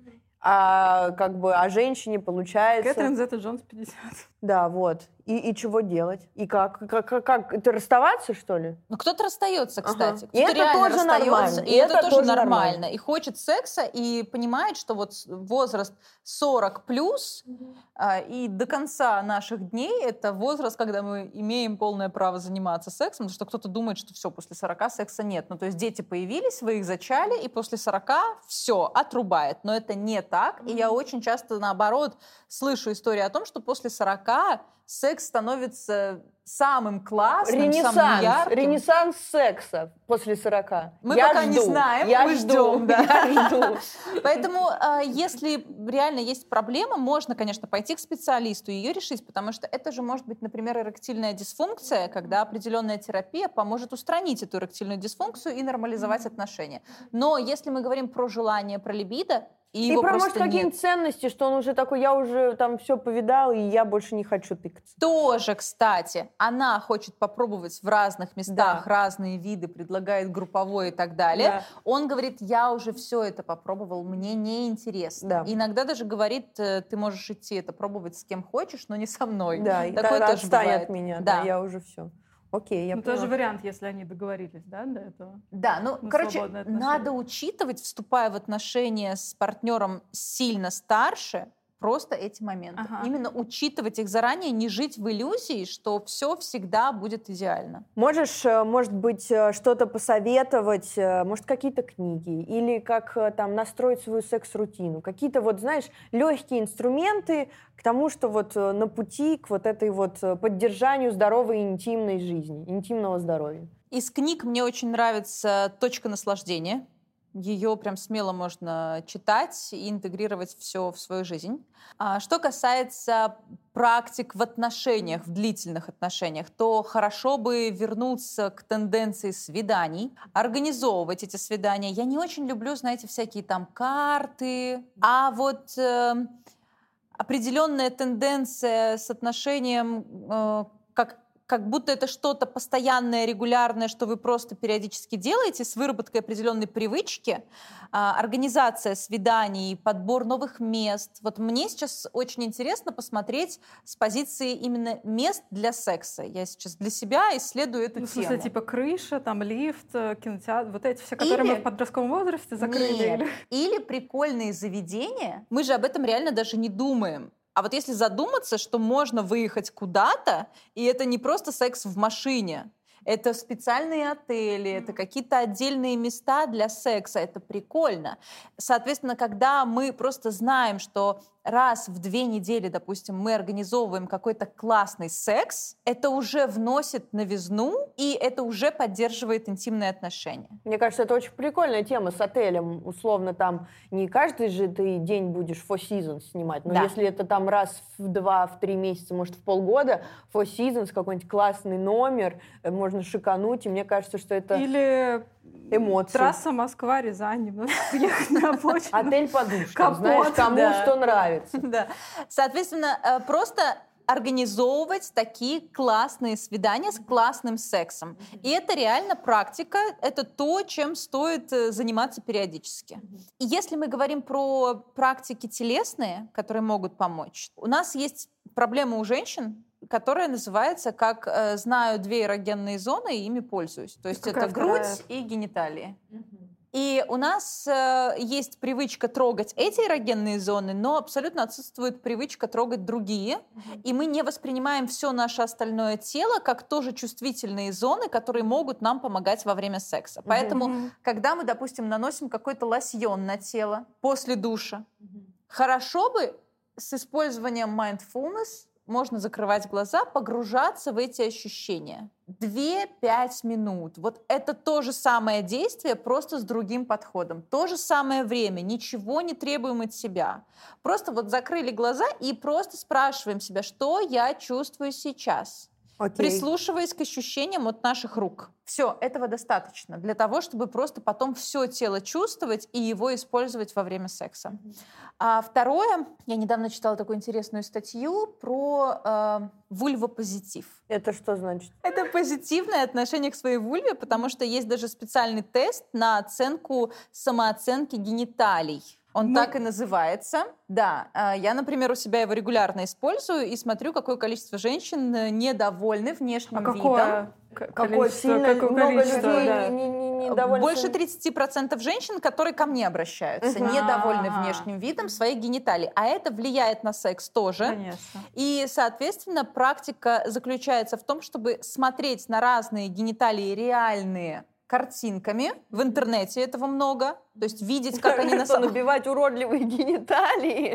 А как бы, а женщине получается... Кэтрин Зета-Джонс 50. Да, вот. И чего делать? И как? Это расставаться, что ли? Ну, кто-то расстается, кстати. И это реально тоже нормально. И это тоже нормально. И хочет секса, и понимает, что вот возраст 40 плюс, и до конца наших дней это возраст, когда мы имеем полное право заниматься сексом, потому что кто-то думает, что все, после 40 секса нет. Ну, то есть дети появились, вы их зачали, и после 40 все, отрубает. Но это не так. И я очень часто, наоборот, слышу истории о том, что после 40 секс становится самым классным, самым ярким. Ренессанс секса после 40. Мы пока не знаем, мы ждем. Я жду. Поэтому, если реально есть проблема, можно, конечно, пойти к специалисту и ее решить, потому что это же может быть, например, эректильная дисфункция, когда определенная терапия поможет устранить эту эректильную дисфункцию и нормализовать отношения. Но если мы говорим про желание, про либидо, и И его про, может, просто нет. какие-нибудь ценности, что он уже такой, я уже там все повидал, и я больше не хочу тыкаться. Тоже, кстати, она хочет попробовать в разных местах Да. разные виды, предлагает групповой и так далее. Да. Он говорит, я уже все это попробовал, мне неинтересно. Да. Иногда даже говорит, ты можешь идти это пробовать с кем хочешь, но не со мной. Да, и Такое тогда тоже отстань бывает. от меня, Да. да, я уже все. Окей, я Ну, поняла. тоже вариант, если они договорились, да, до этого. Да, ну, На короче, свободные отношения. надо учитывать, вступая в отношения с партнером сильно старше, просто эти моменты. Ага. Именно учитывать их заранее, не жить в иллюзии, что все всегда будет идеально. Можешь, может быть, что-то посоветовать, может, какие-то книги, или как там настроить свою секс-рутину, какие-то вот, знаешь, легкие инструменты к тому, что вот на пути к вот этой вот поддержанию здоровой интимной жизни, интимного здоровья. Из книг мне очень нравится «Точка наслаждения». Ее прям смело можно читать и интегрировать все в свою жизнь. Что касается практик в отношениях, в длительных отношениях, то хорошо бы вернуться к тенденции свиданий, организовывать эти свидания. Я не очень люблю, знаете, всякие там карты, а вот определенная тенденция с отношением как будто это что-то постоянное, регулярное, что вы просто периодически делаете с выработкой определенной привычки, организация свиданий, подбор новых мест. Вот мне сейчас очень интересно посмотреть с позиции именно мест для секса. Я сейчас для себя исследую эту Ну, в тему. смысле, типа крыша, там лифт, кинотеатр, вот эти все, которые мы в подростковом возрасте закрыли. Нет. Или прикольные заведения. Мы же об этом реально даже не думаем. А вот если задуматься, что можно выехать куда-то, и это не просто секс в машине, это специальные отели, это какие-то отдельные места для секса, это прикольно. Соответственно, когда мы просто знаем, что раз в 2 недели, допустим, мы организовываем какой-то классный секс, это уже вносит новизну, и это уже поддерживает интимные отношения. Мне кажется, это очень прикольная тема с отелем. Условно, там не каждый же ты день будешь Four Seasons снимать, но Да. если это там раз в 2-3 месяца, может, в полгода, Four Seasons, какой-нибудь классный номер, можно шикануть, и мне кажется, что это Или эмоции. трасса Москва-Рязань, немножко съехать на обочину. Отель подушка, Капот, знаешь, кому да. что нравится. Да. Соответственно, просто организовывать такие классные свидания с классным сексом. И это реально практика, это то, чем стоит заниматься периодически. И если мы говорим про практики телесные, которые могут помочь, у нас есть проблема у женщин, которая называется как «знаю 2 эрогенные зоны и ими пользуюсь». То есть Какая это грудь вторая? и гениталии. И у нас есть привычка трогать эти эрогенные зоны, но абсолютно отсутствует привычка трогать другие. И мы не воспринимаем все наше остальное тело как тоже чувствительные зоны, которые могут нам помогать во время секса. Поэтому, когда мы, допустим, наносим какой-то лосьон на тело после душа, хорошо бы с использованием mindfulness можно закрывать глаза, погружаться в эти ощущения. 2-5 минут. Вот это то же самое действие, просто с другим подходом. То же самое время, ничего не требуем от себя. Просто вот закрыли глаза и просто спрашиваем себя, что я чувствую сейчас. Окей. Прислушиваясь к ощущениям от наших рук. Все, этого достаточно для того, чтобы просто потом все тело чувствовать и его использовать во время секса. А второе, я недавно читала такую интересную статью про вульвопозитив. Это что значит? Это позитивное отношение к своей вульве, потому что есть даже специальный тест на оценку самооценки гениталий. Он так и называется. Да, я, например, у себя его регулярно использую и смотрю, какое количество женщин недовольны внешним видом. Какое сильно много людей недовольны. Больше 30% женщин, которые ко мне обращаются, недовольны внешним видом своих гениталий. А это влияет на секс тоже. Конечно. И, соответственно, практика заключается в том, чтобы смотреть на разные гениталии реальные картинками. В интернете этого много. То есть видеть, как они на самом деле... Набивать уродливые гениталии.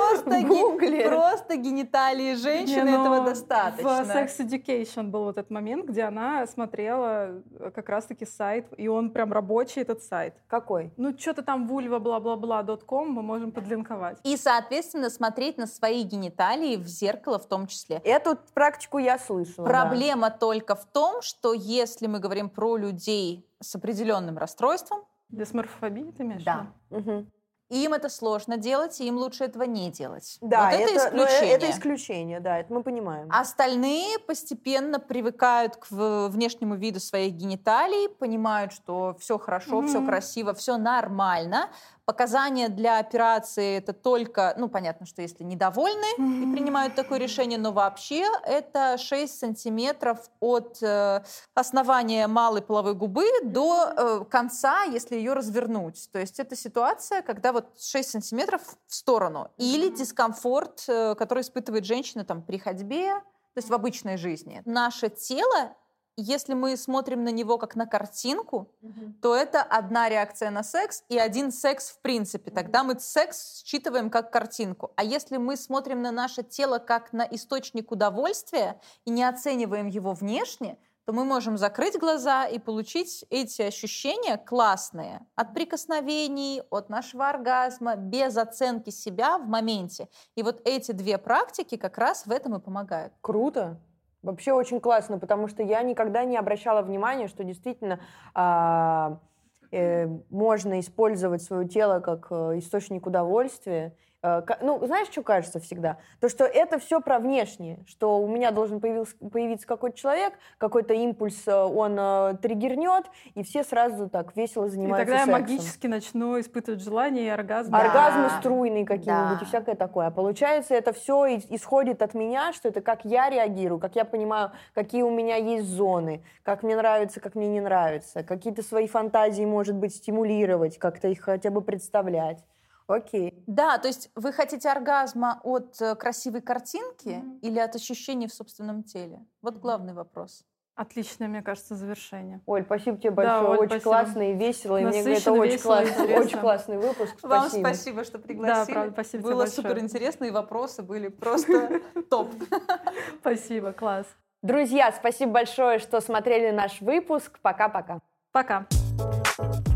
Просто гениталии женщины, этого достаточно. В Sex Education был вот этот момент, где она смотрела как раз-таки сайт, и он прям рабочий, этот сайт. Какой? Ну, что-то там vulva-бла-бла-бла.com мы можем подлинковать. И, соответственно, смотреть на свои гениталии в зеркало в том числе. Эту практику я слышала. Проблема только в том, что если мы говорим про людей с определенным расстройством, Дисморфобия, ты имеешь в да, виду? им это сложно делать, и им лучше этого не делать. Да, вот это исключение. Это исключение, да, это мы понимаем. Остальные постепенно привыкают к внешнему виду своих гениталий, понимают, что все хорошо, все красиво, все нормально. Показания для операции это только, понятно, что если недовольны и принимают такое решение, но вообще это 6 сантиметров от основания малой половой губы до конца, если ее развернуть. То есть это ситуация, когда вот 6 сантиметров в сторону. Или дискомфорт, который испытывает женщина при ходьбе, то есть в обычной жизни. Наше тело, если мы смотрим на него как на картинку, то это одна реакция на секс и один секс в принципе. Тогда мы секс считываем как картинку. А если мы смотрим на наше тело как на источник удовольствия и не оцениваем его внешне, то мы можем закрыть глаза и получить эти ощущения классные от прикосновений, от нашего оргазма, без оценки себя в моменте. И вот эти две практики как раз в этом и помогают. Круто. Вообще очень классно, потому что я никогда не обращала внимания, что действительно можно использовать свое тело как источник удовольствия. Знаешь, что кажется всегда? То, что это все про внешнее, что у меня должен появиться какой-то человек, какой-то импульс он триггернет, и все сразу так весело занимаются сексом. И тогда сексом. я магически начну испытывать желание и оргазм. Да. Оргазмы струйные какие-нибудь и всякое такое. А получается, это все исходит от меня, что это как я реагирую, как я понимаю, какие у меня есть зоны, как мне нравится, как мне не нравится, какие-то свои фантазии, может быть, стимулировать, как-то их хотя бы представлять. Окей. Да, то есть вы хотите оргазма от красивой картинки или от ощущений в собственном теле? Вот главный вопрос. Отличное, мне кажется, завершение. Оль, спасибо тебе большое. Да, Оль, очень спасибо. классно и весело. И мне это очень классный выпуск. Спасибо. Вам спасибо, что пригласили. Да, правда, спасибо тебе Было большое. супер интересно, и вопросы были просто топ. Спасибо, класс. Друзья, спасибо большое, что смотрели наш выпуск. Пока-пока. Пока.